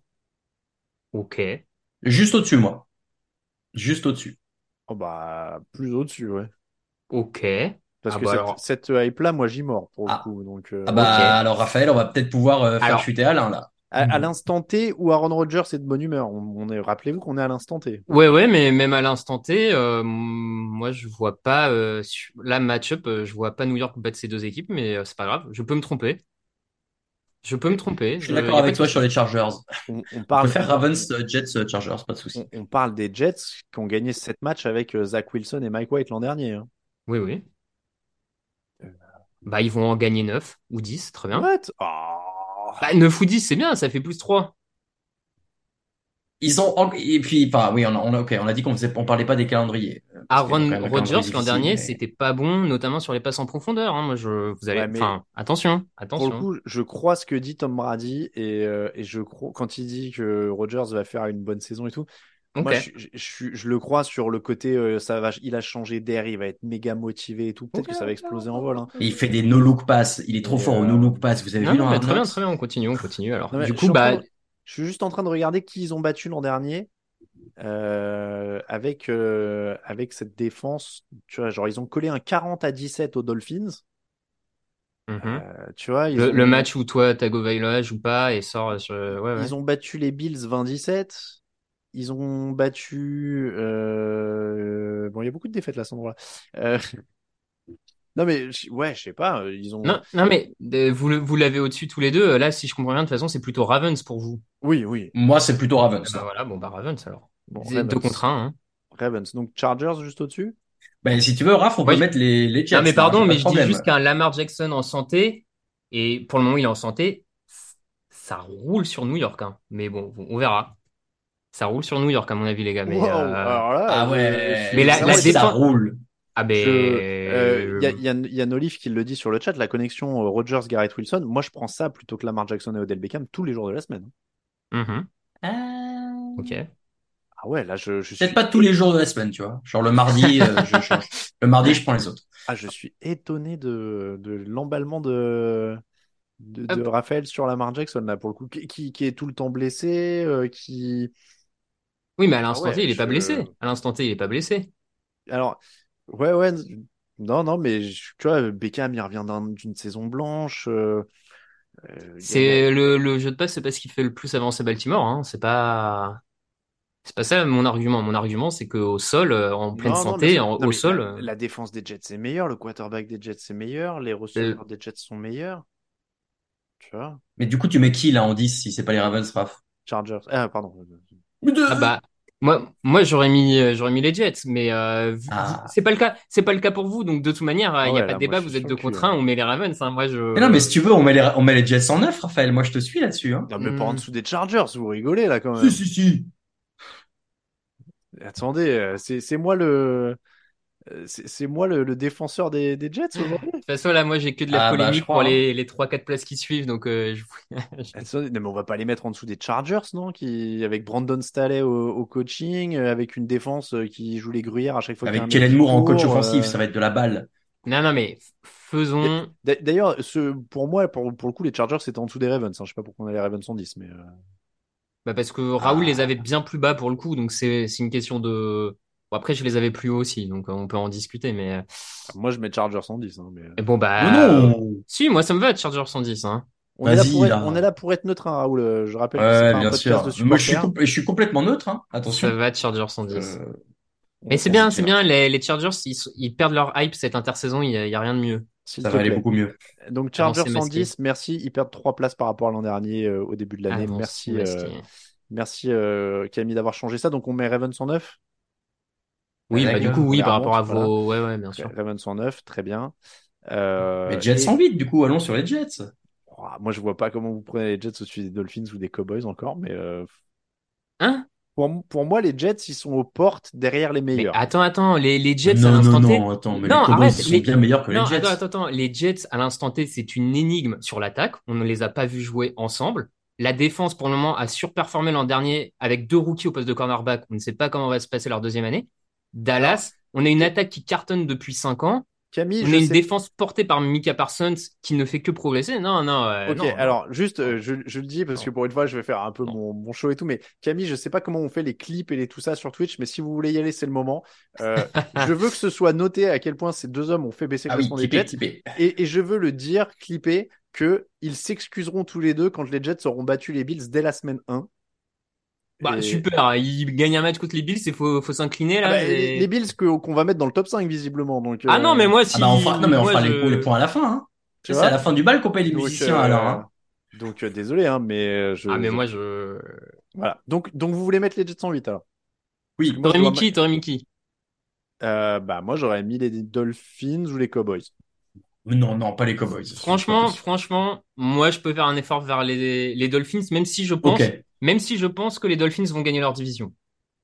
[SPEAKER 7] Ok,
[SPEAKER 8] Juste au-dessus, moi. Juste au-dessus.
[SPEAKER 6] Oh bah, plus au-dessus, ouais.
[SPEAKER 7] ok.
[SPEAKER 6] Parce
[SPEAKER 7] Ah
[SPEAKER 6] que
[SPEAKER 7] bah
[SPEAKER 6] cette,
[SPEAKER 7] alors,
[SPEAKER 6] cette hype-là, moi j'y mords pour le
[SPEAKER 8] Ah,
[SPEAKER 6] coup. Donc,
[SPEAKER 8] ah
[SPEAKER 7] ok.
[SPEAKER 8] bah alors Raphaël, on va peut-être pouvoir faire
[SPEAKER 7] Alors,
[SPEAKER 8] chuter Alain là.
[SPEAKER 6] à l'instant T où Aaron Rodgers est de bonne humeur, rappelez-vous qu'on est à l'instant T.
[SPEAKER 7] ouais, ouais, mais même à l'instant T, moi je vois pas la match-up, je vois pas New York battre ces deux équipes, mais c'est pas grave. Je peux me tromper. Je peux me
[SPEAKER 6] Ok.
[SPEAKER 7] tromper.
[SPEAKER 8] Je suis
[SPEAKER 7] Y
[SPEAKER 8] d'accord
[SPEAKER 7] a pas
[SPEAKER 8] avec
[SPEAKER 7] de
[SPEAKER 8] toi sur
[SPEAKER 7] souci.
[SPEAKER 8] les Chargers.
[SPEAKER 6] On
[SPEAKER 8] On peut
[SPEAKER 6] parle,
[SPEAKER 8] faire Ravens, Jets, Chargers, pas de souci.
[SPEAKER 6] on parle des Jets qui ont gagné 7 matchs avec Zach Wilson et Mike White l'an dernier, hein.
[SPEAKER 7] Oui, oui.
[SPEAKER 6] Euh,
[SPEAKER 7] Bah ils vont en gagner 9 ou 10, très bien.
[SPEAKER 6] What? Oh.
[SPEAKER 7] Bah 9 ou 10, c'est bien, ça fait plus 3.
[SPEAKER 8] Et puis, enfin, oui, ok, on a dit on parlait pas des calendriers parce qu'ils ont quand
[SPEAKER 7] Aaron
[SPEAKER 8] même un
[SPEAKER 7] Rodgers,
[SPEAKER 8] calendrier
[SPEAKER 7] l'an
[SPEAKER 8] difficile,
[SPEAKER 7] dernier,
[SPEAKER 8] mais
[SPEAKER 7] c'était pas bon, notamment sur les passes en profondeur, hein. Moi, vous allez,
[SPEAKER 6] Ouais, mais
[SPEAKER 7] enfin, attention,
[SPEAKER 6] pour le
[SPEAKER 7] attention.
[SPEAKER 6] coup, je crois ce que dit Tom Brady et je crois quand il dit que Rodgers va faire une bonne saison et tout.
[SPEAKER 7] Ok,
[SPEAKER 6] Moi, je le crois sur le côté, il a changé d'air, il va être méga motivé et tout. Peut-être
[SPEAKER 7] ok,
[SPEAKER 6] que ça va
[SPEAKER 7] ok,
[SPEAKER 6] exploser
[SPEAKER 7] ok,
[SPEAKER 6] en vol, hein.
[SPEAKER 7] ok,
[SPEAKER 8] il
[SPEAKER 7] ok.
[SPEAKER 8] fait des no-look pass. Il est trop
[SPEAKER 6] Mais
[SPEAKER 8] fort au no-look pass. Vous avez
[SPEAKER 7] Non,
[SPEAKER 8] vu
[SPEAKER 7] non,
[SPEAKER 8] dans
[SPEAKER 7] mais
[SPEAKER 8] Hard Knocks?
[SPEAKER 7] très bien, on continue alors.
[SPEAKER 6] non, mais
[SPEAKER 7] Du coup, bah,
[SPEAKER 6] Je suis juste en train de regarder qui ils ont battu l'an dernier avec cette défense. Tu vois, genre, ils ont collé un 40-17 aux Dolphins.
[SPEAKER 7] Mhm.
[SPEAKER 6] Tu vois,
[SPEAKER 7] Le match où toi, Tagovailoa joue pas et sort sur. Ouais, ouais.
[SPEAKER 6] ils ont battu les Bills 20-17. Ils ont battu. Bon, il y a beaucoup de défaites là, à cet endroit-là. Non, mais ouais, je sais pas. Ils ont.
[SPEAKER 7] Non, non, mais vous l'avez au-dessus tous les deux. Là, si je comprends bien, de toute façon, c'est plutôt Ravens pour vous.
[SPEAKER 6] Oui, oui.
[SPEAKER 8] Moi, c'est plutôt
[SPEAKER 7] Ah
[SPEAKER 8] Ravens,
[SPEAKER 7] bah
[SPEAKER 8] là.
[SPEAKER 7] voilà, bon, bah Ravens alors.
[SPEAKER 6] Bon,
[SPEAKER 7] Deux contre un, hein.
[SPEAKER 6] Ravens. Donc Chargers juste au-dessus.
[SPEAKER 8] Ben, si tu veux, Raph, on peut
[SPEAKER 7] Ouais,
[SPEAKER 8] mettre les
[SPEAKER 7] non,
[SPEAKER 8] Jets,
[SPEAKER 7] mais
[SPEAKER 8] là, hein,
[SPEAKER 7] pardon,
[SPEAKER 8] j'ai pas
[SPEAKER 7] mais
[SPEAKER 8] de
[SPEAKER 7] je dis juste
[SPEAKER 8] problème.
[SPEAKER 7] qu'un Lamar Jackson en santé, et pour le moment, il est en santé, ça roule sur New York, hein. Mais bon, on verra. Ça roule sur New York, à mon avis, les gars. Mais,
[SPEAKER 6] Wow. Alors là,
[SPEAKER 8] Ah
[SPEAKER 7] mais
[SPEAKER 8] ouais,
[SPEAKER 6] c'est
[SPEAKER 8] ça,
[SPEAKER 7] la
[SPEAKER 6] vraiment
[SPEAKER 8] ça
[SPEAKER 7] défense.
[SPEAKER 8] roule.
[SPEAKER 7] Ah ben.
[SPEAKER 6] il y a Nolif qui le dit sur le chat, la connexion Rodgers Garrett Wilson. Moi, je prends ça plutôt que Lamar Jackson et Odell Beckham tous les jours de la semaine.
[SPEAKER 7] Mhm.
[SPEAKER 8] Euh,
[SPEAKER 7] Ok.
[SPEAKER 6] Ah ouais, là, je
[SPEAKER 8] Peut-être
[SPEAKER 6] suis
[SPEAKER 8] pas tous les jours de la semaine, tu vois. Genre le mardi, je change. Le mardi, je prends les autres.
[SPEAKER 6] je suis étonné de l'emballement de
[SPEAKER 7] Hop.
[SPEAKER 6] Raphaël sur Lamar Jackson là pour le coup, qui est tout le temps blessé, qui.
[SPEAKER 7] Oui, mais à
[SPEAKER 6] Ah
[SPEAKER 7] l'instant T,
[SPEAKER 6] ouais,
[SPEAKER 7] il est pas blessé. À l'instant T, il est pas blessé.
[SPEAKER 6] Alors, ouais, non, non, mais tu vois, Beckham, il revient d'une saison blanche. Il y a.
[SPEAKER 7] C'est le jeu de passe, c'est pas ce qui fait le plus avancer Baltimore, hein. C'est pas ça mon argument. Mon argument, c'est qu'au sol, en pleine
[SPEAKER 6] Non, non, bien
[SPEAKER 7] santé,
[SPEAKER 6] sûr. Non,
[SPEAKER 7] au
[SPEAKER 6] mais
[SPEAKER 7] sol,
[SPEAKER 6] la défense des Jets est meilleure, le quarterback des Jets est meilleur, les
[SPEAKER 7] euh,
[SPEAKER 6] receveurs des Jets sont meilleurs. Tu vois,
[SPEAKER 8] Mais du coup, tu mets qui là en 10 si c'est pas les Ravens, Raph?
[SPEAKER 6] Chargers. Ah, pardon.
[SPEAKER 7] ah bah j'aurais mis les Jets, mais
[SPEAKER 8] Ah.
[SPEAKER 7] c'est pas le cas pour vous, donc de toute manière,
[SPEAKER 6] Ah
[SPEAKER 7] il y a
[SPEAKER 6] ouais,
[SPEAKER 7] pas de
[SPEAKER 6] là, moi, je
[SPEAKER 7] débat.
[SPEAKER 6] suis
[SPEAKER 7] Vous êtes
[SPEAKER 6] sur le
[SPEAKER 7] deux
[SPEAKER 6] cul.
[SPEAKER 7] contre un, on met les Ravens, hein. Moi
[SPEAKER 8] Mais non, mais si
[SPEAKER 7] je.
[SPEAKER 8] tu veux, on met les Jets en 9, Raphaël. Moi, je te suis là-dessus, hein.
[SPEAKER 6] Non, mais pas en
[SPEAKER 7] Hmm.
[SPEAKER 6] dessous des Chargers, vous rigolez là quand
[SPEAKER 8] Si,
[SPEAKER 6] même.
[SPEAKER 8] si, si.
[SPEAKER 6] Attendez, c'est moi c'est moi le défenseur des Jets aujourd'hui.
[SPEAKER 7] De toute façon, là, moi, j'ai que de la
[SPEAKER 8] Ah bah, je
[SPEAKER 7] polémique pour
[SPEAKER 8] crois, hein.
[SPEAKER 7] les 3-4 places qui suivent, donc
[SPEAKER 6] Attendez, non, mais on va pas les mettre en dessous des Chargers, non? Avec Brandon Staley au coaching, avec une défense qui joue les gruyères à chaque fois qu'il y a un
[SPEAKER 8] Avec
[SPEAKER 6] mec
[SPEAKER 8] Kellen
[SPEAKER 6] qui
[SPEAKER 8] Moore en coach
[SPEAKER 6] court.
[SPEAKER 8] offensif, ça va être de la balle.
[SPEAKER 7] Non, non, mais faisons.
[SPEAKER 6] D'ailleurs, pour moi, pour le coup, les Chargers, c'était en dessous des Ravens, hein. Je sais pas pourquoi on a les Ravens en 10, mais.
[SPEAKER 7] Bah parce que Raoul les avait
[SPEAKER 8] Ah.
[SPEAKER 7] bien plus bas pour le coup, donc c'est une question de. Bon, après, je les avais plus haut aussi, donc on peut en discuter, mais.
[SPEAKER 6] Moi, je mets Chargers en 10, hein, mais.
[SPEAKER 7] Mais bon,
[SPEAKER 8] Mais
[SPEAKER 7] bah.
[SPEAKER 8] non!
[SPEAKER 7] Si, moi, ça me va, Charger 110, hein.
[SPEAKER 8] Vas-y,
[SPEAKER 6] On
[SPEAKER 8] là.
[SPEAKER 6] est là pour être neutre, hein, Raoul. Je rappelle que c'est
[SPEAKER 8] Ouais,
[SPEAKER 6] pas un
[SPEAKER 8] bien
[SPEAKER 6] podcast de
[SPEAKER 8] sûr. Moi,
[SPEAKER 6] supporters.
[SPEAKER 8] je suis complètement neutre, hein.
[SPEAKER 7] Ça
[SPEAKER 8] Attention.
[SPEAKER 7] va, Charger 110.
[SPEAKER 8] Euh,
[SPEAKER 7] Mais
[SPEAKER 8] on se
[SPEAKER 7] c'est
[SPEAKER 8] tient.
[SPEAKER 7] bien, les Chargers, ils perdent leur hype cette intersaison, il y a rien de mieux.
[SPEAKER 6] S'il
[SPEAKER 8] Ça
[SPEAKER 6] te
[SPEAKER 8] va aller
[SPEAKER 6] plaît.
[SPEAKER 8] beaucoup mieux.
[SPEAKER 6] Donc Chargers
[SPEAKER 7] Avancez masqué.
[SPEAKER 6] 110, merci. Ils perdent 3 places par rapport à l'an dernier au début de l'année.
[SPEAKER 7] Avancez
[SPEAKER 6] Merci,
[SPEAKER 7] masqué.
[SPEAKER 6] merci Camille d'avoir changé ça. Donc on met Ravens en 9.
[SPEAKER 7] Oui, bah du coup,
[SPEAKER 6] On
[SPEAKER 7] oui,
[SPEAKER 6] les
[SPEAKER 7] par rapport
[SPEAKER 6] remonte,
[SPEAKER 7] à
[SPEAKER 6] voilà.
[SPEAKER 7] vos. Ouais, ouais, bien sûr.
[SPEAKER 6] Ravens en 9, très bien.
[SPEAKER 8] Mais Jets
[SPEAKER 6] Et
[SPEAKER 8] 108, du coup, allons sur les Jets.
[SPEAKER 6] moi je vois pas comment vous prenez les Jets au-dessus des Dolphins ou des Cowboys encore, mais
[SPEAKER 7] Hein?
[SPEAKER 6] pour moi les Jets ils sont aux portes derrière les
[SPEAKER 7] Mais
[SPEAKER 6] meilleurs.
[SPEAKER 7] attends, les Jets à
[SPEAKER 8] Non, non,
[SPEAKER 7] l'instant T.
[SPEAKER 8] non, attends, mais
[SPEAKER 7] Non,
[SPEAKER 8] les Cowboys, ils
[SPEAKER 7] arrête.
[SPEAKER 8] sont bien meilleurs que
[SPEAKER 7] Non,
[SPEAKER 8] les Jets.
[SPEAKER 7] attends. Les Jets à l'instant T, c'est une énigme sur l'attaque. On ne les a pas vus jouer ensemble. La défense, pour le moment, a surperformé l'an dernier avec deux rookies au poste de cornerback. On ne sait pas comment va se passer leur deuxième année.
[SPEAKER 6] Alors,
[SPEAKER 7] Dallas, on a une
[SPEAKER 6] Ca-
[SPEAKER 7] attaque qui cartonne depuis 5 ans.
[SPEAKER 6] Camille,
[SPEAKER 7] On a
[SPEAKER 6] je
[SPEAKER 7] une
[SPEAKER 6] sais.
[SPEAKER 7] défense portée par Micah Parsons qui ne fait que progresser. Non,
[SPEAKER 6] Ok,
[SPEAKER 7] non.
[SPEAKER 6] alors juste, je le dis parce que
[SPEAKER 7] Non,
[SPEAKER 6] pour une fois, je vais faire un peu
[SPEAKER 7] non.
[SPEAKER 6] mon show et tout, mais Camille, je sais pas comment on fait les clips et tout ça sur Twitch, mais si vous voulez y aller, c'est le moment. Je veux que ce soit noté à quel point ces deux hommes ont fait baisser le
[SPEAKER 8] Ah oui,
[SPEAKER 6] classement des
[SPEAKER 8] clippé,
[SPEAKER 6] Jets,
[SPEAKER 8] clippé.
[SPEAKER 6] et je veux le dire, clipper, que ils s'excuseront tous les deux quand les Jets auront battu les Bills dès la semaine 1.
[SPEAKER 7] Bah,
[SPEAKER 6] Et
[SPEAKER 7] super. Ils gagnent un match contre les Bills, faut s'incliner,
[SPEAKER 6] ah
[SPEAKER 7] là.
[SPEAKER 6] bah, les Bills qu'on va mettre dans le top 5 visiblement, donc
[SPEAKER 7] Ah non, mais moi,
[SPEAKER 8] Ah bah, on fera, non, mais on
[SPEAKER 7] moi,
[SPEAKER 8] fera les points à la fin, hein.
[SPEAKER 6] tu
[SPEAKER 8] Tu sais, c'est à
[SPEAKER 6] vois.
[SPEAKER 8] la fin du bal qu'on paye les
[SPEAKER 6] Donc,
[SPEAKER 8] musiciens, alors, hein.
[SPEAKER 6] désolé, hein, mais
[SPEAKER 7] Ah, mais
[SPEAKER 6] je
[SPEAKER 7] moi,
[SPEAKER 6] voilà. Donc vous voulez mettre les Jets en 8 alors? Parce que
[SPEAKER 8] Oui.
[SPEAKER 6] moi je dois.
[SPEAKER 7] T'aurais mis qui?
[SPEAKER 6] Bah moi j'aurais mis les Dolphins ou les Cowboys.
[SPEAKER 8] Mais non, non, pas les Cowboys. C'est pas possible.
[SPEAKER 7] Franchement, moi, je peux faire un effort vers les Dolphins,
[SPEAKER 8] Ok.
[SPEAKER 7] même si je pense que les Dolphins vont gagner leur division.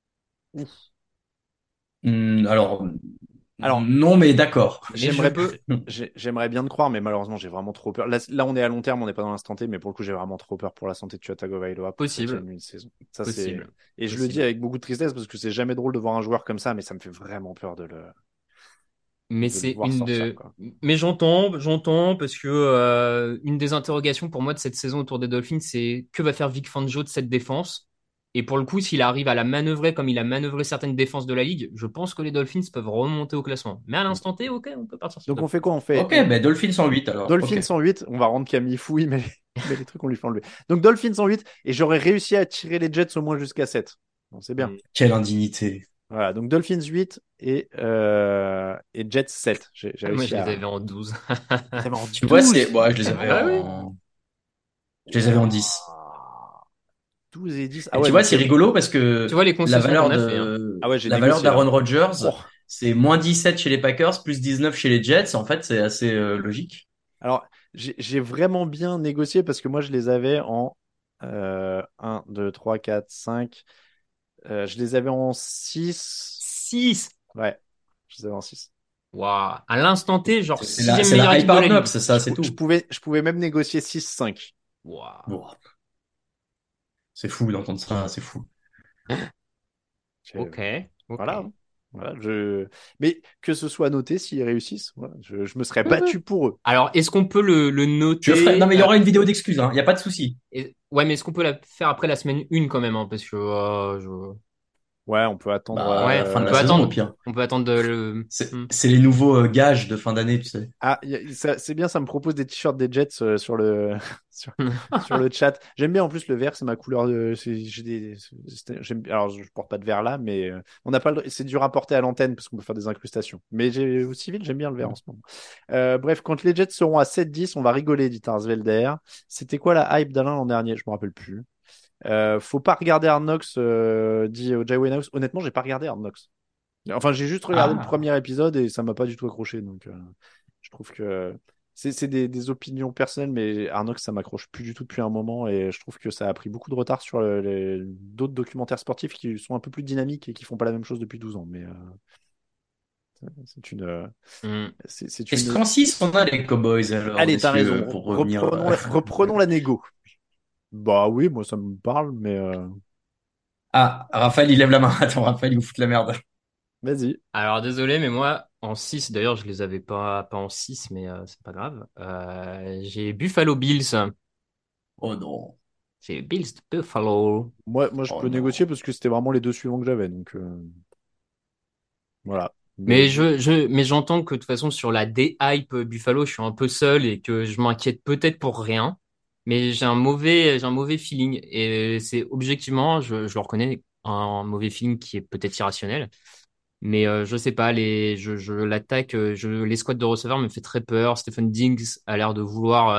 [SPEAKER 8] Alors,
[SPEAKER 6] Alors
[SPEAKER 8] non, mais d'accord.
[SPEAKER 7] Mais je
[SPEAKER 6] j'aimerais
[SPEAKER 7] peux.
[SPEAKER 6] j'aimerais bien te croire, mais malheureusement j'ai vraiment trop peur. Là on est à long terme, on n'est pas dans l'instant T, mais pour le coup j'ai vraiment trop peur pour la santé de Tua Tagovailoa pour qu'il
[SPEAKER 7] Possible.
[SPEAKER 6] tienne une saison. Ça c'est
[SPEAKER 7] Possible.
[SPEAKER 6] et je le dis
[SPEAKER 7] Possible.
[SPEAKER 6] avec beaucoup de tristesse parce que c'est jamais drôle de voir un joueur comme ça, mais ça me fait vraiment peur de le.
[SPEAKER 7] Mais
[SPEAKER 6] de
[SPEAKER 7] c'est
[SPEAKER 6] devoir sortir, quoi.
[SPEAKER 7] mais j'entends, parce que une des interrogations pour moi de cette saison autour des Dolphins, c'est que va faire Vic Fangio de cette défense. Et pour le coup, s'il arrive à la manœuvrer comme il a manœuvré certaines défenses de la ligue, je pense que les Dolphins peuvent remonter au classement. Mais à l'instant T, ok, on peut partir sur
[SPEAKER 6] Donc on
[SPEAKER 7] Dolphins.
[SPEAKER 6] fait quoi? On fait
[SPEAKER 8] Ok, ben Dolphins en 8 alors.
[SPEAKER 6] Dolphins
[SPEAKER 8] Ok.
[SPEAKER 6] en 8. On va rendre Camille fouille, mais, mais les trucs, on lui fait enlever. Donc Dolphins en 8. Et j'aurais réussi à tirer les Jets au moins jusqu'à 7. Bon, c'est bien.
[SPEAKER 7] Mm.
[SPEAKER 8] Quelle indignité.
[SPEAKER 6] Voilà, donc Dolphins 8 et Jets 7. J'ai
[SPEAKER 7] Moi,
[SPEAKER 6] réussi
[SPEAKER 7] je les
[SPEAKER 6] à.
[SPEAKER 7] avais en 12.
[SPEAKER 6] T'avais en
[SPEAKER 8] Tu vois,
[SPEAKER 6] 12.
[SPEAKER 8] ouais, je les avais
[SPEAKER 7] Ah oui.
[SPEAKER 8] en 10.
[SPEAKER 6] Wouah. 12 et 10. Ah
[SPEAKER 8] Et
[SPEAKER 6] ouais,
[SPEAKER 8] tu vois,
[SPEAKER 6] donc.
[SPEAKER 8] c'est rigolo parce
[SPEAKER 7] Tu
[SPEAKER 8] que
[SPEAKER 7] vois les concessions qu'on a fait, hein.
[SPEAKER 6] J'ai
[SPEAKER 8] la valeur
[SPEAKER 6] négocié là.
[SPEAKER 8] d'Aaron Rodgers,
[SPEAKER 6] Oh.
[SPEAKER 8] c'est moins 17 chez les Packers, plus 19 chez les Jets. En fait, c'est assez logique.
[SPEAKER 6] Alors, j'ai vraiment bien négocié parce que moi, je les avais en 1, 2, 3, 4, 5. Je les avais en 6.
[SPEAKER 7] 6.
[SPEAKER 6] Ouais, je les avais en 6.
[SPEAKER 7] Waouh. À l'instant T, genre sixième
[SPEAKER 8] C'est
[SPEAKER 7] meilleure
[SPEAKER 8] la
[SPEAKER 7] équipe
[SPEAKER 8] hype
[SPEAKER 7] de la
[SPEAKER 8] hard knock,
[SPEAKER 7] ligue.
[SPEAKER 8] c'est ça, c'est tout.
[SPEAKER 6] Je pouvais même négocier 6-5.
[SPEAKER 7] Waouh.
[SPEAKER 8] Bon, c'est fou d'entendre ça, c'est fou.
[SPEAKER 7] Ok, ok.
[SPEAKER 6] Voilà, hein. Voilà, mais que ce soit noté s'ils réussissent, voilà, je me serais battu pour eux.
[SPEAKER 7] Alors, est-ce qu'on peut le
[SPEAKER 8] Je ferai.
[SPEAKER 7] noter
[SPEAKER 8] Non, mais il y aura une vidéo d'excuses, hein. Il y a pas de souci.
[SPEAKER 7] Ouais, mais est-ce qu'on peut la faire après la semaine 1 quand même, hein, parce que
[SPEAKER 6] Ouais, on peut attendre.
[SPEAKER 7] ouais,
[SPEAKER 8] Fin de
[SPEAKER 7] on
[SPEAKER 8] la
[SPEAKER 7] peut
[SPEAKER 8] saison, au
[SPEAKER 7] attendre.
[SPEAKER 8] pire.
[SPEAKER 7] On peut attendre de le. Hmm.
[SPEAKER 8] C'est les nouveaux gages de fin d'année, tu sais.
[SPEAKER 6] Ah, c'est bien, ça me propose des t-shirts des Jets sur le sur, sur le chat. J'aime bien en plus le vert, c'est ma couleur de. Alors je porte pas de vert là, mais on n'a pas c'est dur à porter à l'antenne parce qu'on peut faire des incrustations. Mais au civil, j'aime bien le vert en ce moment. Bref, quand les Jets seront à 7-10, on va rigoler, dit Tarsvelder. C'était quoi la hype d'Alain l'an dernier? Je me rappelle plus. Faut pas regarder Hard Knocks, dit Jay Winehouse. Honnêtement, j'ai pas regardé Hard Knocks. Enfin, j'ai juste regardé le
[SPEAKER 8] Ah,
[SPEAKER 6] premier épisode et ça m'a pas du tout accroché. Donc, je trouve que c'est des opinions personnelles, mais Hard Knocks, ça m'accroche plus du tout depuis un moment et je trouve que ça a pris beaucoup de retard sur d'autres documentaires sportifs qui sont un peu plus dynamiques et qui font pas la même chose depuis 12 ans. Mais c'est une,
[SPEAKER 7] Hmm.
[SPEAKER 6] c'est
[SPEAKER 8] est-ce
[SPEAKER 6] une.
[SPEAKER 8] qu'en 6, on a les Cowboys alors,
[SPEAKER 6] Allez, t'as
[SPEAKER 8] messieurs,
[SPEAKER 6] raison.
[SPEAKER 8] pour revenir.
[SPEAKER 6] Reprenons la négo. Bah oui, moi ça me parle, mais
[SPEAKER 8] Ah, Raphaël, il lève la main. Attends, Raphaël, il vous fout la merde.
[SPEAKER 6] vas-y.
[SPEAKER 7] Alors désolé, mais moi en 6, d'ailleurs, je les avais pas en 6, mais c'est pas grave. J'ai Buffalo Bills.
[SPEAKER 8] Oh non.
[SPEAKER 7] J'ai Bills de Buffalo.
[SPEAKER 6] Moi, je
[SPEAKER 8] Oh
[SPEAKER 6] peux négocier
[SPEAKER 8] non.
[SPEAKER 6] parce que c'était vraiment les deux suivants que j'avais. Donc, voilà. Mais
[SPEAKER 7] Mais j'entends que de toute façon sur la D-hype Buffalo, je suis un peu seul et que je m'inquiète peut-être pour rien. Mais j'ai un mauvais feeling et c'est objectivement, je le reconnais, un mauvais feeling qui est peut-être irrationnel. Mais je sais pas, l'attaque, les squads de receveurs me fait très peur. Stephen Diggs a l'air de vouloir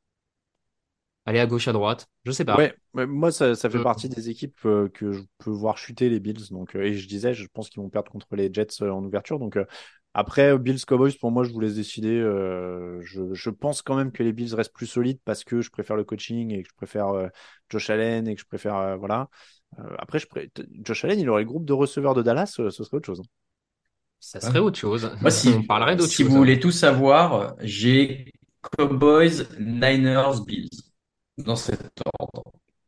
[SPEAKER 7] aller à gauche à droite. Je sais pas.
[SPEAKER 6] ouais, moi, ça fait
[SPEAKER 7] Je-
[SPEAKER 6] partie des équipes que je peux voir chuter les Bills. Donc, et je disais, je pense qu'ils vont perdre contre les Jets en ouverture. Donc, après, Bills Cowboys, pour moi, je vous laisse décider. Je pense quand même que les Bills restent plus solides parce que je préfère le coaching et que je préfère Josh Allen et que je préfère. Voilà. Après, Josh Allen, il aurait le groupe de receveurs de Dallas, ce serait autre chose, hein.
[SPEAKER 7] Ça
[SPEAKER 8] Ouais.
[SPEAKER 7] serait autre chose.
[SPEAKER 8] Moi,
[SPEAKER 7] On parlerait d'autre
[SPEAKER 8] si vous
[SPEAKER 7] chose.
[SPEAKER 8] voulez tout savoir, j'ai Cowboys, Niners, Bills. Dans cet ordre.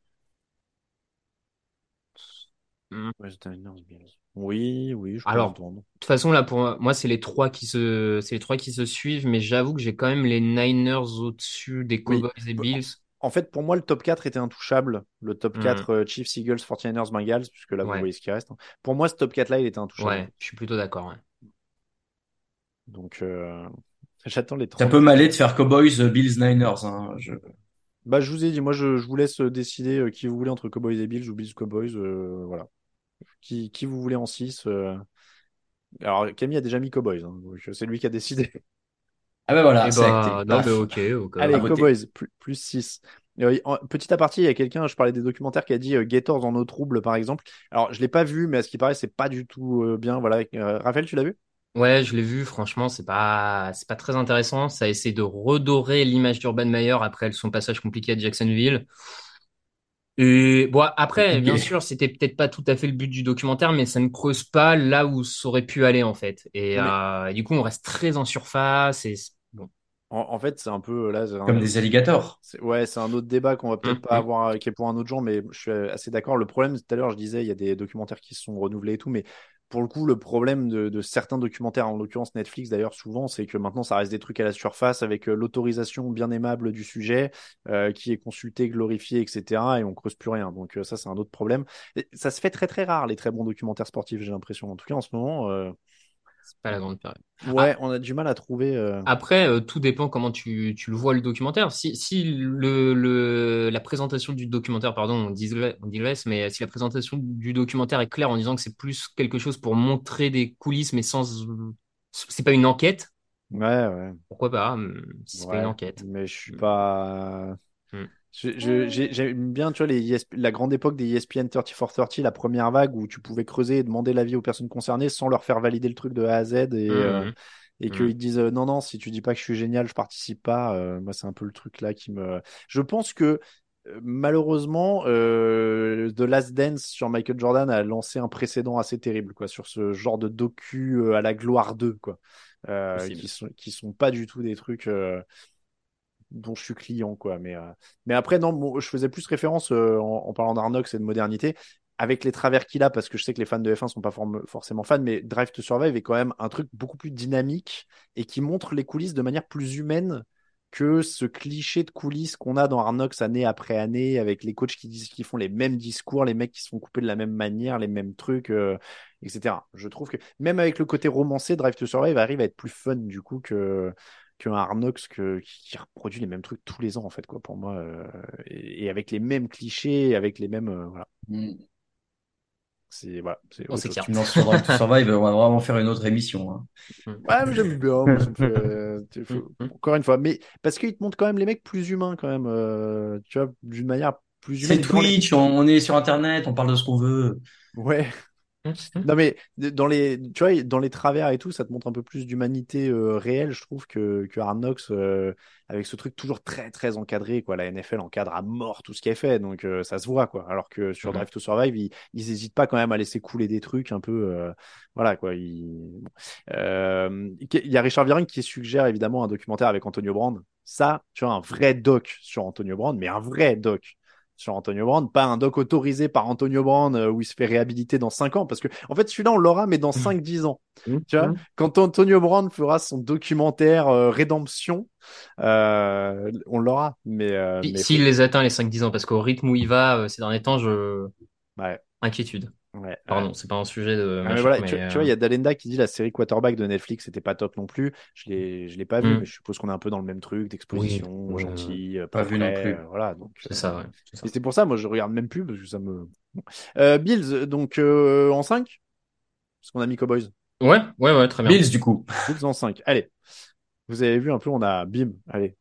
[SPEAKER 7] Hmm.
[SPEAKER 6] Ouais, c'était une Niners, Bills. Oui, oui, je peux
[SPEAKER 7] Alors, de
[SPEAKER 6] entendre.
[SPEAKER 7] toute façon, là, pour moi, c'est les trois qui se suivent, mais j'avoue que j'ai quand même les Niners au-dessus des
[SPEAKER 6] Oui.
[SPEAKER 7] Cowboys et Bills.
[SPEAKER 6] En fait, pour moi, le top 4 était intouchable. Le top
[SPEAKER 7] Hmm.
[SPEAKER 6] 4, Chiefs, Eagles, 49ers, Bengals, puisque là, vous
[SPEAKER 7] Ouais,
[SPEAKER 6] voyez ce qui reste, hein. Pour moi, ce top 4-là, il était intouchable.
[SPEAKER 7] ouais, je suis plutôt d'accord. Ouais.
[SPEAKER 6] Donc, j'attends les
[SPEAKER 8] Ça
[SPEAKER 6] 30.
[SPEAKER 8] peut m'aller de faire Cowboys, Bills, Niners, hein.
[SPEAKER 6] Bah, je vous ai dit, moi, je vous laisse décider qui vous voulez entre Cowboys et Bills ou Bills Cowboys. Voilà. Qui vous voulez en 6. Alors, Camille a déjà mis Cowboys, hein, donc c'est lui qui a décidé.
[SPEAKER 8] Ah ben voilà,
[SPEAKER 7] Et
[SPEAKER 8] c'est acté.
[SPEAKER 7] bah, non, mais
[SPEAKER 8] Paf.
[SPEAKER 7] ok, ok.
[SPEAKER 6] Allez,
[SPEAKER 8] À voter.
[SPEAKER 6] Cowboys, plus 6. Petit aparté, il y a quelqu'un, je parlais des documentaires, qui a dit Gators en eau trouble, par exemple. Alors, je l'ai pas vu, mais à ce qui paraît, c'est pas du tout bien. Voilà. Raphaël, tu l'as vu?
[SPEAKER 7] Ouais, je l'ai vu, franchement, c'est pas très intéressant. Ça essaie de redorer l'image d'Urban Meyer après son passage compliqué à Jacksonville. Et bon, après, bien
[SPEAKER 8] Compliqué.
[SPEAKER 7] sûr, c'était peut-être pas tout à fait le but du documentaire, mais ça ne creuse pas là où ça aurait pu aller, en fait. Et
[SPEAKER 6] Non, mais
[SPEAKER 7] du coup, on reste très en surface. Et bon.
[SPEAKER 6] En fait, c'est un peu là,
[SPEAKER 8] Comme des alligators.
[SPEAKER 6] ouais, c'est un autre débat qu'on va peut-être pas avoir, qui est pour un autre jour, mais je suis assez d'accord. Le problème, tout à l'heure, je disais, il y a des documentaires qui se sont renouvelés et tout, mais pour le coup, le problème de certains documentaires, en l'occurrence Netflix d'ailleurs, souvent, c'est que maintenant, ça reste des trucs à la surface avec l'autorisation bien aimable du sujet, qui est consulté, glorifié, etc. Et on creuse plus rien. Donc ça, c'est un autre problème. Et ça se fait très très rare, les très bons documentaires sportifs, j'ai l'impression. En tout cas, en ce moment,
[SPEAKER 7] C'est pas la grande période.
[SPEAKER 6] ouais, on a du mal à trouver.
[SPEAKER 7] Après, tout dépend comment tu le vois le documentaire. Si la présentation du documentaire, pardon, on digresse, mais si la présentation du documentaire est claire en disant que c'est plus quelque chose pour montrer des coulisses, mais c'est pas une enquête,
[SPEAKER 6] Ouais, ouais.
[SPEAKER 7] pourquoi pas, si c'est pas une
[SPEAKER 6] Ouais,
[SPEAKER 7] enquête.
[SPEAKER 6] mais je suis pas.
[SPEAKER 7] Hmm.
[SPEAKER 6] J'aime bien, tu vois, la grande époque des ESPN 3430, la première vague où tu pouvais creuser et demander l'avis aux personnes concernées sans leur faire valider le truc de A à Z
[SPEAKER 7] Hmm.
[SPEAKER 6] et qu'ils
[SPEAKER 7] Hmm.
[SPEAKER 6] te disent non, non, si tu dis pas que je suis génial, je participe pas. Moi, c'est un peu le truc là qui me. Je pense que malheureusement, The Last Dance sur Michael Jordan a lancé un précédent assez terrible, quoi, sur ce genre de docu à la gloire 2, quoi,
[SPEAKER 7] Possible.
[SPEAKER 6] qui sont pas du tout des trucs. Dont je suis client, quoi. Mais après, non, je faisais plus référence en parlant d'Arnox et de modernité avec les travers qu'il a, parce que je sais que les fans de F1 sont pas forcément fans, mais Drive to Survive est quand même un truc beaucoup plus dynamique et qui montre les coulisses de manière plus humaine que ce cliché de coulisses qu'on a dans Arnox année après année, avec les coachs qui disent qu'ils font les mêmes discours, les mecs qui se font couper de la même manière, les mêmes trucs, etc. Je trouve que même avec le côté romancé, Drive to Survive arrive à être plus fun du coup qu'un Arnox qui reproduit les mêmes trucs tous les ans en fait quoi pour moi et avec les mêmes clichés avec les mêmes voilà
[SPEAKER 8] Mm.
[SPEAKER 6] c'est voilà c'est
[SPEAKER 7] On
[SPEAKER 6] autre chose.
[SPEAKER 8] Tu
[SPEAKER 7] s'écarte.
[SPEAKER 8] me lances sur Drive to Survive, on va vraiment faire une autre émission, hein.
[SPEAKER 6] Ouais mais j'aime bien moi, ça me fait,
[SPEAKER 7] Hmm. Hmm.
[SPEAKER 6] encore une fois mais parce qu'il te montre quand même les mecs plus humains quand même tu vois d'une manière plus
[SPEAKER 8] C'est
[SPEAKER 6] humaine dans les
[SPEAKER 8] Twitch, on est sur Internet, on parle de ce qu'on veut.
[SPEAKER 6] ouais.
[SPEAKER 7] Hmm.
[SPEAKER 6] Non mais dans les tu vois dans les travers et tout ça te montre un peu plus d'humanité réelle je trouve que Arnox avec ce truc toujours très très encadré quoi la NFL encadre à mort tout ce qui est fait donc ça se voit quoi alors que sur
[SPEAKER 7] Hmm.
[SPEAKER 6] Drive to Survive ils hésitent pas quand même à laisser couler des trucs un peu voilà quoi bon. Il y a Richard Virenque qui suggère évidemment un documentaire avec Antonio Brand ça tu vois un vrai doc sur Antonio Brand mais un vrai doc sur Antonio Brand, pas un doc autorisé par Antonio Brand où il se fait réhabiliter dans 5 ans, parce que en fait celui-là on l'aura mais dans 5-10 ans. Tu vois,
[SPEAKER 7] Hmm.
[SPEAKER 6] quand Antonio Brand fera son documentaire Rédemption, on l'aura, mais
[SPEAKER 7] S'il les atteint les 5-10 ans, parce qu'au rythme où il va ces derniers temps,
[SPEAKER 6] ouais,
[SPEAKER 7] inquiétude.
[SPEAKER 6] ouais, ouais.
[SPEAKER 7] Pardon, c'est pas un sujet de
[SPEAKER 6] Ah, mais
[SPEAKER 7] machin,
[SPEAKER 6] voilà,
[SPEAKER 7] mais
[SPEAKER 6] tu vois, il y a Dalenda qui dit la série Quarterback de Netflix, c'était pas top non plus. Je l'ai pas vu, mais
[SPEAKER 7] hmm.
[SPEAKER 6] je suppose qu'on est un peu dans le même truc
[SPEAKER 7] Oui,
[SPEAKER 6] d'exposition,
[SPEAKER 7] oui, oui, oui.
[SPEAKER 6] gentil,
[SPEAKER 8] Pas vu non
[SPEAKER 6] portrait,
[SPEAKER 8] plus.
[SPEAKER 6] voilà. Donc,
[SPEAKER 7] C'est ça, ouais. C'est
[SPEAKER 6] et
[SPEAKER 7] ça.
[SPEAKER 6] c'est pour ça, moi, je regarde même plus parce que ça me. Bon. Bills, donc en 5 parce qu'on a mis Cowboys.
[SPEAKER 7] Ouais, ouais, ouais, très bien.
[SPEAKER 8] Bills, du coup.
[SPEAKER 6] Bills en 5. Allez, vous avez vu un peu, on a bim, allez.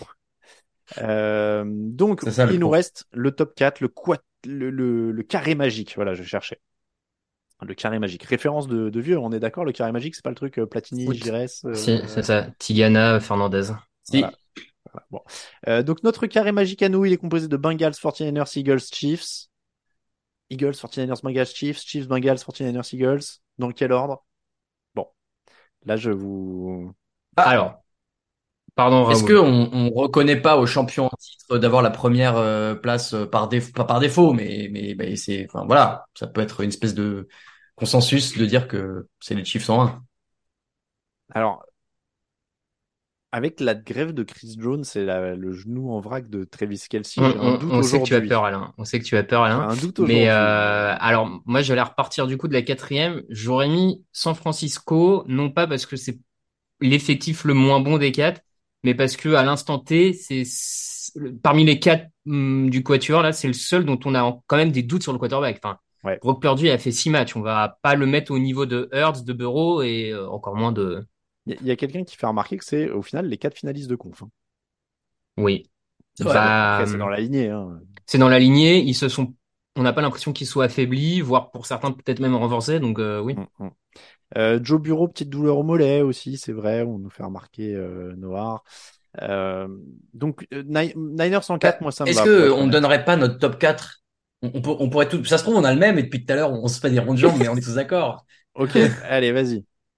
[SPEAKER 6] Donc,
[SPEAKER 8] C'est ça le
[SPEAKER 6] il nous
[SPEAKER 8] pro.
[SPEAKER 6] reste le top 4, le carré magique. Voilà, je cherchais. Le carré magique. Référence de vieux, on est d'accord, le carré magique, c'est pas le truc Platini,
[SPEAKER 7] Foot.
[SPEAKER 6] Gires.
[SPEAKER 7] Si, c'est ça. Tigana, Fernandez.
[SPEAKER 6] Voilà.
[SPEAKER 8] Si.
[SPEAKER 6] Voilà. Bon. Donc, notre carré magique à nous, il est composé de Bengals, 49ers, Eagles, Chiefs. Eagles, 49ers, Bengals, Chiefs. Chiefs, Bengals, 49ers, Eagles. Dans quel ordre? Bon, là, je vous.
[SPEAKER 8] Ah,
[SPEAKER 7] Alors, pardon,
[SPEAKER 8] est-ce
[SPEAKER 7] Raoul.
[SPEAKER 8] qu'on reconnaît pas au champion en titre d'avoir la première place par défaut, pas par défaut, mais c'est, enfin voilà, ça peut être une espèce de consensus de dire que c'est les Chiefs en 1.
[SPEAKER 6] Alors, avec la grève de Chris Jones et le genou en vrac de Travis Kelce, j'ai un doute
[SPEAKER 7] On sait que tu as peur,
[SPEAKER 6] aujourd'hui.
[SPEAKER 7] Alain. On sait que tu as peur,
[SPEAKER 6] J'ai
[SPEAKER 7] Alain.
[SPEAKER 6] un doute
[SPEAKER 7] Mais
[SPEAKER 6] aujourd'hui.
[SPEAKER 7] alors, moi, j'allais repartir du coup de la quatrième. J'aurais mis San Francisco, non pas parce que c'est l'effectif le moins bon des quatre, mais parce que à l'instant T, parmi les quatre du quatuor là, c'est le seul dont on a quand même des doutes sur le quarterback. Enfin,
[SPEAKER 6] Ouais.
[SPEAKER 7] Brock Purdy a fait 6 matchs. On va pas le mettre au niveau de Hurts, de Burrow et encore moins de.
[SPEAKER 6] Il y a quelqu'un qui fait remarquer que c'est au final les 4 finalistes de conf, hein.
[SPEAKER 7] Oui.
[SPEAKER 8] C'est
[SPEAKER 6] Mais
[SPEAKER 8] vrai.
[SPEAKER 6] bon,
[SPEAKER 7] Bah,
[SPEAKER 6] après, c'est dans la lignée, hein.
[SPEAKER 7] c'est dans la lignée. On n'a pas l'impression qu'ils soient affaiblis, voire pour certains peut-être même renforcés. Donc oui.
[SPEAKER 6] Mm. Joe Bureau, petite douleur au mollet aussi, c'est vrai, on nous fait remarquer Noir. Donc, Niners en 4,
[SPEAKER 8] Bah,
[SPEAKER 6] moi ça me
[SPEAKER 8] est-ce
[SPEAKER 6] va, pour
[SPEAKER 8] que
[SPEAKER 6] être
[SPEAKER 8] on
[SPEAKER 6] honnête.
[SPEAKER 8] donnerait pas notre top 4? On pourrait ça se trouve, on a le même et depuis tout à l'heure, on se fait des ronds de jambes, mais on est tous d'accord.
[SPEAKER 6] Ok, allez, vas-y.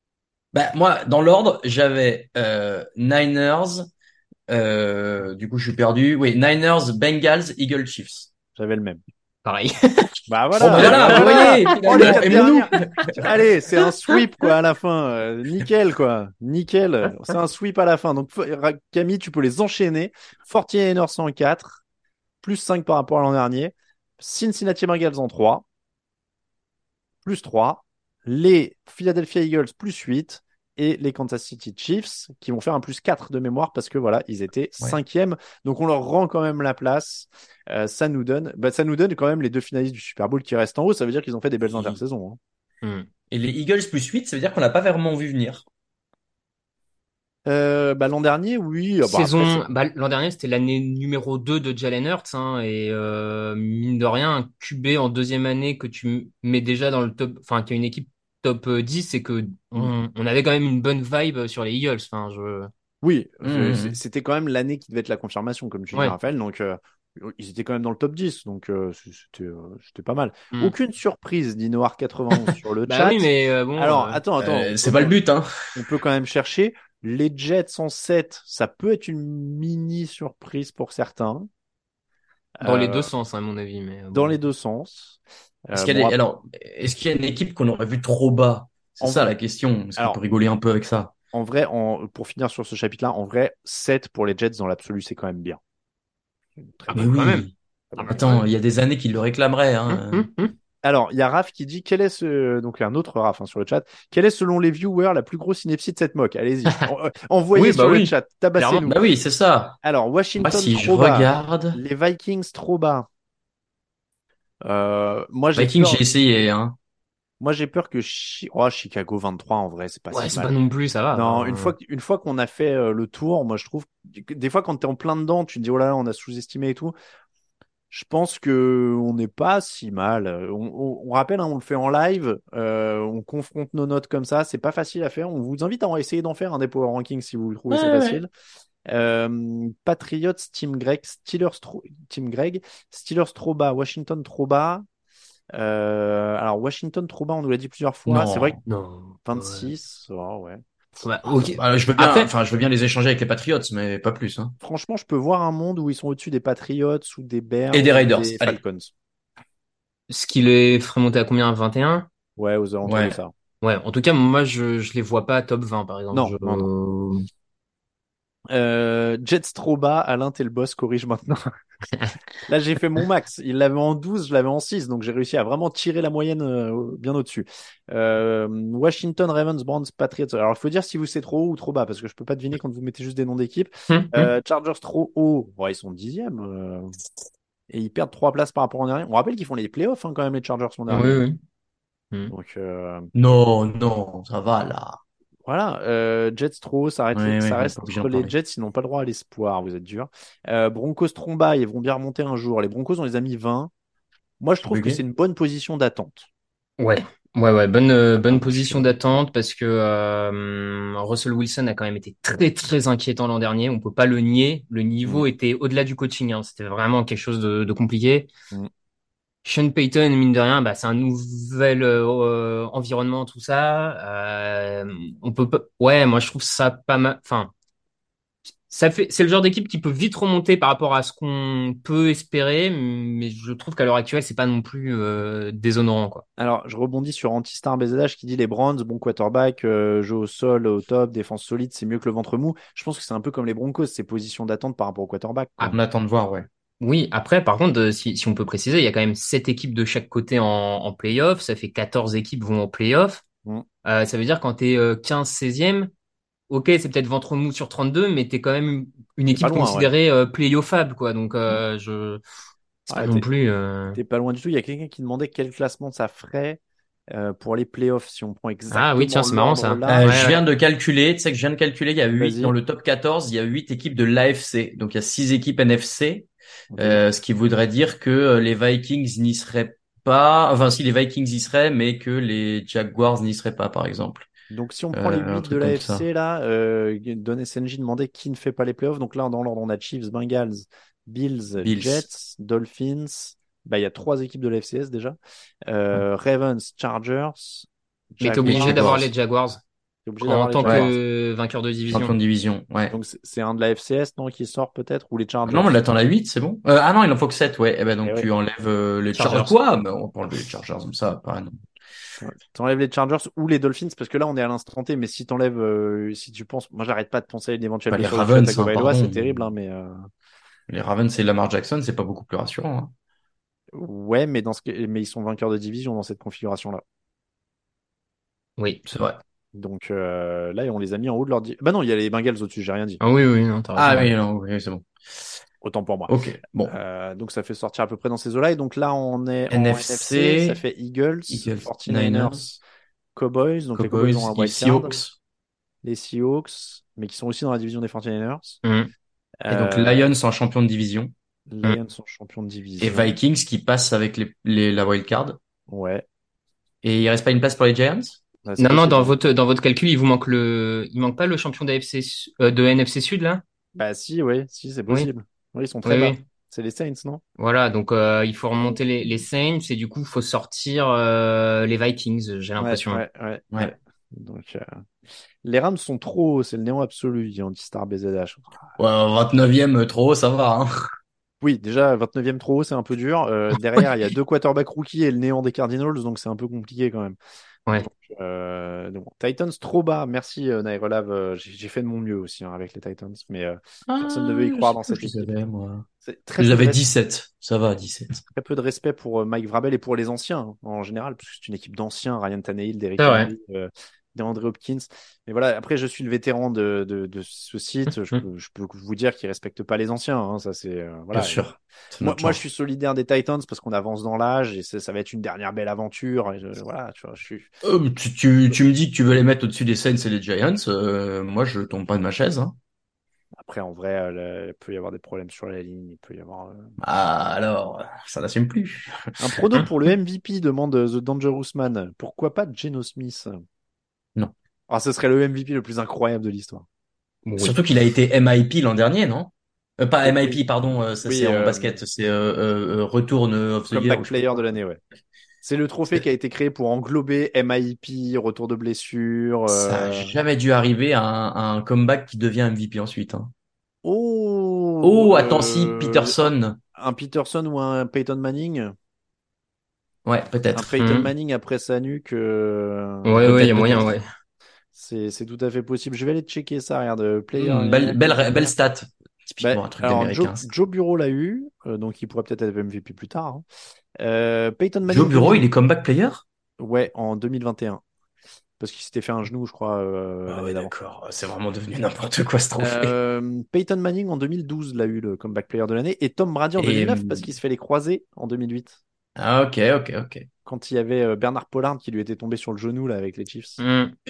[SPEAKER 8] Bah, moi, dans l'ordre, j'avais Niners. Du coup, je suis perdu. Oui, Niners, Bengals, Eagles, Chiefs.
[SPEAKER 6] J'avais le même.
[SPEAKER 7] Pareil.
[SPEAKER 6] Bah
[SPEAKER 8] Bon, bah
[SPEAKER 6] voilà,
[SPEAKER 8] voilà, vous voyez,
[SPEAKER 6] Oh, les
[SPEAKER 8] finalement,
[SPEAKER 6] 4
[SPEAKER 8] aimons-nous.
[SPEAKER 6] dernières. Allez, c'est un sweep, quoi, à la fin. Nickel, quoi. Nickel. C'est un sweep à la fin. Donc, Camille, tu peux les enchaîner. 49ers 104, plus 5 par rapport à l'an dernier. Cincinnati Bengals en 3, plus 3. Les Philadelphia Eagles, plus 8. Et les Kansas City Chiefs, qui vont faire un plus 4 de mémoire parce que voilà, ils étaient
[SPEAKER 8] Ouais.
[SPEAKER 6] 5e. Donc, on leur rend quand même la place. Ça nous donne quand même les 2 finalistes du Super Bowl qui restent en haut. Ça veut dire qu'ils ont fait des belles intersaisons, hein.
[SPEAKER 8] Et les Eagles plus 8, ça veut dire qu'on n'a pas vraiment vu venir.
[SPEAKER 6] L'an dernier, oui. Après,
[SPEAKER 7] L'an dernier, c'était l'année numéro 2 de Jalen Hurts, hein, et mine de rien, un QB en deuxième année que tu mets déjà dans le top, enfin, qui a une équipe top 10, c'est que on avait quand même une bonne vibe sur les Eagles. Enfin,
[SPEAKER 6] oui,
[SPEAKER 8] Mmh.
[SPEAKER 6] c'était quand même l'année qui devait être la confirmation, comme tu dis,
[SPEAKER 7] Ouais.
[SPEAKER 6] Raphaël. Donc, ils étaient quand même dans le top 10. Donc, c'était pas mal.
[SPEAKER 7] Mm.
[SPEAKER 6] Aucune surprise, dit Noir91 sur le
[SPEAKER 7] Bah
[SPEAKER 6] chat.
[SPEAKER 7] oui, mais bon.
[SPEAKER 6] Alors, attends.
[SPEAKER 8] C'est pas le but, hein.
[SPEAKER 6] On peut quand même chercher. Les Jets en 7, ça peut être une mini surprise pour certains.
[SPEAKER 7] Dans les deux
[SPEAKER 6] Euh,
[SPEAKER 7] sens, à mon avis, mais
[SPEAKER 6] dans
[SPEAKER 7] bon.
[SPEAKER 6] les deux sens.
[SPEAKER 8] Est-ce qu'il y
[SPEAKER 6] Bon,
[SPEAKER 8] a alors, est-ce qu'il y a une équipe qu'on aurait vu trop bas? C'est
[SPEAKER 6] en
[SPEAKER 8] ça
[SPEAKER 6] vrai,
[SPEAKER 8] la question. Est-ce qu'on peut
[SPEAKER 6] alors,
[SPEAKER 8] rigoler un peu avec ça?
[SPEAKER 6] en vrai, pour finir sur ce chapitre-là, en vrai, 7 pour les Jets dans l'absolu, c'est quand même bien. Une très
[SPEAKER 7] Ah
[SPEAKER 8] Mais
[SPEAKER 7] bah
[SPEAKER 6] bonne
[SPEAKER 7] quand
[SPEAKER 6] note.
[SPEAKER 7] même.
[SPEAKER 8] oui.
[SPEAKER 6] Très
[SPEAKER 7] Ah
[SPEAKER 6] bonne
[SPEAKER 7] bah
[SPEAKER 6] note.
[SPEAKER 7] quand
[SPEAKER 8] Attends,
[SPEAKER 7] même.
[SPEAKER 8] il y a des années qu'ils le réclameraient, hein.
[SPEAKER 6] Alors, il y a Raph qui dit quel est ce. Donc, il y a un autre Raph, hein, sur le chat. Quelle est, selon les viewers, la plus grosse ineptie de cette mock? Allez-y. Envoyez
[SPEAKER 7] Oui, bah
[SPEAKER 6] sur le
[SPEAKER 7] oui.
[SPEAKER 6] chat.
[SPEAKER 7] Clairement.
[SPEAKER 6] Tabassez-nous.
[SPEAKER 8] Bah oui, c'est ça.
[SPEAKER 6] Alors,
[SPEAKER 8] Moi,
[SPEAKER 6] Washington
[SPEAKER 8] si je
[SPEAKER 6] trop bas.
[SPEAKER 8] regarde,
[SPEAKER 6] Les Vikings trop bas. Moi, j'ai
[SPEAKER 8] Vikings,
[SPEAKER 6] peur.
[SPEAKER 8] j'ai essayé, hein.
[SPEAKER 6] Moi, j'ai peur que Chicago 23, en vrai, c'est pas
[SPEAKER 7] Ouais,
[SPEAKER 6] si
[SPEAKER 7] c'est pas
[SPEAKER 6] mal.
[SPEAKER 7] non plus, ça va.
[SPEAKER 6] Non,
[SPEAKER 7] Enfin,
[SPEAKER 6] une fois qu'on a fait le tour, moi, je trouve que des fois, quand t'es en plein dedans, tu te dis, oh là là, on a sous-estimé et tout. Je pense que on n'est pas si mal. On rappelle, hein, on le fait en live, on confronte nos notes comme ça. C'est pas facile à faire. On vous invite à essayer d'en faire un des power rankings si vous trouvez ça
[SPEAKER 8] Ouais, ouais.
[SPEAKER 6] facile. Patriots, Team Greg, Steelers trop bas, Washington trop bas. Alors Washington trop bas, on nous l'a dit plusieurs fois. C'est vrai que
[SPEAKER 8] Non.
[SPEAKER 7] non. Ouais.
[SPEAKER 6] 26, oh, ouais.
[SPEAKER 7] Bah, ok.
[SPEAKER 8] Bah,
[SPEAKER 7] Après,
[SPEAKER 8] je veux bien les échanger avec les Patriots, mais pas plus, hein.
[SPEAKER 6] Franchement, je peux voir un monde où ils sont au-dessus des Patriots ou des
[SPEAKER 8] Et
[SPEAKER 6] Bears
[SPEAKER 8] des
[SPEAKER 6] ou
[SPEAKER 8] Raiders.
[SPEAKER 6] des
[SPEAKER 8] Allez.
[SPEAKER 6] Falcons.
[SPEAKER 7] ce qui les ferait monter à combien? 21?
[SPEAKER 6] Ouais, aux alentours de
[SPEAKER 8] Ouais.
[SPEAKER 6] ça.
[SPEAKER 7] Ouais, en tout cas, moi, je les vois pas top 20, par exemple.
[SPEAKER 6] Non, non. Jets trop bas, Alain, t'es le boss, corrige maintenant. Là, j'ai fait mon max. Il l'avait en 12, je l'avais en 6, donc j'ai réussi à vraiment tirer la moyenne bien au-dessus. Washington, Ravens, Browns, Patriots. Alors, il faut dire si vous c'est trop haut ou trop bas, parce que je peux pas deviner quand vous mettez juste des noms d'équipes. Chargers trop haut, ouais, ils sont 10e. Et ils perdent 3 places par rapport en dernier. On rappelle qu'ils font les playoffs, hein, quand même, les Chargers sont
[SPEAKER 7] Oui,
[SPEAKER 6] derniers.
[SPEAKER 7] oui.
[SPEAKER 6] Donc,
[SPEAKER 8] Non, non, ça va, là.
[SPEAKER 6] voilà, Jets trop haut, ça
[SPEAKER 8] Ouais, ouais,
[SPEAKER 6] reste
[SPEAKER 8] pas obligé d'en
[SPEAKER 6] les
[SPEAKER 8] parler.
[SPEAKER 6] Jets, ils n'ont pas le droit à l'espoir, vous êtes dur. Broncos Tromba, ils vont bien remonter un jour. Les Broncos, on les a mis 20. Moi, je trouve que c'est
[SPEAKER 8] Bugué?
[SPEAKER 6] une bonne position d'attente.
[SPEAKER 7] Ouais, ouais, bonne
[SPEAKER 8] Je
[SPEAKER 7] position
[SPEAKER 8] sais.
[SPEAKER 7] d'attente parce que Russell Wilson a quand même été très très inquiétant l'an dernier. On peut pas le nier. Le niveau
[SPEAKER 6] Mm.
[SPEAKER 7] était au-delà du coaching, hein. C'était vraiment quelque chose de compliqué.
[SPEAKER 6] Mm.
[SPEAKER 7] Sean Payton, mine de rien, bah c'est un nouvel environnement, tout ça. On peut pas. Ouais, moi je trouve ça pas mal. Enfin, c'est le genre d'équipe qui peut vite remonter par rapport à ce qu'on peut espérer, mais je trouve qu'à l'heure actuelle, c'est pas non plus déshonorant, quoi.
[SPEAKER 6] Alors, je rebondis sur Antistar BZH qui dit les Browns, bon quarterback, jeu au sol, au top, défense solide, c'est mieux que le ventre mou. Je pense que c'est un peu comme les Broncos, c'est position d'attente par rapport au quarterback, quoi.
[SPEAKER 8] On attend de voir, ouais.
[SPEAKER 7] Oui, après, par contre, si on peut préciser, il y a quand même 7 équipes de chaque côté en play-off. Ça fait 14 équipes vont en play-off.
[SPEAKER 6] Mm.
[SPEAKER 7] Ça veut dire quand t'es 15-16e, ok, c'est peut-être ventre mou sur 32, mais t'es quand même une
[SPEAKER 6] T'es pas
[SPEAKER 7] équipe
[SPEAKER 6] loin, ouais.
[SPEAKER 7] considérée play-offable, quoi. Donc,
[SPEAKER 6] Mm.
[SPEAKER 7] c'est pas
[SPEAKER 6] Ouais,
[SPEAKER 7] non plus.
[SPEAKER 6] t'es pas loin du tout. Il y a quelqu'un qui demandait quel classement ça ferait pour les playoffs si on prend
[SPEAKER 7] Ah oui, tiens,
[SPEAKER 6] exactement
[SPEAKER 7] c'est marrant
[SPEAKER 6] l'ordre
[SPEAKER 7] ça.
[SPEAKER 6] là.
[SPEAKER 7] Ouais,
[SPEAKER 8] Je
[SPEAKER 7] ouais.
[SPEAKER 8] viens de calculer, tu sais que je viens de calculer, il y a 8 dans
[SPEAKER 6] Vas-y.
[SPEAKER 8] le top 14, il y a 8 équipes de l'AFC. Donc il y a 6 équipes NFC,
[SPEAKER 6] Ok.
[SPEAKER 8] ce qui voudrait dire que les Vikings n'y seraient pas, enfin si les Vikings y seraient, mais que les Jaguars n'y seraient pas, par exemple.
[SPEAKER 6] Donc, si on prend les
[SPEAKER 8] Un
[SPEAKER 6] 8 de
[SPEAKER 8] truc comme ça.
[SPEAKER 6] l'AFC, là, Don SNJ demandait qui ne fait pas les playoffs. Donc là, dans l'ordre, on a Chiefs, Bengals, Bills,
[SPEAKER 8] Bills.
[SPEAKER 6] Jets, Dolphins. Bah, il y a 3 équipes de l'AFCS déjà. Ravens, Chargers,
[SPEAKER 7] Mais t'es
[SPEAKER 8] Et
[SPEAKER 7] obligé d'avoir
[SPEAKER 6] Jaguars.
[SPEAKER 8] Jaguars.
[SPEAKER 7] les Jaguars.
[SPEAKER 6] T'es obligé d'avoir
[SPEAKER 7] En
[SPEAKER 6] les
[SPEAKER 7] tant
[SPEAKER 6] Jaguars.
[SPEAKER 7] que vainqueur de division.
[SPEAKER 8] Champion de division, ouais.
[SPEAKER 6] Donc c'est un de la FCS, non, qui sort peut-être, ou les Chargers.
[SPEAKER 8] Non, mais là, t'en as 8, c'est bon. Ah non, il en faut que 7, ouais. Eh ben, donc,
[SPEAKER 6] Eh ouais.
[SPEAKER 8] tu enlèves les
[SPEAKER 7] Chargers.
[SPEAKER 8] Chargers. Quoi? Mais on peut enlever les Chargers comme ça, pareil, non.
[SPEAKER 6] Ouais. T'enlèves les Chargers ou les Dolphins, parce que là, on est à l'instant T, mais si t'enlèves, si tu penses, moi, j'arrête pas de penser à une éventuelle
[SPEAKER 8] Bah, les
[SPEAKER 6] blessure de
[SPEAKER 8] Ravens,
[SPEAKER 6] Tagovailoa,
[SPEAKER 8] pardon.
[SPEAKER 6] c'est terrible, hein, mais
[SPEAKER 8] Les Ravens et Lamar Jackson, c'est pas beaucoup plus rassurant, hein.
[SPEAKER 6] ouais, mais mais ils sont vainqueurs de division dans cette configuration-là.
[SPEAKER 7] Oui.
[SPEAKER 8] C'est vrai.
[SPEAKER 6] Donc là, on les a mis en haut de leur Bah non, il y a les Bengals au-dessus, j'ai rien dit.
[SPEAKER 7] Ah oui, oui, non, t'as
[SPEAKER 8] Ah
[SPEAKER 7] raison.
[SPEAKER 8] oui, non, oui, c'est bon.
[SPEAKER 6] Autant pour moi.
[SPEAKER 8] Ok, bon.
[SPEAKER 6] Donc ça fait sortir à peu près dans ces eaux-là. Et donc là, on est en
[SPEAKER 8] NFC,
[SPEAKER 6] NFC, ça fait Eagles,
[SPEAKER 8] Eagles,
[SPEAKER 6] 49ers,
[SPEAKER 8] Niners,
[SPEAKER 6] Cowboys. Donc les Cowboys
[SPEAKER 8] Cowboys,
[SPEAKER 6] ont un
[SPEAKER 8] les
[SPEAKER 6] wild card.
[SPEAKER 8] Seahawks.
[SPEAKER 6] Les Seahawks, mais qui sont aussi dans la division des 49ers.
[SPEAKER 8] Et donc Lions en champion de division.
[SPEAKER 6] Lions sont champions de division.
[SPEAKER 8] Et Vikings qui passent avec la wild card.
[SPEAKER 6] Ouais.
[SPEAKER 8] Et il reste pas une place pour les Giants?
[SPEAKER 6] Bah, c'est
[SPEAKER 7] Non, non,
[SPEAKER 6] possible.
[SPEAKER 7] dans votre calcul, il manque pas le champion de NFC Sud, là?
[SPEAKER 6] Bah si, ouais, si, c'est
[SPEAKER 7] Oui,
[SPEAKER 6] possible. Oui, ils sont très
[SPEAKER 7] oui,
[SPEAKER 6] bas.
[SPEAKER 7] oui.
[SPEAKER 6] C'est les Saints, non?
[SPEAKER 7] Voilà, donc il faut remonter les Saints et du coup, il faut sortir les Vikings, j'ai
[SPEAKER 6] Ouais,
[SPEAKER 7] l'impression.
[SPEAKER 6] ouais.
[SPEAKER 8] Ouais.
[SPEAKER 6] Donc les Rams sont trop hauts, c'est le néant absolu, dit Anti-Star BZH.
[SPEAKER 8] Ouais, 29e, trop haut, ça va, hein.
[SPEAKER 6] Oui, déjà 29e trop haut, c'est un peu dur. Derrière, il y a deux quarterbacks rookies et le néant des Cardinals, donc c'est un peu compliqué quand même.
[SPEAKER 7] Ouais.
[SPEAKER 6] Donc, Titans trop bas. Merci Nairolav. J'ai fait de mon mieux aussi, hein, avec les Titans, mais personne ne veut y croire dans cette
[SPEAKER 8] Je les
[SPEAKER 6] équipe.
[SPEAKER 8] avais, moi.
[SPEAKER 6] C'est
[SPEAKER 8] Je les avais 17. Ça va, 17.
[SPEAKER 6] très peu de respect pour Mike Vrabel et pour les anciens, hein, en général, parce que c'est une équipe d'anciens, Ryan Tannehill, Derrick
[SPEAKER 7] C'est vrai.
[SPEAKER 6] Henry, DeAndre Hopkins. Mais voilà, après, je suis le vétéran de ce site. Je peux vous dire qu'ils respectent pas les anciens, hein, ça c'est voilà.
[SPEAKER 8] Bien sûr. C'est
[SPEAKER 6] Moi,
[SPEAKER 8] notre
[SPEAKER 6] moi,
[SPEAKER 8] genre.
[SPEAKER 6] je suis solidaire des Titans parce qu'on avance dans l'âge et ça va être une dernière belle aventure. Et voilà, tu vois, je suis.
[SPEAKER 8] Tu me dis que tu veux les mettre au-dessus des Saints et des Giants. Moi, je tombe pas de ma chaise, hein.
[SPEAKER 6] Après, en vrai, il peut y avoir des problèmes sur la ligne. Il peut y avoir.
[SPEAKER 8] Ah, alors, ça n'assume plus.
[SPEAKER 6] Un prono pour le MVP, demande The Dangerous Man. Pourquoi pas Geno Smith?
[SPEAKER 8] Non.
[SPEAKER 6] Ah, ce serait le MVP le plus incroyable de l'histoire.
[SPEAKER 7] Oui.
[SPEAKER 8] Surtout qu'il a été MIP l'an dernier, non? Pas
[SPEAKER 6] Oui,
[SPEAKER 8] MIP, pardon, ça
[SPEAKER 6] oui,
[SPEAKER 8] c'est en basket, c'est Return of the Year.
[SPEAKER 6] comeback
[SPEAKER 8] Ou je sais
[SPEAKER 6] player
[SPEAKER 8] pas
[SPEAKER 6] de
[SPEAKER 8] quoi.
[SPEAKER 6] l'année, ouais. C'est le trophée qui a été créé pour englober MIP, retour de blessure.
[SPEAKER 8] Ça a jamais dû arriver à un comeback qui devient MVP ensuite, hein.
[SPEAKER 6] Oh,
[SPEAKER 8] Oh, attends, si, Peterson.
[SPEAKER 6] un Peterson ou un Peyton Manning.
[SPEAKER 8] Ouais,
[SPEAKER 6] Un
[SPEAKER 8] peut-être.
[SPEAKER 6] Peyton Manning après sa nuque.
[SPEAKER 7] Ouais, ouais, il y a moyen,
[SPEAKER 8] peut-être.
[SPEAKER 7] ouais.
[SPEAKER 6] C'est tout à fait possible. Je vais aller checker ça. Regarde, player.
[SPEAKER 8] Belle stat. Typiquement
[SPEAKER 6] Bah,
[SPEAKER 8] un truc
[SPEAKER 6] alors,
[SPEAKER 8] d'américain.
[SPEAKER 6] Joe Bureau l'a eu, donc il pourrait peut-être être MVP plus tard, hein. Peyton Manning.
[SPEAKER 8] Joe Bureau, il est comeback player?
[SPEAKER 6] Ouais, en 2021. Parce qu'il s'était fait un genou, je crois,
[SPEAKER 8] Ah
[SPEAKER 6] l'année
[SPEAKER 8] ouais,
[SPEAKER 6] d'avant.
[SPEAKER 8] d'accord. C'est vraiment devenu n'importe quoi ce trophée.
[SPEAKER 6] Peyton Manning en 2012 l'a eu, le comeback player de l'année, et Tom Brady en
[SPEAKER 8] Et,
[SPEAKER 6] 2009 parce qu'il se fait les croisés en 2008.
[SPEAKER 8] Ah, ok.
[SPEAKER 6] Quand il y avait Bernard Pollard qui lui était tombé sur le genou là avec les Chiefs.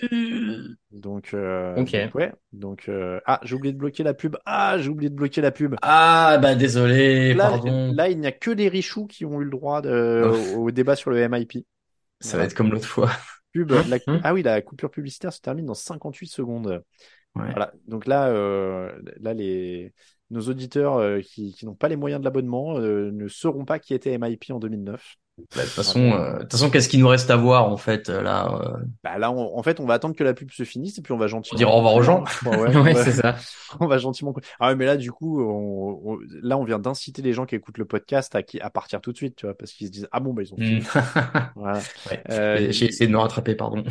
[SPEAKER 6] Donc,
[SPEAKER 7] Ok.
[SPEAKER 6] ouais. Donc, j'ai oublié de bloquer la pub. J'ai oublié de bloquer la pub.
[SPEAKER 8] Ah, bah désolé,
[SPEAKER 6] Là,
[SPEAKER 8] pardon.
[SPEAKER 6] là, il n'y a que les richoux qui ont eu le droit
[SPEAKER 8] Oh,
[SPEAKER 6] au débat sur le MIP.
[SPEAKER 8] ça
[SPEAKER 6] Voilà.
[SPEAKER 8] va être comme l'autre fois.
[SPEAKER 6] Ah oui, la coupure publicitaire se termine dans 58 secondes.
[SPEAKER 8] Ouais.
[SPEAKER 6] Voilà. Donc là, nos auditeurs qui n'ont pas les moyens de l'abonnement ne sauront pas qui était MIP en 2009.
[SPEAKER 8] Bah, de toute façon, qu'est-ce qu'il nous reste à voir en fait là?
[SPEAKER 6] Bah là, en fait, on va attendre que la pub se finisse et puis on va
[SPEAKER 8] Pour
[SPEAKER 6] gentiment
[SPEAKER 8] dire au revoir aux
[SPEAKER 6] conclure,
[SPEAKER 8] gens.
[SPEAKER 6] hein, je crois, ouais.
[SPEAKER 7] Ouais, c'est ça.
[SPEAKER 6] On va gentiment. Ah ouais, mais là, du coup, là, on vient d'inciter les gens qui écoutent le podcast à partir tout de suite, tu vois, parce qu'ils se disent, ah bon, bah ils ont fini. Voilà.
[SPEAKER 8] Ouais. J'ai essayé de me rattraper, pardon.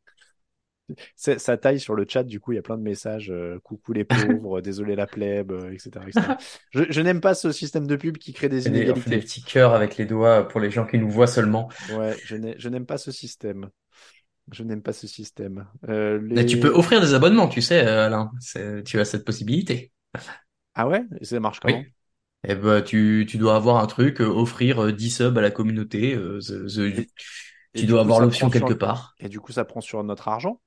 [SPEAKER 6] Ça taille sur le chat, du coup, il y a plein de messages. Coucou les pauvres, désolé la plèbe, etc., etc. Je n'aime pas ce système de pub qui crée des
[SPEAKER 8] On fait des
[SPEAKER 6] inégalités.
[SPEAKER 8] petits cœurs avec les doigts pour les gens qui nous voient seulement.
[SPEAKER 6] Ouais, je n'aime pas ce système. Je n'aime pas ce système.
[SPEAKER 8] Mais tu peux offrir des abonnements, tu sais, Alain. Tu as cette possibilité.
[SPEAKER 6] Ah ouais? Et ça marche comment?
[SPEAKER 8] Oui. Eh ben, tu dois avoir un truc, offrir 10 subs à la communauté.
[SPEAKER 6] Et
[SPEAKER 8] Tu
[SPEAKER 6] du
[SPEAKER 8] dois
[SPEAKER 6] coup,
[SPEAKER 8] avoir
[SPEAKER 6] ça
[SPEAKER 8] l'option
[SPEAKER 6] prend sur...
[SPEAKER 8] quelque part.
[SPEAKER 6] Et du coup, ça prend sur notre argent?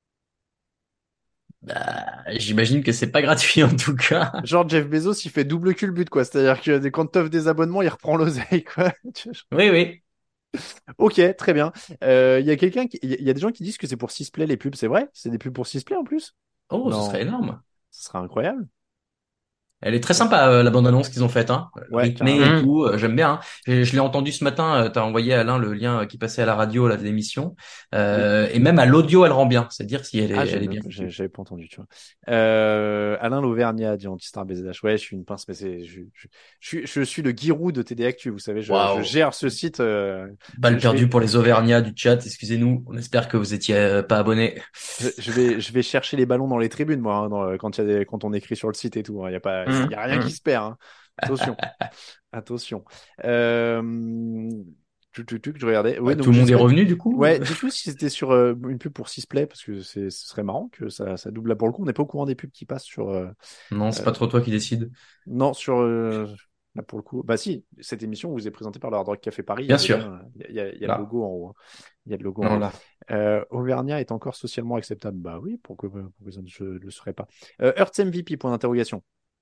[SPEAKER 8] Bah, j'imagine que c'est pas gratuit en tout cas.
[SPEAKER 6] Genre Jeff Bezos, il fait double culbute, quoi. C'est-à-dire que quand t'offres des abonnements, il reprend l'oseille, quoi.
[SPEAKER 8] Oui, oui.
[SPEAKER 6] Ok, très bien. Il y a il y a des gens qui disent que c'est pour Sisplay les pubs, c'est vrai? C'est des pubs pour Sisplay en plus?
[SPEAKER 8] Oh, ce
[SPEAKER 6] Non,
[SPEAKER 8] serait énorme.
[SPEAKER 6] ce serait incroyable.
[SPEAKER 8] Elle est très sympa, la bande-annonce qu'ils ont faite, hein.
[SPEAKER 6] Ouais,
[SPEAKER 8] Rythmée
[SPEAKER 6] carrément.
[SPEAKER 8] et tout, j'aime bien, hein. Je l'ai entendu ce matin, t'as envoyé à Alain le lien qui passait à la radio là, de l'émission.
[SPEAKER 6] Oui.
[SPEAKER 8] Et même à l'audio, elle rend bien. C'est-à-dire si
[SPEAKER 6] Ah,
[SPEAKER 8] elle est bien foutue.
[SPEAKER 6] j'avais pas entendu, tu vois. Alain Lauvergnat dit Antistar BZH. Ouais, je suis une pince, mais je suis le Giroud de TD Actu, vous savez, je
[SPEAKER 8] Waouh.
[SPEAKER 6] gère ce site.
[SPEAKER 8] Balle
[SPEAKER 6] Je
[SPEAKER 8] perdue
[SPEAKER 6] vais,
[SPEAKER 8] pour les Auvergnats du chat, excusez-nous. On espère que vous étiez pas abonnés.
[SPEAKER 6] je vais chercher les ballons dans les tribunes, moi, hein, quand quand on écrit sur le site et tout. Il y a pas, y a rien qui se perd, hein. Attention, attention. Euh... Je regardais. Oui, donc
[SPEAKER 8] Tout le
[SPEAKER 6] je
[SPEAKER 8] monde
[SPEAKER 6] sais
[SPEAKER 8] est
[SPEAKER 6] pas.
[SPEAKER 8] revenu du coup?
[SPEAKER 6] Ouais, dites-nous si c'était sur une pub pour Sisplay, parce que ce serait marrant que ça double là pour le coup. On n'est pas au courant des pubs qui passent sur.
[SPEAKER 8] Non, c'est
[SPEAKER 6] Euh,
[SPEAKER 8] pas trop toi qui décide.
[SPEAKER 6] non, sur. Là pour le coup. Bah si, cette émission vous est présentée par le Hard Rock Café Paris. Il y
[SPEAKER 8] Bien
[SPEAKER 6] avait
[SPEAKER 8] sûr.
[SPEAKER 6] bien. Il y a le
[SPEAKER 8] Là.
[SPEAKER 6] logo en haut, hein. Il y a le logo en
[SPEAKER 8] Non,
[SPEAKER 6] haut.
[SPEAKER 8] là.
[SPEAKER 6] Auvergnat est encore socialement acceptable. Bah oui, pourquoi ça ne le serait pas. Earth's MVP, point d'interrogation.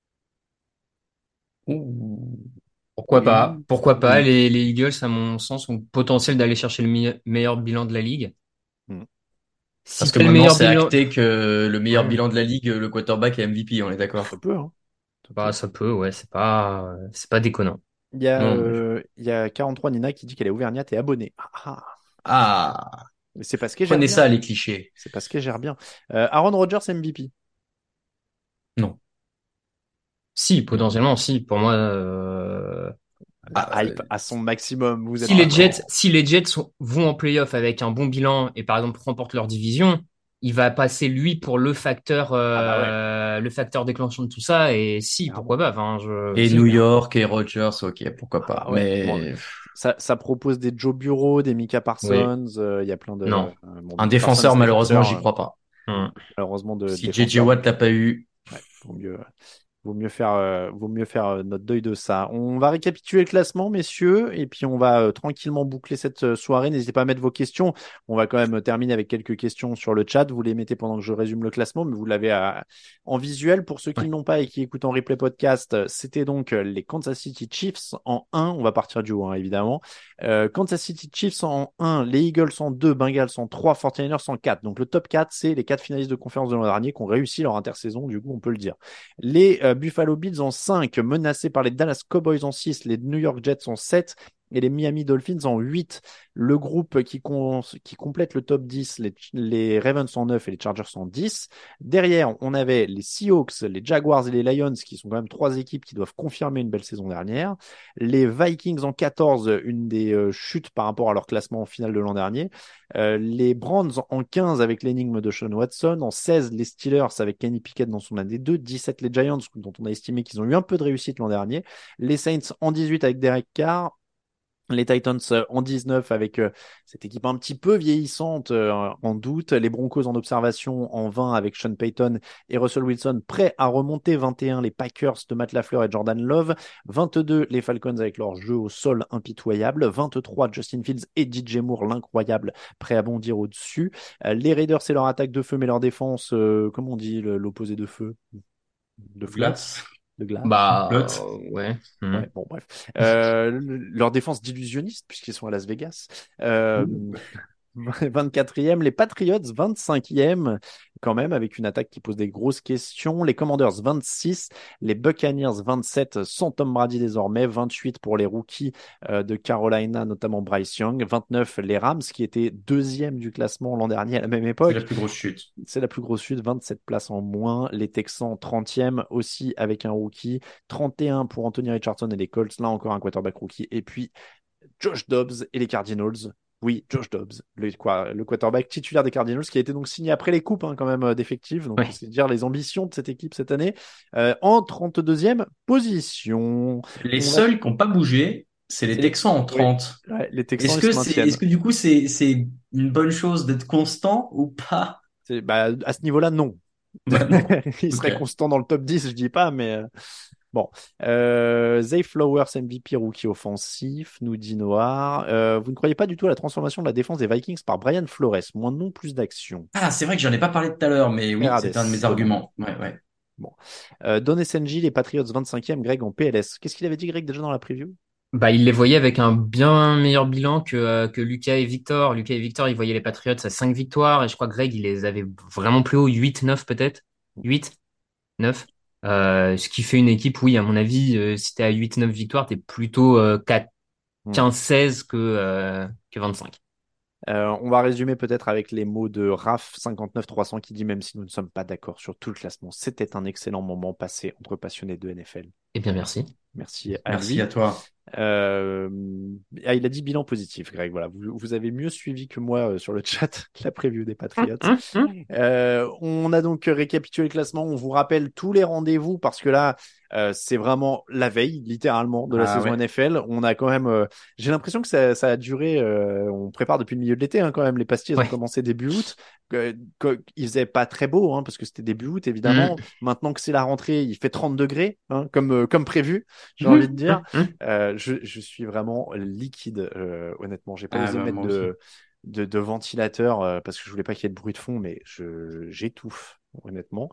[SPEAKER 8] Ouh.
[SPEAKER 7] Pourquoi pas?
[SPEAKER 6] Oui,
[SPEAKER 7] Pourquoi pas?
[SPEAKER 6] oui.
[SPEAKER 7] Les Eagles, à mon sens, ont le potentiel d'aller chercher le meilleur bilan de la ligue.
[SPEAKER 6] Hmm.
[SPEAKER 7] Si
[SPEAKER 8] Parce que
[SPEAKER 7] t'as le
[SPEAKER 8] maintenant,
[SPEAKER 7] meilleur
[SPEAKER 8] c'est
[SPEAKER 7] bilan,
[SPEAKER 8] acté que le meilleur
[SPEAKER 7] ouais,
[SPEAKER 8] bilan de la ligue, le quarterback est MVP, on est
[SPEAKER 6] Ça
[SPEAKER 8] d'accord?
[SPEAKER 6] peut, hein. Ça
[SPEAKER 7] bah,
[SPEAKER 6] peut.
[SPEAKER 7] ça peut, ouais, c'est pas déconnant.
[SPEAKER 8] Non, mais...
[SPEAKER 6] Il y a 43 Nina qui dit qu'elle est auvergnate et abonnée. Ah, ah.
[SPEAKER 8] Ah,
[SPEAKER 6] Mais c'est parce qu'elle gère
[SPEAKER 8] prenez
[SPEAKER 6] bien.
[SPEAKER 8] ça, les clichés.
[SPEAKER 6] C'est parce qu'elle gère bien. Aaron Rodgers MVP.
[SPEAKER 8] Non.
[SPEAKER 7] Si,
[SPEAKER 8] Non.
[SPEAKER 7] potentiellement, si. Pour moi,
[SPEAKER 6] La
[SPEAKER 8] Ah,
[SPEAKER 6] hype à son maximum. Vous êtes
[SPEAKER 7] si
[SPEAKER 6] pas
[SPEAKER 7] les Jets,
[SPEAKER 6] d'accord.
[SPEAKER 7] si les Jets vont en playoff avec un bon bilan et par exemple remportent leur division, il va passer lui pour
[SPEAKER 6] Ah bah ouais,
[SPEAKER 7] le facteur déclenchant de tout ça. Et si,
[SPEAKER 6] clairement.
[SPEAKER 7] pourquoi pas? Enfin,
[SPEAKER 8] et
[SPEAKER 7] si.
[SPEAKER 8] New York et Rogers, ok, pourquoi
[SPEAKER 6] Ah
[SPEAKER 8] pas.
[SPEAKER 6] bah ouais. Bon,
[SPEAKER 8] Mais
[SPEAKER 6] ça propose des Joe Bureau, des Micah
[SPEAKER 7] Oui,
[SPEAKER 6] Parsons. Il y a plein de.
[SPEAKER 7] non.
[SPEAKER 6] Bon,
[SPEAKER 8] un
[SPEAKER 6] Micah Parsons,
[SPEAKER 8] défenseur, malheureusement,
[SPEAKER 6] défenseur.
[SPEAKER 8] j'y crois pas.
[SPEAKER 7] Hmm.
[SPEAKER 6] Malheureusement de
[SPEAKER 8] Si JJ
[SPEAKER 6] défenseur.
[SPEAKER 8] Watt l'a pas eu,
[SPEAKER 6] Ouais, vaut mieux faire notre deuil de ça. On va récapituler le classement, messieurs, et puis on va tranquillement boucler cette soirée. N'hésitez pas à mettre vos questions. On va quand même terminer avec quelques questions sur le chat. Vous les mettez pendant que je résume le classement, mais vous l'avez en visuel. Pour ceux qui
[SPEAKER 7] Ouais.
[SPEAKER 6] ne l'ont pas et qui écoutent en replay podcast, c'était donc les Kansas City Chiefs en 1. On va partir du haut, hein, évidemment. Kansas City Chiefs en 1, les Eagles en 2, Bengals en 3, 49ers en 4. Donc le top 4, c'est les 4 finalistes de conférence de l'an dernier qui ont réussi leur intersaison, du coup on peut le dire. Les Buffalo Bills en 5, menacés par les Dallas Cowboys en 6, les New York Jets en 7 et les Miami Dolphins en 8. Le groupe qui complète le top 10, les Ravens en 9 et les Chargers en 10. Derrière, on avait les Seahawks, les Jaguars et les Lions qui sont quand même trois équipes qui doivent confirmer une belle saison dernière. Les Vikings en 14, une des chutes par rapport à leur classement en finale de l'an dernier. Les Browns en 15 avec l'énigme de Sean Watson. En 16, les Steelers avec Kenny Pickett dans son année 2. 17, les Giants, dont on a estimé qu'ils ont eu un peu de réussite l'an dernier. Les Saints en 18 avec Derek Carr. Les Titans en 19 avec cette équipe un petit peu vieillissante en doute. Les Broncos en observation en 20 avec Sean Payton et Russell Wilson prêts à remonter. 21, les Packers de Matt LaFleur et Jordan Love. 22, les Falcons avec leur jeu au sol impitoyable. 23, Justin Fields et DJ Moore, l'incroyable, prêts à bondir au-dessus. Les Raiders, c'est leur attaque de feu, mais leur défense, comment on dit l'opposé de feu? De flotte?
[SPEAKER 8] glace,
[SPEAKER 6] De glace?
[SPEAKER 7] Bah,
[SPEAKER 8] flotte.
[SPEAKER 7] ouais. Hmm.
[SPEAKER 6] Ouais, bon, bref. Leur défense d'illusionniste, puisqu'ils sont à Las Vegas. Euh,
[SPEAKER 8] Ouh.
[SPEAKER 6] 24e, les Patriots 25e, quand même, avec une attaque qui pose des grosses questions. Les Commanders 26, les Buccaneers 27, sans Tom Brady désormais. 28 pour les rookies de Carolina, notamment Bryce Young. 29, les Rams, qui étaient deuxième du classement l'an dernier à la même
[SPEAKER 8] C'est la
[SPEAKER 6] époque.
[SPEAKER 8] plus grosse chute.
[SPEAKER 6] C'est la plus grosse chute, 27 places en moins. Les Texans 30e aussi avec un rookie. 31 pour Anthony Richardson et les Colts, là encore un quarterback rookie. Et puis Josh Dobbs et les Cardinals. Oui, Josh Dobbs, le quarterback titulaire des Cardinals, qui a été donc signé après les coupes hein, quand même d'effectifs. Donc
[SPEAKER 7] Ouais.
[SPEAKER 6] c'est dire les ambitions de cette équipe cette année. En 32e position.
[SPEAKER 8] Les
[SPEAKER 6] On a...
[SPEAKER 8] seuls qui n'ont pas bougé, c'est les
[SPEAKER 6] c'est les...
[SPEAKER 8] Texans en
[SPEAKER 6] Oui,
[SPEAKER 8] 30.
[SPEAKER 6] ouais, les Texans, ils se maintiennent.
[SPEAKER 8] Est-ce que du coup, c'est une bonne chose d'être constant ou pas?
[SPEAKER 6] Bah, à ce niveau-là, non.
[SPEAKER 8] Bah non.
[SPEAKER 6] Il
[SPEAKER 8] Ok.
[SPEAKER 6] serait constant dans le top 10, je dis pas, mais bon. Zay Flowers, MVP rookie offensif, nous dit Noir. Vous ne croyez pas du tout à la transformation de la défense des Vikings par Brian Flores? Moins de nom, plus d'action.
[SPEAKER 8] Ah, c'est vrai que j'en ai pas parlé tout à l'heure, mais oui,
[SPEAKER 6] Herades,
[SPEAKER 8] c'était un de mes
[SPEAKER 6] Thomas.
[SPEAKER 8] arguments. Ouais, ouais.
[SPEAKER 6] Bon. Don SNJ, les Patriots 25e, Greg en PLS. Qu'est-ce qu'il avait dit, Greg, déjà dans la preview?
[SPEAKER 7] Bah, il les voyait avec un bien meilleur bilan que Lucas et Victor. Lucas et Victor, ils voyaient les Patriots à 5 victoires et je crois que Greg, il les avait vraiment plus haut, 8, 9 peut-être. 8, 9. Ce qui fait une équipe, oui, à mon avis, si t'es à 8-9 victoires, t'es plutôt 4,
[SPEAKER 6] Hmm.
[SPEAKER 7] 15-16 que 25.
[SPEAKER 6] On va résumer peut-être avec les mots de Raph 59300 qui dit même si nous ne sommes pas d'accord sur tout le classement, c'était un excellent moment passé entre passionnés de NFL.
[SPEAKER 7] Eh bien, merci.
[SPEAKER 6] Merci à
[SPEAKER 8] Merci à
[SPEAKER 6] lui.
[SPEAKER 8] toi.
[SPEAKER 6] Euh, il a dit bilan positif, Greg. Voilà, vous avez mieux suivi que moi sur le chat la preview des Patriots. On a donc récapitulé le classement. On vous rappelle tous les rendez-vous parce que là, c'est vraiment la veille, littéralement, de la
[SPEAKER 8] Ah
[SPEAKER 6] saison
[SPEAKER 8] ouais.
[SPEAKER 6] NFL. On a quand même, j'ai l'impression que ça a duré. On prépare depuis le milieu de l'été, hein, quand même. Les pastilles, elles ont
[SPEAKER 7] Ouais.
[SPEAKER 6] commencé début août. Il faisait pas très beau, hein, parce que c'était début août,
[SPEAKER 7] Mm.
[SPEAKER 6] évidemment. Maintenant que c'est la rentrée, il fait 30 degrés, hein, comme prévu, j'ai envie de dire. Je suis vraiment liquide, honnêtement. J'ai pas
[SPEAKER 8] Ah
[SPEAKER 6] osé
[SPEAKER 8] bah
[SPEAKER 6] mettre
[SPEAKER 8] moi aussi.
[SPEAKER 6] de ventilateur parce que je voulais pas qu'il y ait de bruit de fond, mais j'étouffe, honnêtement.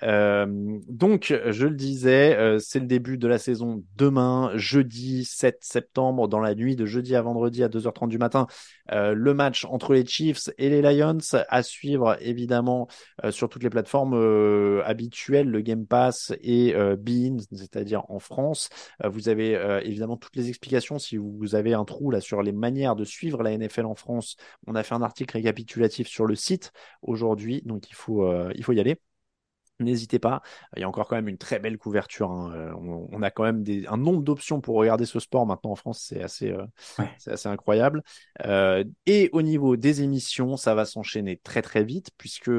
[SPEAKER 6] Donc, je le disais, c'est le début de la saison demain, jeudi 7 septembre, dans la nuit de jeudi à vendredi à 2h30 du matin. Le match entre les Chiefs et les Lions à suivre, évidemment, sur toutes les plateformes habituelles, le Game Pass et Bein, c'est-à-dire en France. Vous avez évidemment toutes les explications si vous avez un trou là sur les manières de suivre la NFL en France. On a fait un article récapitulatif sur le site aujourd'hui, donc il faut y aller. N'hésitez pas, il y a encore quand même une très belle couverture, hein. On a quand même un nombre d'options pour regarder ce sport maintenant en France,
[SPEAKER 8] Ouais.
[SPEAKER 6] c'est assez incroyable. Et au niveau des émissions, ça va s'enchaîner très très vite puisque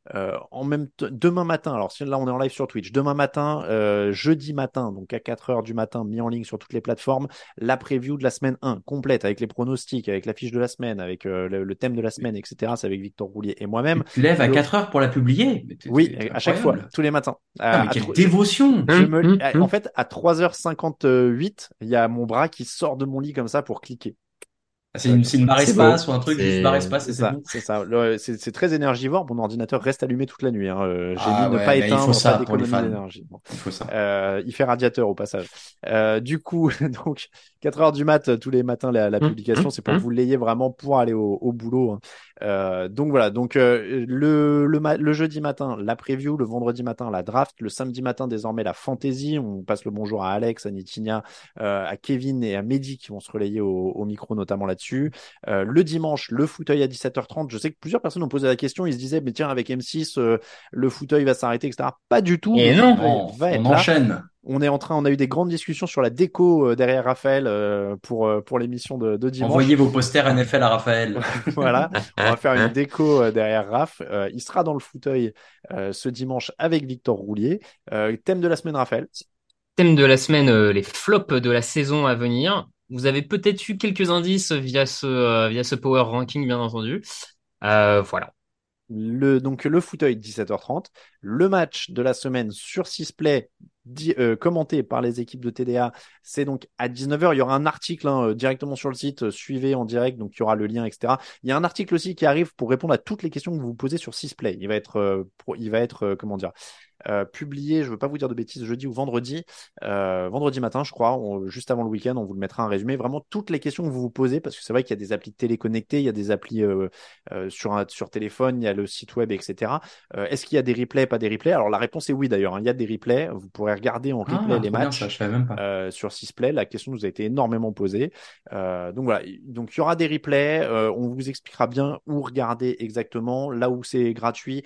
[SPEAKER 6] demain matin, alors là on est en live sur Twitch, demain matin, jeudi matin, donc à 4h du matin, mis en ligne sur toutes les plateformes, la preview de la semaine 1 complète avec les pronostics, avec la fiche de la semaine, avec le thème de la semaine, etc. C'est avec Victor Roulier et moi-même.
[SPEAKER 8] Tu te lèves à 4 heures pour la publier? Mais
[SPEAKER 6] Oui,
[SPEAKER 8] t'es
[SPEAKER 6] à chaque fois,
[SPEAKER 8] incroyable.
[SPEAKER 6] tous les matins.
[SPEAKER 8] Ah, mais quelle dévotion!
[SPEAKER 6] En fait, à 3h58, il y a mon bras qui sort de mon lit comme ça pour cliquer.
[SPEAKER 8] Ah,
[SPEAKER 6] Ça, comme
[SPEAKER 8] c'est une
[SPEAKER 6] ça.
[SPEAKER 8] barre
[SPEAKER 7] C'est beau.
[SPEAKER 8] espace ou un truc, juste barre
[SPEAKER 7] C'est
[SPEAKER 8] espace
[SPEAKER 6] C'est
[SPEAKER 8] et c'est
[SPEAKER 6] ça,
[SPEAKER 8] bon.
[SPEAKER 6] c'est ça. C'est très énergivore. Mon ordinateur reste allumé toute la nuit, hein. J'ai mis
[SPEAKER 8] Ah
[SPEAKER 6] ne
[SPEAKER 8] ouais,
[SPEAKER 6] pas
[SPEAKER 8] mais il faut
[SPEAKER 6] éteindre, pas
[SPEAKER 8] ça pour les
[SPEAKER 6] d'économie
[SPEAKER 8] fans.
[SPEAKER 6] d'énergie. Bon.
[SPEAKER 8] Il faut ça.
[SPEAKER 6] Il fait radiateur au passage. Du coup, donc 4 heures du mat tous les matins la publication, c'est pour que vous l'ayez vraiment pour aller au boulot, hein. Donc voilà, donc le jeudi matin la preview, le vendredi matin la draft, le samedi matin désormais la fantasy. On passe le bonjour à Alex, à Nitinia, à Kevin et à Mehdi qui vont se relayer au micro notamment là-dessus. Le dimanche le fauteuil à 17h30. Je sais que plusieurs personnes ont posé la question, ils se disaient mais tiens avec M6 le fauteuil va s'arrêter, etc. Pas du tout, le
[SPEAKER 7] Et non.
[SPEAKER 6] fauteuil
[SPEAKER 8] Non,
[SPEAKER 6] va
[SPEAKER 8] on
[SPEAKER 6] être là.
[SPEAKER 8] enchaîne.
[SPEAKER 6] On a eu des grandes discussions sur la déco derrière Raphaël pour l'émission de dimanche.
[SPEAKER 8] Envoyez vos posters NFL à Raphaël.
[SPEAKER 6] Voilà, on va faire une déco derrière Raph. Il sera dans le fauteuil ce dimanche avec Victor Roulier. Thème de la semaine, Raphaël.
[SPEAKER 7] Thème de la semaine, les flops de la saison à venir. Vous avez peut-être eu quelques indices via ce power ranking, bien entendu. Voilà.
[SPEAKER 6] Donc le fauteuil 17h30, le match de la semaine sur Sisplay commenté par les équipes de TDA, c'est donc à 19h. Il y aura un article, hein, directement sur le site, suivez en direct, donc il y aura le lien, etc. Il y a un article aussi qui arrive pour répondre à toutes les questions que vous vous posez sur Sisplay. Il va être comment dire, publié, je veux pas vous dire de bêtises, jeudi ou vendredi matin, je crois, juste avant le week-end, on vous le mettra un résumé. Vraiment toutes les questions que vous vous posez, parce que c'est vrai qu'il y a des applis téléconnectées, il y a des applis sur téléphone, il y a le site web, etc. Est-ce qu'il y a des replays, pas des replays? Alors la réponse est oui d'ailleurs, hein, il y a des replays. Vous pourrez regarder en replay
[SPEAKER 8] Ah,
[SPEAKER 6] les
[SPEAKER 8] trop bien ça,
[SPEAKER 6] matchs
[SPEAKER 8] je savais même pas.
[SPEAKER 6] sur Sisplay. La question nous a été énormément posée. Donc voilà, donc il y aura des replays. On vous expliquera bien où regarder exactement, là où c'est gratuit.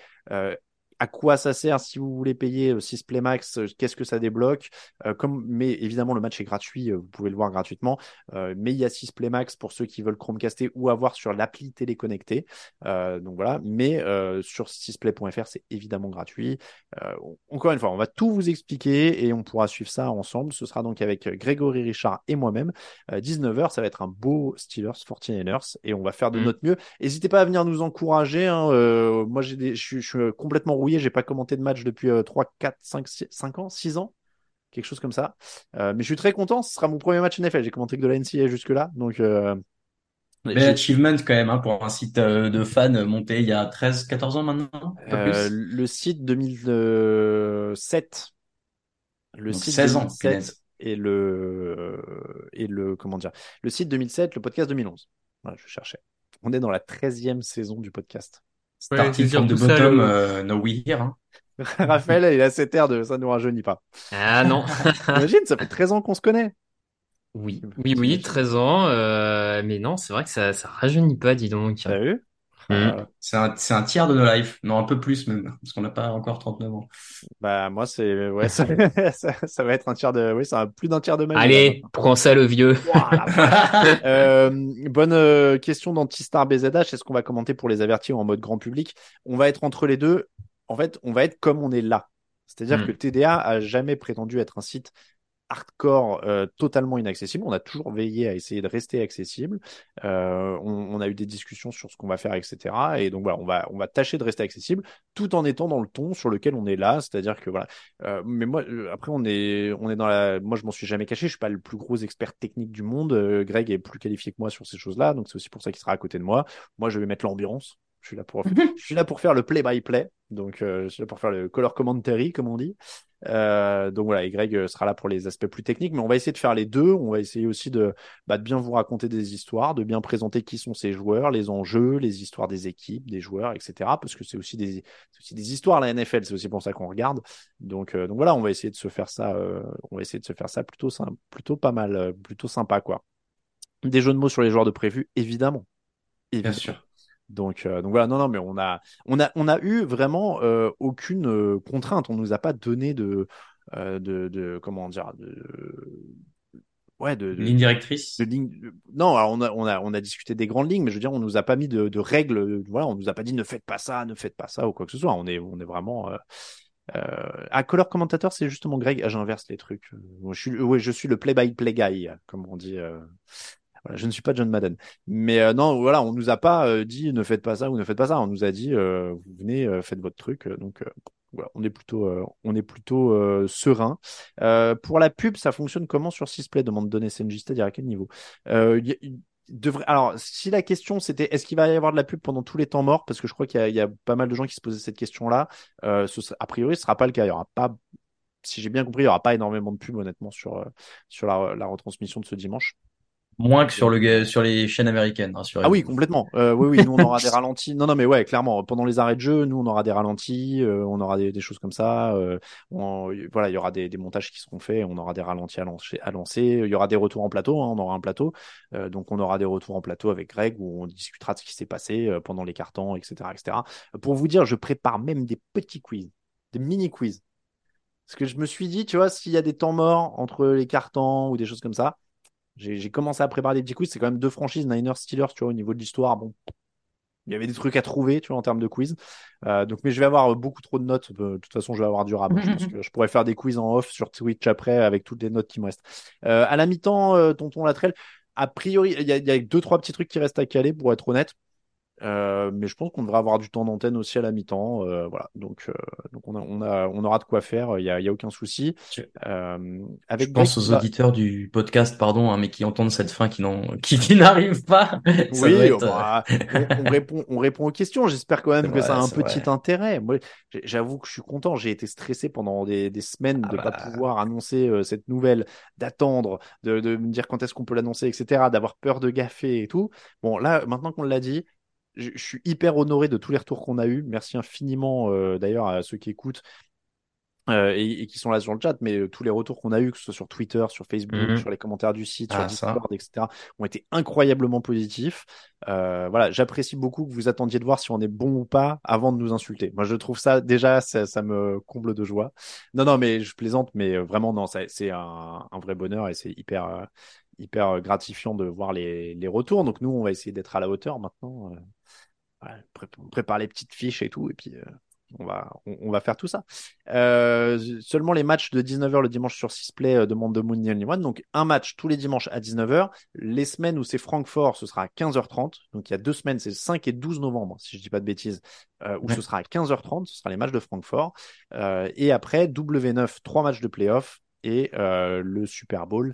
[SPEAKER 6] À quoi ça sert si vous voulez payer 6 Play Max, qu'est-ce que ça débloque, mais évidemment le match est gratuit, vous pouvez le voir gratuitement, mais il y a 6 Play Max pour ceux qui veulent Chromecaster ou avoir sur l'appli téléconnectée, donc voilà, mais sur 6play.fr c'est évidemment gratuit. Encore une fois, on va tout vous expliquer et on pourra suivre ça ensemble. Ce sera donc avec Grégory Richard et moi-même. 19h, ça va être un beau Steelers 49ers et on va faire de notre mieux. N'hésitez pas à venir nous encourager, hein. Moi, je suis complètement rouillé. J'ai pas commenté de match depuis 3, 4, 5, 5 ans, 6 ans, quelque chose comme ça. Mais je suis très content. Ce sera mon premier match NFL. J'ai commenté que de la NCAA jusque-là. Donc,
[SPEAKER 8] Bel achievement quand même, hein, pour un site de fans monté il y a 13, 14 ans maintenant, un peu plus.
[SPEAKER 6] le site 2007. Le
[SPEAKER 8] Donc
[SPEAKER 6] site
[SPEAKER 8] 16 ans,
[SPEAKER 6] 2007
[SPEAKER 8] punaise.
[SPEAKER 6] comment dire, le site 2007, le podcast 2011. Voilà, je cherchais. On est dans la 13e saison du podcast.
[SPEAKER 7] Ouais, c'est
[SPEAKER 8] Starting
[SPEAKER 7] sûr,
[SPEAKER 8] from the
[SPEAKER 7] tout ça,
[SPEAKER 8] bottom, now we here, hein.
[SPEAKER 6] Raphaël, il a cet air de ça ne nous rajeunit pas.
[SPEAKER 7] Ah non.
[SPEAKER 6] Imagine, ça fait 13 ans qu'on se connaît.
[SPEAKER 7] Oui,
[SPEAKER 6] T'imagines.
[SPEAKER 7] 13 ans. Mais non, c'est vrai que ça rajeunit pas, dis donc.
[SPEAKER 6] T'as vu?
[SPEAKER 7] Hmm.
[SPEAKER 6] Ah,
[SPEAKER 8] C'est un tiers de nos lives. Non, un peu plus même, parce qu'on n'a pas encore 39 ans.
[SPEAKER 6] bah, moi, c'est, ouais, ça, ça va être un tiers de, oui, c'est plus d'un tiers de ma vie, là,
[SPEAKER 7] Allez,
[SPEAKER 6] maintenant.
[SPEAKER 7] prends ça le vieux.
[SPEAKER 6] Ouah, la vache. Bonne question d'Antistar BZH. Est-ce qu'on va commenter pour les avertir en mode grand public? On va être entre les deux. En fait, on va être comme on est là. C'est-à-dire que
[SPEAKER 7] Hmm.
[SPEAKER 6] TDA a jamais prétendu être un site hardcore totalement inaccessible. On a toujours veillé à essayer de rester accessible. On a eu des discussions sur ce qu'on va faire, etc. Et donc voilà, on va tâcher de rester accessible tout en étant dans le ton sur lequel on est là. C'est-à-dire que voilà. Mais moi, après, on est dans la. Moi, je m'en suis jamais caché. Je suis pas le plus gros expert technique du monde. Greg est plus qualifié que moi sur ces choses-là. Donc c'est aussi pour ça qu'il sera à côté de moi. Moi, je vais mettre l'ambiance. Je suis là pour faire le play-by-play. Donc, je suis là pour faire le color commentary, comme on dit. Donc voilà, et Greg sera là pour les aspects plus techniques, mais on va essayer de faire les deux. On va essayer aussi de bien vous raconter des histoires, de bien présenter qui sont ces joueurs, les enjeux, les histoires des équipes, des joueurs, etc. Parce que c'est aussi des histoires, la NFL, c'est aussi pour ça qu'on regarde. Donc voilà, on va essayer de se faire ça, plutôt pas mal, plutôt sympa, quoi. Des jeux de mots sur les joueurs de prévu, évidemment.
[SPEAKER 8] Bien
[SPEAKER 6] Évidemment.
[SPEAKER 8] sûr.
[SPEAKER 6] Donc voilà, non, non, mais on a eu vraiment aucune contrainte. On nous a pas donné comment dire, ouais,
[SPEAKER 8] Ligne
[SPEAKER 6] de
[SPEAKER 8] directrice.
[SPEAKER 6] ligne. Non, alors on a discuté des grandes lignes, mais je veux dire, on nous a pas mis de règles. Voilà, on nous a pas dit ne faites pas ça, ne faites pas ça ou quoi que ce soit. On est vraiment. À Color Commentateur, c'est justement Greg. Ah, j'inverse les trucs. Moi, je suis le play-by-play guy, comme on dit. Voilà, je ne suis pas John Madden. Mais non, voilà, on nous a pas dit ne faites pas ça ou ne faites pas ça. On nous a dit vous venez, faites votre truc. Donc voilà, on est plutôt serein. Pour la pub, ça fonctionne comment sur Sisplay? Demande Donner CNJ, c'est-à-dire à quel niveau? Alors, si la question c'était est-ce qu'il va y avoir de la pub pendant tous les temps morts, parce que je crois qu'il y a pas mal de gens qui se posaient cette question-là, a priori, ce sera pas le cas. Il y aura pas, si j'ai bien compris, il y aura pas énormément de pub honnêtement sur la retransmission de ce dimanche.
[SPEAKER 8] Moins que sur les chaînes américaines,
[SPEAKER 6] Ah
[SPEAKER 8] rassurez-vous.
[SPEAKER 6] oui, complètement. Oui, oui, nous on aura des ralentis. Non, non, mais ouais, clairement, pendant les arrêts de jeu, nous on aura des ralentis, on aura des choses comme ça. Voilà, il y aura des montages qui seront faits, on aura des ralentis à lancer. Il y aura des retours en plateau, hein, on aura un plateau. Donc on aura des retours en plateau avec Greg où on discutera de ce qui s'est passé pendant les cartons, etc., etc. Pour vous dire, je prépare même des petits quiz, des mini quiz. Parce que je me suis dit, tu vois, s'il y a des temps morts entre les cartons ou des choses comme ça. J'ai commencé à préparer des petits quiz. C'est quand même deux franchises, Niners, Steelers, tu vois, au niveau de l'histoire. Bon, il y avait des trucs à trouver, tu vois, en termes de quiz. Mais je vais avoir beaucoup trop de notes. De toute façon, je vais avoir du rab. Je pense que je pourrais faire des quiz en off sur Twitch après avec toutes les notes qui me restent. À la mi-temps, tonton Latrell, a priori, il y a deux, trois petits trucs qui restent à caler, pour être honnête. Mais je pense qu'on devrait avoir du temps d'antenne aussi à la mi-temps. Voilà. Donc on aura de quoi faire. Il y a aucun souci.
[SPEAKER 8] Je, je
[SPEAKER 6] Avec Greg
[SPEAKER 8] pense
[SPEAKER 6] qui
[SPEAKER 8] aux
[SPEAKER 6] va.
[SPEAKER 8] auditeurs du podcast, pardon, hein, mais qui entendent cette fin, qui n'arrivent pas. Ça doit
[SPEAKER 6] Oui,
[SPEAKER 8] être.
[SPEAKER 6] bah, on répond aux questions. J'espère quand
[SPEAKER 8] C'est
[SPEAKER 6] même que ça a
[SPEAKER 8] vrai,
[SPEAKER 6] un
[SPEAKER 8] c'est
[SPEAKER 6] petit
[SPEAKER 8] vrai.
[SPEAKER 6] intérêt. Moi, j'avoue que je suis content. J'ai été stressé pendant des semaines
[SPEAKER 8] Ah
[SPEAKER 6] de pas
[SPEAKER 8] bah,
[SPEAKER 6] pouvoir annoncer cette nouvelle, d'attendre, de me dire quand est-ce qu'on peut l'annoncer, etc., d'avoir peur de gaffer et tout. Bon, là, maintenant qu'on l'a dit, je suis hyper honoré de tous les retours qu'on a eus. Merci infiniment, d'ailleurs, à ceux qui écoutent. Et qui sont là sur le chat, mais tous les retours qu'on a eus, que ce soit sur Twitter, sur Facebook, sur
[SPEAKER 7] Mhm.
[SPEAKER 6] les commentaires du site, sur
[SPEAKER 8] ah
[SPEAKER 6] Discord,
[SPEAKER 8] ça.
[SPEAKER 6] etc., ont été incroyablement positifs. Voilà, j'apprécie beaucoup que vous attendiez de voir si on est bon ou pas avant de nous insulter. Moi, je trouve ça déjà, ça me comble de joie. Non, non, mais je plaisante, mais vraiment, non, c'est un vrai bonheur et c'est hyper gratifiant de voir les retours. Donc nous, on va essayer d'être à la hauteur maintenant. Ouais, on prépare les petites fiches et tout, et puis on va faire tout ça. Seulement les matchs de 19h le dimanche sur Sisplay demandent de Moon Only One. Donc un match tous les dimanches à 19h. Les semaines où c'est Francfort, ce sera à 15h30. Donc il y a 2 semaines, c'est le 5 et 12 novembre, si je dis pas de bêtises, où ce
[SPEAKER 8] Ouais.
[SPEAKER 6] sera à 15h30. Ce sera les matchs de Francfort. Et après, W9, 3 matchs de playoff et le Super Bowl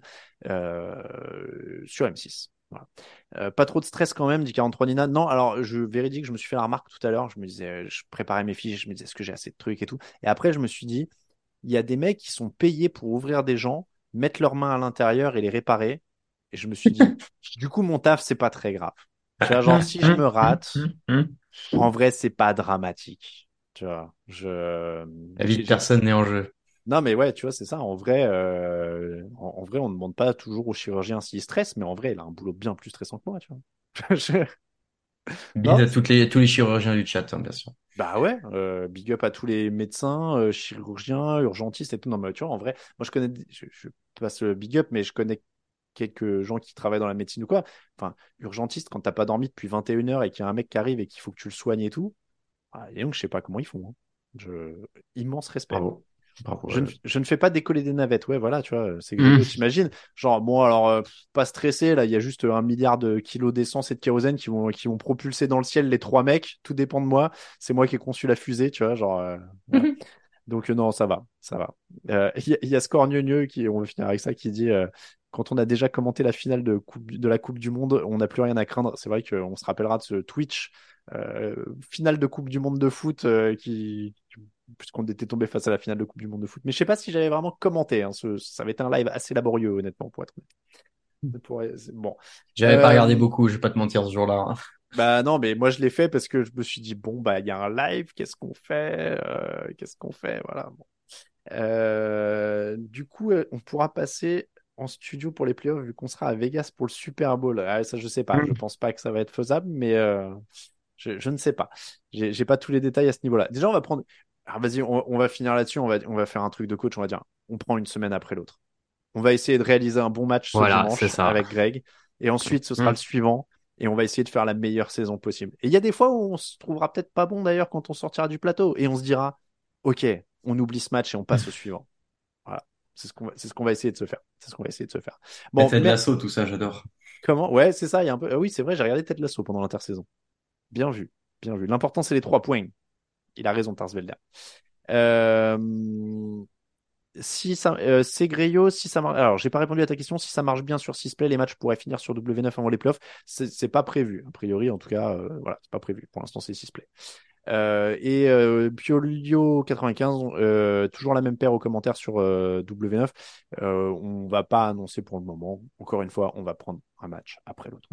[SPEAKER 6] sur M6. Voilà. Pas trop de stress quand même, dit 43 Nina. Non, alors je vérifie que je me suis fait la remarque tout à l'heure. Je me disais, je préparais mes fiches, je me disais, est-ce que j'ai assez de trucs et tout. Et après, je me suis dit, il y a des mecs qui sont payés pour ouvrir des gens, mettre leurs mains à l'intérieur et les réparer. Et je me suis dit, du coup, mon taf, c'est pas très grave. Tu vois, genre, si je me rate, en vrai, c'est pas dramatique. Tu vois,
[SPEAKER 8] La vie de personne n'est en jeu.
[SPEAKER 6] Non, mais ouais, tu vois, c'est ça. En vrai, en vrai, on ne demande pas toujours au chirurgien s'il stresse, mais en vrai, il a un boulot bien plus stressant que moi, tu vois.
[SPEAKER 8] Bide
[SPEAKER 6] Non,
[SPEAKER 8] à tous les chirurgiens du chat, hein, bien sûr.
[SPEAKER 6] bah ouais, big up à tous les médecins, chirurgiens, urgentistes et tout. Non, mais tu vois, en vrai, moi, je passe le big up, mais je connais quelques gens qui travaillent dans la médecine ou quoi. Enfin, urgentiste, quand t'as pas dormi depuis 21 heures et qu'il y a un mec qui arrive et qu'il faut que tu le soignes et tout, et donc, je sais pas comment ils font. Hein. Immense respect.
[SPEAKER 8] Bravo. Bravo.
[SPEAKER 6] Je ne fais pas décoller des navettes. Ouais, voilà, tu vois, c'est gros, t'imagines. Genre, bon, alors, pas stressé, là, il y a juste 1 milliard de kilos d'essence et de kérosène qui vont propulser dans le ciel les 3 mecs. Tout dépend de moi. C'est moi qui ai conçu la fusée, tu vois, genre, voilà. Donc, non, ça va, ça va. Il y a Score Gneugneux qui, on va finir avec ça, qui dit, quand on a déjà commenté la finale de la Coupe du Monde, on n'a plus rien à craindre. C'est vrai qu'on se rappellera de ce Twitch, finale de Coupe du Monde de foot, puisqu'on était tombé face à la finale de Coupe du Monde de foot. Mais je sais pas si j'avais vraiment commenté. Hein. Ça avait été un live assez laborieux, honnêtement, pour être honnête. Bon.
[SPEAKER 8] J'avais pas regardé beaucoup, je vais pas te mentir ce jour-là. Hein.
[SPEAKER 6] Bah non, mais moi je l'ai fait parce que je me suis dit bon bah il y a un live, qu'est-ce qu'on fait, voilà. Bon. Du coup, on pourra passer en studio pour les playoffs vu qu'on sera à Vegas pour le Super Bowl. Ah, ça je sais pas, je pense pas que ça va être faisable, mais je ne sais pas. J'ai pas tous les détails à ce niveau-là. Déjà on va prendre. Alors vas-y, on va finir là-dessus. On va faire un truc de coach. On va dire, on prend une semaine après l'autre. On va essayer de réaliser un bon match ce dimanche avec Greg. Et ensuite, ce sera le suivant. Et on va essayer de faire la meilleure saison possible. Et il y a des fois où on se trouvera peut-être pas bon d'ailleurs quand on sortira du plateau. Et on se dira, OK, on oublie ce match et on passe au suivant. Voilà. C'est ce qu'on va essayer de se faire.
[SPEAKER 8] Bon, Ted Lasso, tout ça, j'adore.
[SPEAKER 6] Comment? Ouais, c'est ça. Il y a un peu. Oui, c'est vrai, j'ai regardé Ted Lasso pendant l'intersaison. Bien vu. L'important, c'est les 3 points. Il a raison, Tarsvelder. Si ça, c'est Greyo, si ça marche. Alors, j'ai pas répondu à ta question. Si ça marche bien sur 6play, les matchs pourraient finir sur W9 avant les playoffs. C'est pas prévu. A priori, en tout cas, voilà, c'est pas prévu. Pour l'instant, c'est 6play. Piolio95, toujours la même paire aux commentaires sur W9. On va pas annoncer pour le moment. Encore une fois, on va prendre un match après l'autre.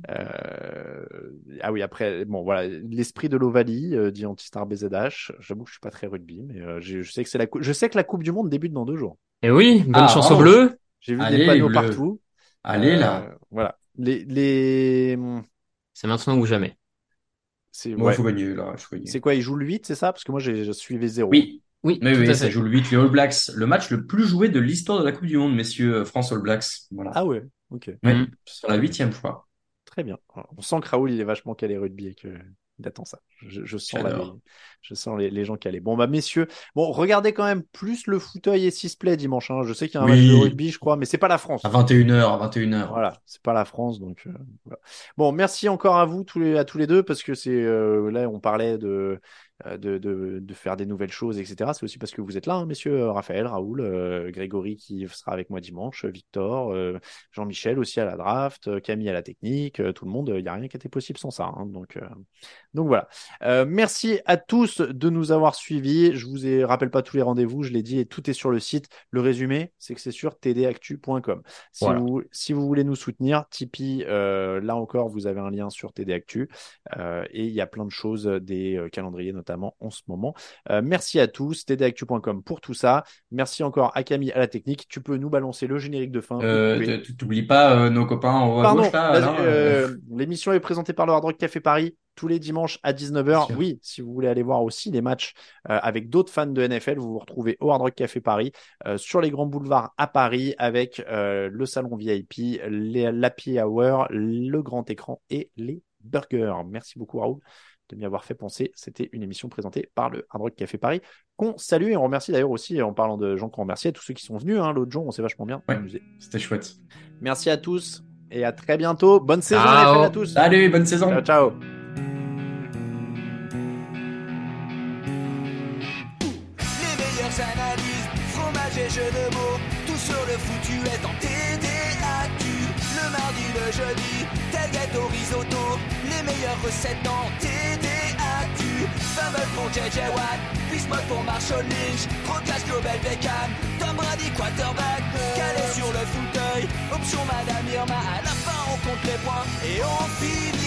[SPEAKER 6] Ah oui, après, bon, voilà, l'esprit de l'Ovalie, dit Antistar BZH. J'avoue que je suis pas très rugby, mais je sais que je sais que la Coupe du Monde débute dans 2 jours.
[SPEAKER 7] Et oui, bonne chance aux Bleus.
[SPEAKER 6] J'ai vu des panneaux partout.
[SPEAKER 8] Allez là.
[SPEAKER 6] Voilà.
[SPEAKER 7] C'est maintenant ou jamais.
[SPEAKER 8] Moi, il faut gagner là.
[SPEAKER 6] C'est quoi, ils jouent le 8, c'est ça? Parce que moi, je suivais 0.
[SPEAKER 8] Oui, ça joue le 8. Les All Blacks, le match le plus joué de l'histoire de la Coupe du Monde, messieurs, France All Blacks. Voilà.
[SPEAKER 6] Ah ouais, ok.
[SPEAKER 8] Oui, c'est la 8e fois.
[SPEAKER 6] Très bien. On sent que Raoul, il est vachement calé rugby et qu'il attend ça. Je sens les gens calés. Bon, bah, messieurs, bon, regardez quand même plus le fauteuil et 6play dimanche. Hein. Je sais qu'il y a un match de rugby, je crois, mais c'est pas la France.
[SPEAKER 8] À 21h.
[SPEAKER 6] Voilà, c'est pas la France, donc voilà. Bon, merci encore à vous, à tous les deux, parce que c'est là, on parlait de faire des nouvelles choses, etc. C'est aussi parce que vous êtes là, hein, messieurs, Raphaël, Raoul, Grégory qui sera avec moi dimanche, Victor, Jean-Michel aussi à la draft, Camille à la technique, tout le monde, il n'y a rien qui était possible sans ça. Hein, donc voilà. Merci à tous de nous avoir suivis. Je vous rappelle pas tous les rendez-vous, je l'ai dit, et tout est sur le site. Le résumé, c'est que c'est sur tdactu.com. Si vous voulez nous soutenir, Tipeee, là encore, vous avez un lien sur TD Actu, et il y a plein de choses, des calendriers notamment en ce moment. Merci à tous, tdactu.com pour tout ça. Merci encore à Camille à la technique. Tu peux nous balancer le générique de fin.
[SPEAKER 8] T'oublies pas nos copains en haut à gauche là.
[SPEAKER 6] L'émission est présentée par le Hard Rock Café Paris tous les dimanches à 19h. Oui, si vous voulez aller voir aussi les matchs avec d'autres fans de NFL, vous vous retrouvez au Hard Rock Café Paris, sur les grands boulevards à Paris, avec le salon VIP, l'happy hour, le grand écran et les burgers. Merci beaucoup Raoul de m'y avoir fait penser. C'était une émission présentée par le Hard Rock Café Paris, qu'on salue, et on remercie d'ailleurs aussi, en parlant de gens qu'on remercie, à tous ceux qui sont venus. Hein, l'autre jour, on s'est vachement bien amusé.
[SPEAKER 8] C'était chouette.
[SPEAKER 6] Merci à tous et à très bientôt. Bonne saison NFL à tous.
[SPEAKER 8] Salut, bonne saison.
[SPEAKER 6] Ciao.
[SPEAKER 10] Les meilleures analyses, fromage et jeux de mots, tout sur le foutu est en TDAQ. Le mardi, le jeudi, tailgate au risotto, les meilleures recettes en TDAQ. Fumble pour JJ Watt, Bismuth pour Marshall Lynch, Procast Global Beckham, Tom Brady quarterback, calé sur le fauteuil, option Madame Irma, à la fin on compte les points et on finit.